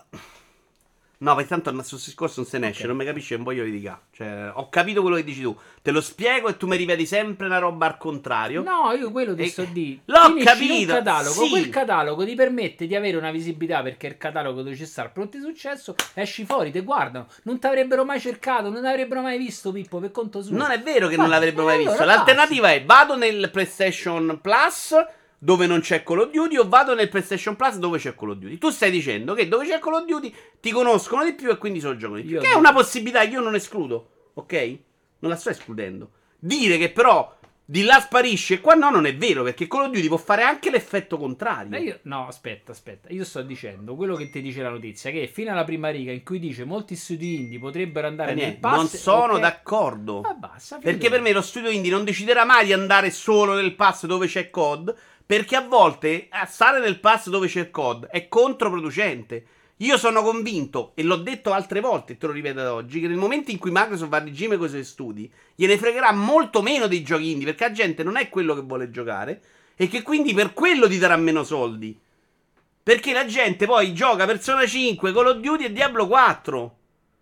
No, perché tanto sul discorso non se ne esce, Ok. non mi capisci, non voglio litigare. Cioè, ho capito quello che dici tu. Te lo spiego e tu mi rivedi sempre una roba al contrario. No, io quello ti E- sto di. L'ho Finisci capito, un catalogo, sì. quel catalogo ti permette di avere una visibilità perché è il catalogo dove c'è sta il pronto di successo, esci fuori, te guardano, non ti avrebbero mai cercato, non avrebbero mai visto Pippo per conto suo. Non è vero che non l'avrebbero mai allora visto. L'alternativa è vado nel PlayStation Plus dove non c'è Call of Duty o vado nel PlayStation Plus dove c'è Call of Duty. Tu stai dicendo che dove c'è Call of Duty ti conoscono di più e quindi sono giocano di più. Io Che è no. una possibilità che io non escludo, ok? Non la sto escludendo. Dire che però di là sparisce e qua no non è vero perché Call of Duty può fare anche l'effetto contrario. No, aspetta. Io sto dicendo quello che ti dice la notizia, che fino alla prima riga in cui dice molti studi indie potrebbero andare nel pass. Non sono ok. d'accordo. Ma basta, Perché finito. per me lo studio indie non deciderà mai di andare solo nel pass dove c'è COD. Perché a volte stare nel pass dove c'è COD è controproducente. Io sono convinto, e l'ho detto altre volte, e te lo ripeto ad oggi, che nel momento in cui Microsoft va a regime con i suoi studi, gliene fregherà molto meno dei giochi indie, perché la gente non è quello che vuole giocare, e che quindi per quello ti darà meno soldi. Perché la gente poi gioca Persona 5, Call of Duty e Diablo 4.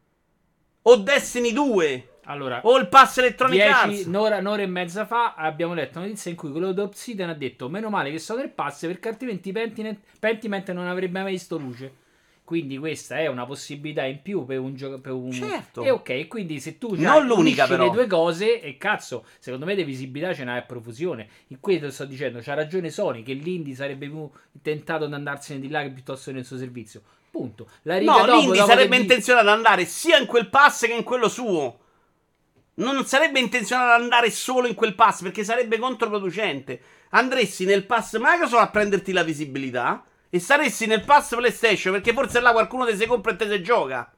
O Destiny 2. Allora, O il pass Electronic Arts. un'ora e mezza fa abbiamo letto una notizia in cui quello di Obsidian ha detto meno male che sono nel pass perché altrimenti Pentiment non avrebbe mai visto luce. Quindi questa è una possibilità in più per un gioco. Certo. E ok, quindi se tu Non l'unica, unisci però. le due cose, e cazzo, secondo me di visibilità ce n'hai a profusione. In questo sto dicendo, c'ha ragione Sony che l'indie sarebbe più tentato ad andarsene di là che piuttosto che nel suo servizio. Punto. La riga No, dopo, l'indie dopo sarebbe che intenzionato ad andare sia in quel pass che in quello suo. Non sarebbe intenzionato ad andare solo in quel pass perché sarebbe controproducente. Andresti nel pass Microsoft a prenderti la visibilità e saresti nel pass PlayStation perché forse là qualcuno te si compra e te si gioca.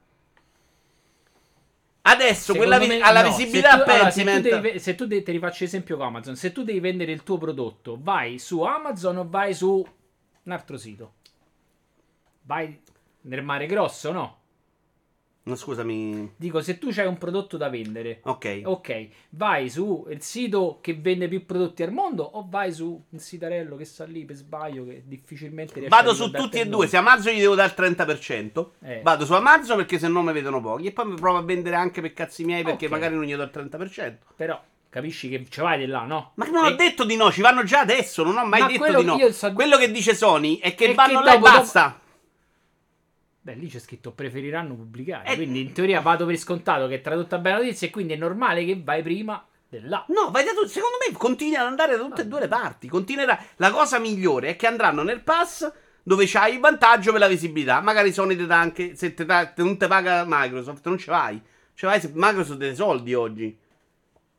Adesso Secondo quella me alla no. visibilità Allora, se tu ti rifaccio esempio con Amazon, se tu devi vendere il tuo prodotto, vai su Amazon o vai su un altro sito? Vai nel mare grosso, no? No, scusami. Dico, se tu c'hai un prodotto da vendere, Ok. vai su il sito che vende più prodotti al mondo o vai su un sitarello che sta lì per sbaglio che difficilmente riesce Vado a su ricordarti tutti e il due. nome. Se Amazon gli devo dare il 30%, Eh. vado su Amazon perché se no mi vedono pochi. E poi mi provo a vendere anche per cazzi miei perché Ok. magari non gli do il 30%. Però capisci che ci vai di là, no? Ma non ho E- detto di no, ci vanno già adesso. Non ho mai Ma detto quello di no. io so- Quello che dice Sony è che È vanno che là e dopo- basta. Beh, lì c'è scritto preferiranno pubblicare. Eh. Quindi in teoria vado per scontato che è tradotta bene la notizia e quindi è normale che vai prima del là. No, vai da tu. Secondo me continua ad andare da tutte e due le parti. Continuerà. La cosa migliore è che andranno nel pass dove c'hai il vantaggio per la visibilità. Magari Sony te dà anche. Se non te paga Microsoft, non ce vai. Ce vai se Microsoft dei soldi oggi.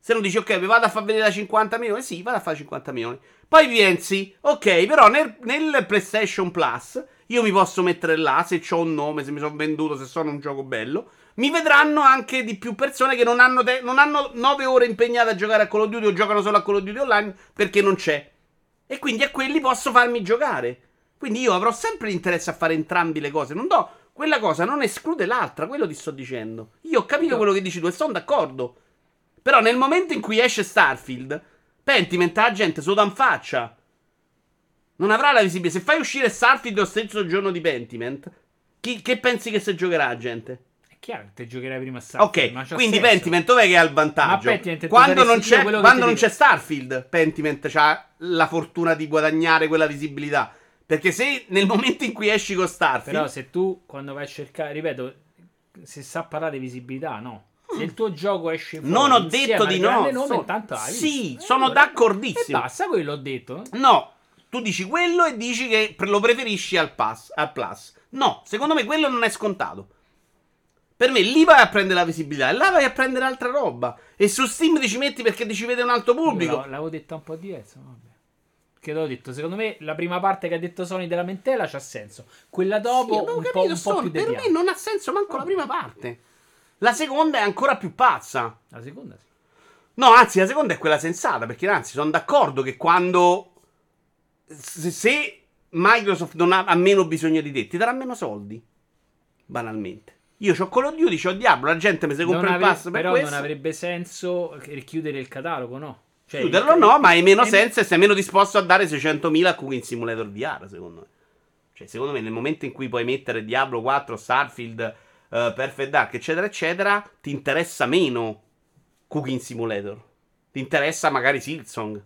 Se non dici, ok, vi vado a far vedere da 50 milioni, sì, vado a fare 50 milioni. Poi pensi, ok, però nel PlayStation Plus io mi posso mettere là, se ho un nome, se mi sono venduto, se sono un gioco bello. Mi vedranno anche di più persone che non hanno 9 ore impegnate a giocare a Call of Duty o giocano solo a Call of Duty Online perché non c'è. E quindi a quelli posso farmi giocare. Quindi io avrò sempre l'interesse a fare entrambi le cose. Non do... Quella cosa non esclude l'altra, quello ti sto dicendo. Io ho capito quello che dici tu e sono d'accordo. Però nel momento in cui esce Starfield, Pentiment la gente sotto in faccia. Non avrà la visibilità. Se fai uscire Starfield lo stesso giorno di Pentiment, che pensi che si giocherà la gente? È chiaro che te giocherai prima Starfield. Ok, quindi senso. Pentiment dov'è che ha il vantaggio? Quando non c'è Starfield, Pentiment c'ha la fortuna di guadagnare quella visibilità. Perché se nel momento in cui esci con Starfield... Però se tu, quando vai a cercare, ripeto, se sa parlare di visibilità, no. Se il tuo gioco esce fuori, non ho detto di no. Sì, sono d'accordissimo. E basta, quello ho detto. No, tu dici quello e dici che lo preferisci al Plus. No, secondo me quello non è scontato. Per me lì vai a prendere la visibilità e là vai a prendere altra roba. E su Steam ti ci metti perché ti ci vede un altro pubblico. L'avevo detto un po' diverso, vabbè. Che l'ho detto, secondo me la prima parte che ha detto Sony della mentela c'ha senso. Quella dopo sì, un po' più per me non ha senso manco la prima parte. La seconda è ancora più pazza. La seconda sì. No, anzi, la seconda è quella sensata. Perché anzi, sono d'accordo che quando... Se Microsoft non ha meno bisogno di te, ti darà meno soldi. Banalmente. Io c'ho Call of Duty, c'ho Diablo, la gente mi si compra il pass per però questo. Non avrebbe senso chiudere il catalogo, no? Cioè, chiuderlo no, ma hai meno senso e sei meno disposto a dare 600.000 a Cooking Simulator VR, secondo me. Cioè, secondo me, nel momento in cui puoi mettere Diablo 4, Starfield, Perfect Dark, eccetera, eccetera, ti interessa meno Cooking Simulator. Ti interessa magari Silksong.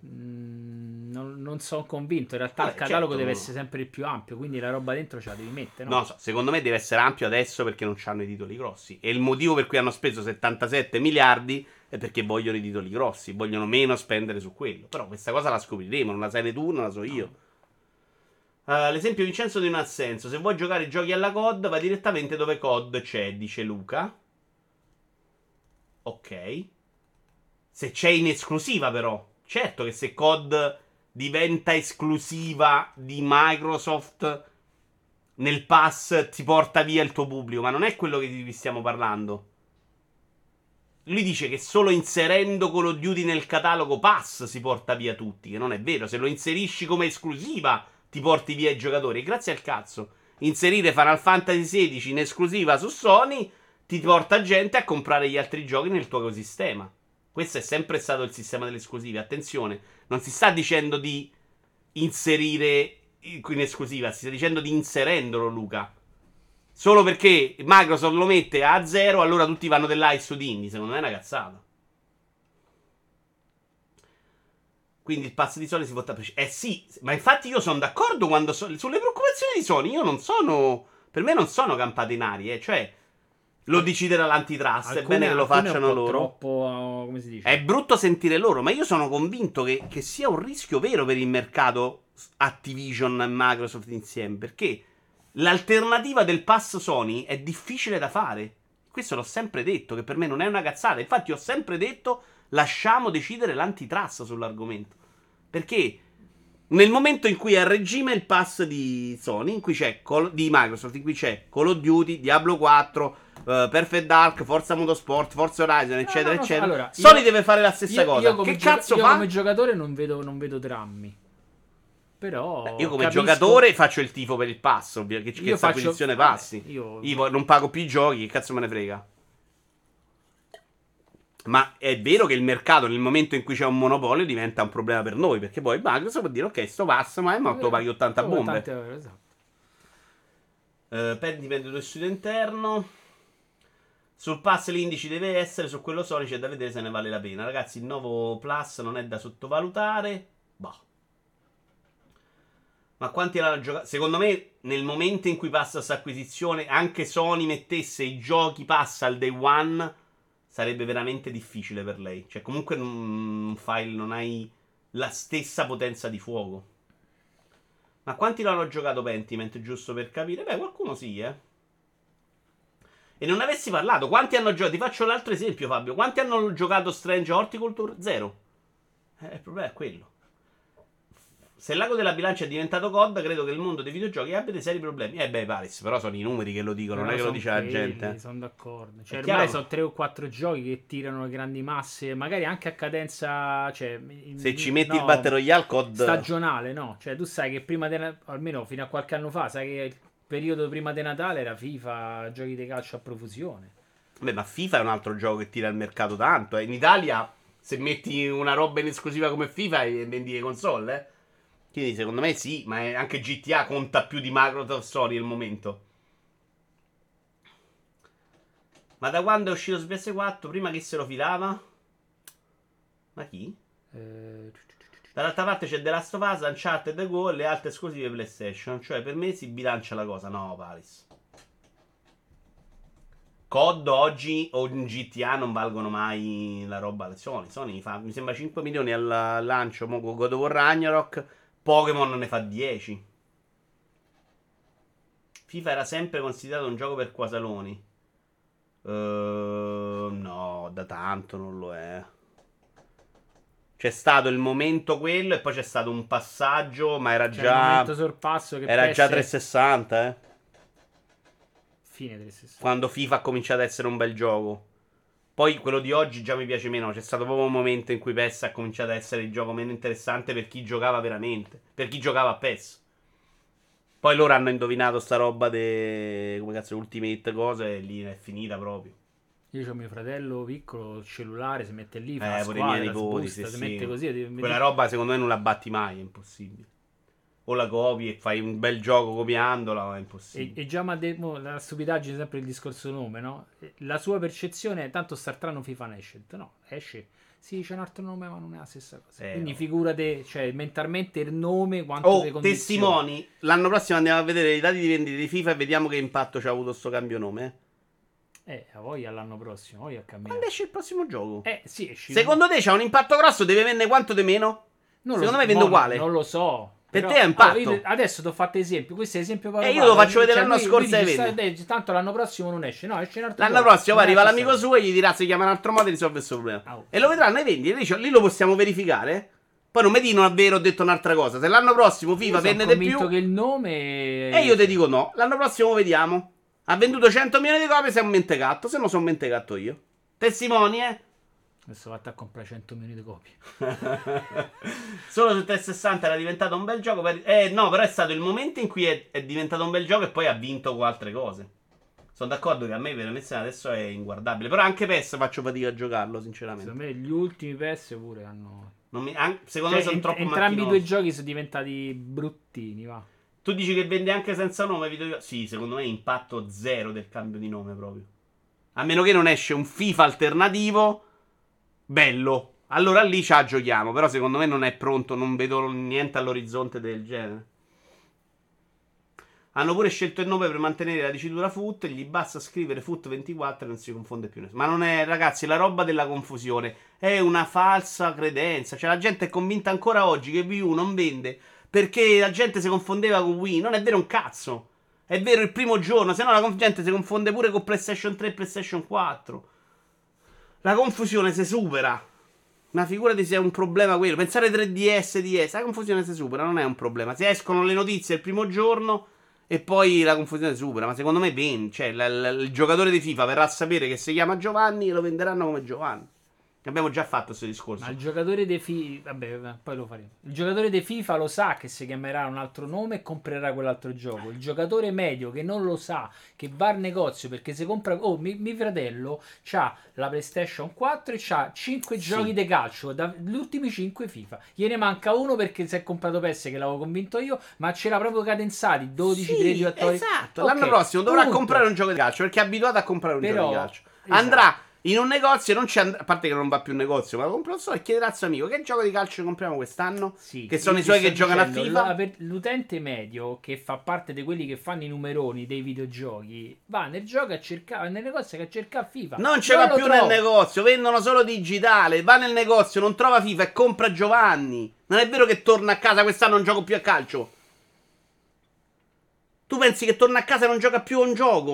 Non sono convinto. In realtà il catalogo deve essere sempre il più ampio, quindi la roba dentro ce la devi mettere, no? No, secondo me deve essere ampio adesso perché non hanno i titoli grossi. E il motivo per cui hanno speso 77 miliardi è perché vogliono i titoli grossi, vogliono meno spendere su quello. Però questa cosa la scopriremo, non la sai né tu, non la so io. L'esempio Vincenzo non ha senso. Se vuoi giocare i giochi alla COD, vai direttamente dove COD c'è, dice Luca. Ok. Se c'è in esclusiva però. Certo che se COD diventa esclusiva di Microsoft, nel pass ti porta via il tuo pubblico. Ma non è quello di cui stiamo parlando. Lui dice che solo inserendo Call of Duty nel catalogo pass si porta via tutti. Che non è vero. Se lo inserisci come esclusiva ti porti via i giocatori. E grazie al cazzo. Inserire Final Fantasy XVI in esclusiva su Sony ti porta gente a comprare gli altri giochi nel tuo ecosistema. Questo è sempre stato il sistema delle esclusive. Attenzione, non si sta dicendo di inserire in esclusiva, si sta dicendo di inserendolo, Luca. Solo perché Microsoft lo mette a 0, allora tutti vanno dell'Ice su Indie. Secondo me è una cazzata. Quindi il pass di Sony si vota per... sì, ma infatti io sono d'accordo quando sulle preoccupazioni di Sony. Io non sono... Per me non sono campate in aria, cioè... Lo deciderà l'antitrust, è bene che lo facciano loro. Troppo, come si dice? È brutto sentire loro, ma io sono convinto che sia un rischio vero per il mercato Activision e Microsoft insieme, perché l'alternativa del pass Sony è difficile da fare. Questo l'ho sempre detto, che per me non è una cazzata. Infatti ho sempre detto, lasciamo decidere l'antitrust sull'argomento. Perché nel momento in cui è a regime il pass di Sony, in cui c'è di Microsoft, in cui c'è Call of Duty, Diablo 4... Perfect Dark, Forza Motorsport, Forza Horizon, eccetera, eccetera. Allora, Sony deve fare la stessa cosa. Che cazzo fa? Io come giocatore non vedo drammi. Però io come giocatore faccio il tifo per il pass, ovvio, che questa acquisizione passi. Io non pago più i giochi, che cazzo me ne frega. Ma è vero che il mercato nel momento in cui c'è un monopolio diventa un problema per noi, perché poi Microsoft può dire ok, sto pass, ma te lo paghi 80 bombe. 80 euro, esatto. Dipende dallo studio interno. Sul pass l'indice deve essere, su quello Sony c'è da vedere se ne vale la pena. Ragazzi, il nuovo Plus non è da sottovalutare. Bah. Ma quanti l'hanno giocato? Secondo me, nel momento in cui passa questa acquisizione, anche Sony mettesse i giochi pass al day one, sarebbe veramente difficile per lei. Cioè, comunque non hai la stessa potenza di fuoco. Ma quanti l'hanno giocato Pentiment, giusto per capire? Beh, qualcuno sì, e non avessi parlato, quanti hanno giocato? Ti faccio l'altro esempio, Fabio. Quanti hanno giocato Strange Horticulture? Zero. Il problema è quello. Se l'ago della bilancia è diventato COD, credo che il mondo dei videogiochi abbia dei seri problemi. Beh, Paris, però sono i numeri che lo dicono, non è che lo dice la gente. Sono d'accordo. Cioè, È ormai chiaro? sono 3 o 4 giochi che tirano le grandi masse, magari anche a cadenza. Cioè, Se ci metti il Battle Royale, COD stagionale, no? Cioè, tu sai che prima almeno fino a qualche anno fa, sai che il periodo prima di Natale era FIFA, giochi di calcio a profusione. Beh, ma FIFA è un altro gioco che tira il mercato tanto. In Italia, se metti una roba in esclusiva come FIFA, vendi le console, eh. Quindi secondo me sì, ma anche GTA conta più di Microsoft Sony al momento. Ma da quando è uscito su PS4, prima chi se lo filava? Ma chi? Dall'altra parte c'è The Last of Us, Uncharted Go e le altre esclusive PlayStation. Cioè per me si bilancia la cosa. No, Paris. COD oggi o GTA non valgono mai la roba alla Sony. Sony fa, mi sembra, 5 milioni al lancio mo con God of War Ragnarok. Pokémon ne fa 10. FIFA era sempre considerato un gioco per quasaloni. No, da tanto non lo è. C'è stato il momento quello e poi c'è stato un passaggio, ma era Cioè, già... il momento sorpasso che Era PS già 360, Fine 360. quando FIFA ha cominciato ad essere un bel gioco. Poi quello di oggi già mi piace meno. C'è stato proprio un momento in cui PES ha cominciato ad essere il gioco meno interessante per chi giocava veramente. Per chi giocava a PES. Poi loro hanno indovinato sta roba come cazzo, Ultimate cose, e lì è finita proprio. Io ho mio fratello piccolo, il cellulare, si mette lì, fa la Pure i miei squadra, nipoti, sbusta, sì, si sì. mette così. Quella roba secondo me non la batti mai, è impossibile. O la copi e fai un bel gioco copiandola, è impossibile. E già mi ha detto la stupidaggine, sempre il discorso nome, no? La sua percezione è tanto startrano FIFA ne esce. No, esce. Sì, c'è un altro nome, ma non è la stessa cosa. Quindi no. figurate, cioè, mentalmente il nome, quanto le condizioni. Testimoni, l'anno prossimo andiamo a vedere i dati di vendita di FIFA e vediamo che impatto ci ha avuto sto cambio nome. A voi all'anno prossimo, voi a cambiare. Quando esce il prossimo gioco? Sì, esce. Secondo te c'ha un impatto grosso? Deve vendere quanto di meno? Secondo me vende uguale. Non lo so. Per Però, te è impatto. io adesso ti ho fatto esempio. Questo è esempio E io lo faccio vedere l'anno scorso e dice, vedi. tanto l'anno prossimo non esce. No, esce un altro L'anno gioco. prossimo Non arriva è l'amico stesso. suo e gli dirà si chiama in un altro modo e risolve il suo problema. Oh. E lo vedranno e vendi. Lì lo possiamo verificare. Poi non mi dicono è vero, ho detto un'altra cosa. Se l'anno prossimo FIFA vende di più, che il nome e io ti dico no. L'anno prossimo vediamo. Ha venduto 100 milioni di copie, sei un mentecatto. Se no sono un mentecatto io. Testimoni, Adesso vado a comprare 100 milioni di copie. Solo su 360 era diventato un bel gioco. No, però è stato il momento in cui è diventato un bel gioco e poi ha vinto con altre cose. Sono d'accordo che a me veramente adesso è inguardabile. Però anche PES faccio fatica a giocarlo, sinceramente. Secondo me gli ultimi PS pure hanno. Secondo me sono troppo entrambi i macchinosi. due giochi sono diventati bruttini, va. Tu dici che vende anche senza nome video? Sì, secondo me è impatto zero del cambio di nome proprio. A meno che non esce un FIFA alternativo bello. Allora lì ci giochiamo. Però secondo me non è pronto. Non vedo niente all'orizzonte del genere. Hanno pure scelto il nome per mantenere la dicitura Foot. Gli basta scrivere Foot 24 e non si confonde più nessuno. Ma non è, ragazzi, la roba della confusione. È una falsa credenza. Cioè la gente è convinta ancora oggi che Wii U non vende perché la gente si confondeva con Wii. Non è vero un cazzo. È vero il primo giorno. Se no la gente si confonde pure con PlayStation 3 e PlayStation 4. La confusione si supera. Ma figurati se è un problema quello. Pensare 3DS, DS, la confusione si supera, non è un problema. Se escono le notizie il primo giorno e poi la confusione si supera. Ma secondo me cioè, il giocatore di FIFA verrà a sapere che si chiama Giovanni e lo venderanno come Giovanni. Abbiamo già fatto questo discorso. Ma il giocatore di FIFA, vabbè, poi lo faremo. Il giocatore di FIFA lo sa che si chiamerà un altro nome e comprerà quell'altro gioco. Il giocatore medio che non lo sa, che va al negozio perché se compra. Oh, mio fratello c'ha la PlayStation 4 e c'ha 5 giochi di calcio, gli ultimi 5 FIFA. Gliene manca uno perché si è comprato PES che l'avevo convinto io, ma c'era proprio cadenzati 12, sì, 13 attori. Esatto, Okay, l'anno prossimo dovrà punto. comprare un gioco di calcio perché è abituato a comprare un Però, gioco di calcio. esatto. Andrà in un negozio, non c'è a parte che non va più in negozio, ma compra un solo e chiederà al suo amico che gioco di calcio compriamo quest'anno? Sì, che sono io i suoi ti sto che giocano a dicendo, FIFA? L'utente medio che fa parte di quelli che fanno i numeroni dei videogiochi va nel gioco a cercare nel negozio che a cercare FIFA. Non ce va lo più trova. nel negozio, vendono solo digitale. Va nel negozio, non trova FIFA e compra Giovanni. Non è vero che torna a casa quest'anno non gioco più a calcio. Tu pensi che torna a casa e non gioca più a un gioco?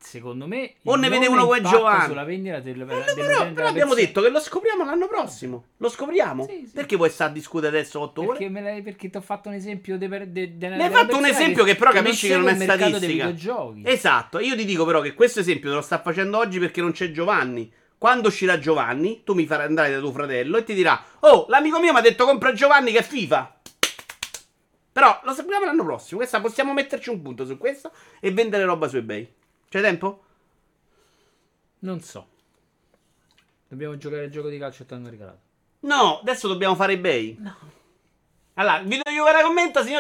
secondo me O ne vede uno come Giovanni sulla vendita però abbiamo detto che lo scopriamo l'anno prossimo. Lo scopriamo? Sì. Perché vuoi stare a discutere adesso 8 ore? Perché ti ho fatto un esempio Mi hai fatto un esempio che però capisci che non è statistica. Dei videogiochi. Esatto, io ti dico però che questo esempio te lo sta facendo oggi perché non c'è Giovanni. Quando uscirà Giovanni, tu mi farai andare da tuo fratello e ti dirà: oh, l'amico mio mi ha detto compra Giovanni che è FIFA. Però lo sappiamo l'anno prossimo. Questa possiamo metterci un punto su questo e vendere roba su eBay. C'è tempo? Non so. Dobbiamo giocare il gioco di calcio e ti hanno regalato. No, adesso dobbiamo fare eBay. No. Allora, il video di commenta, signor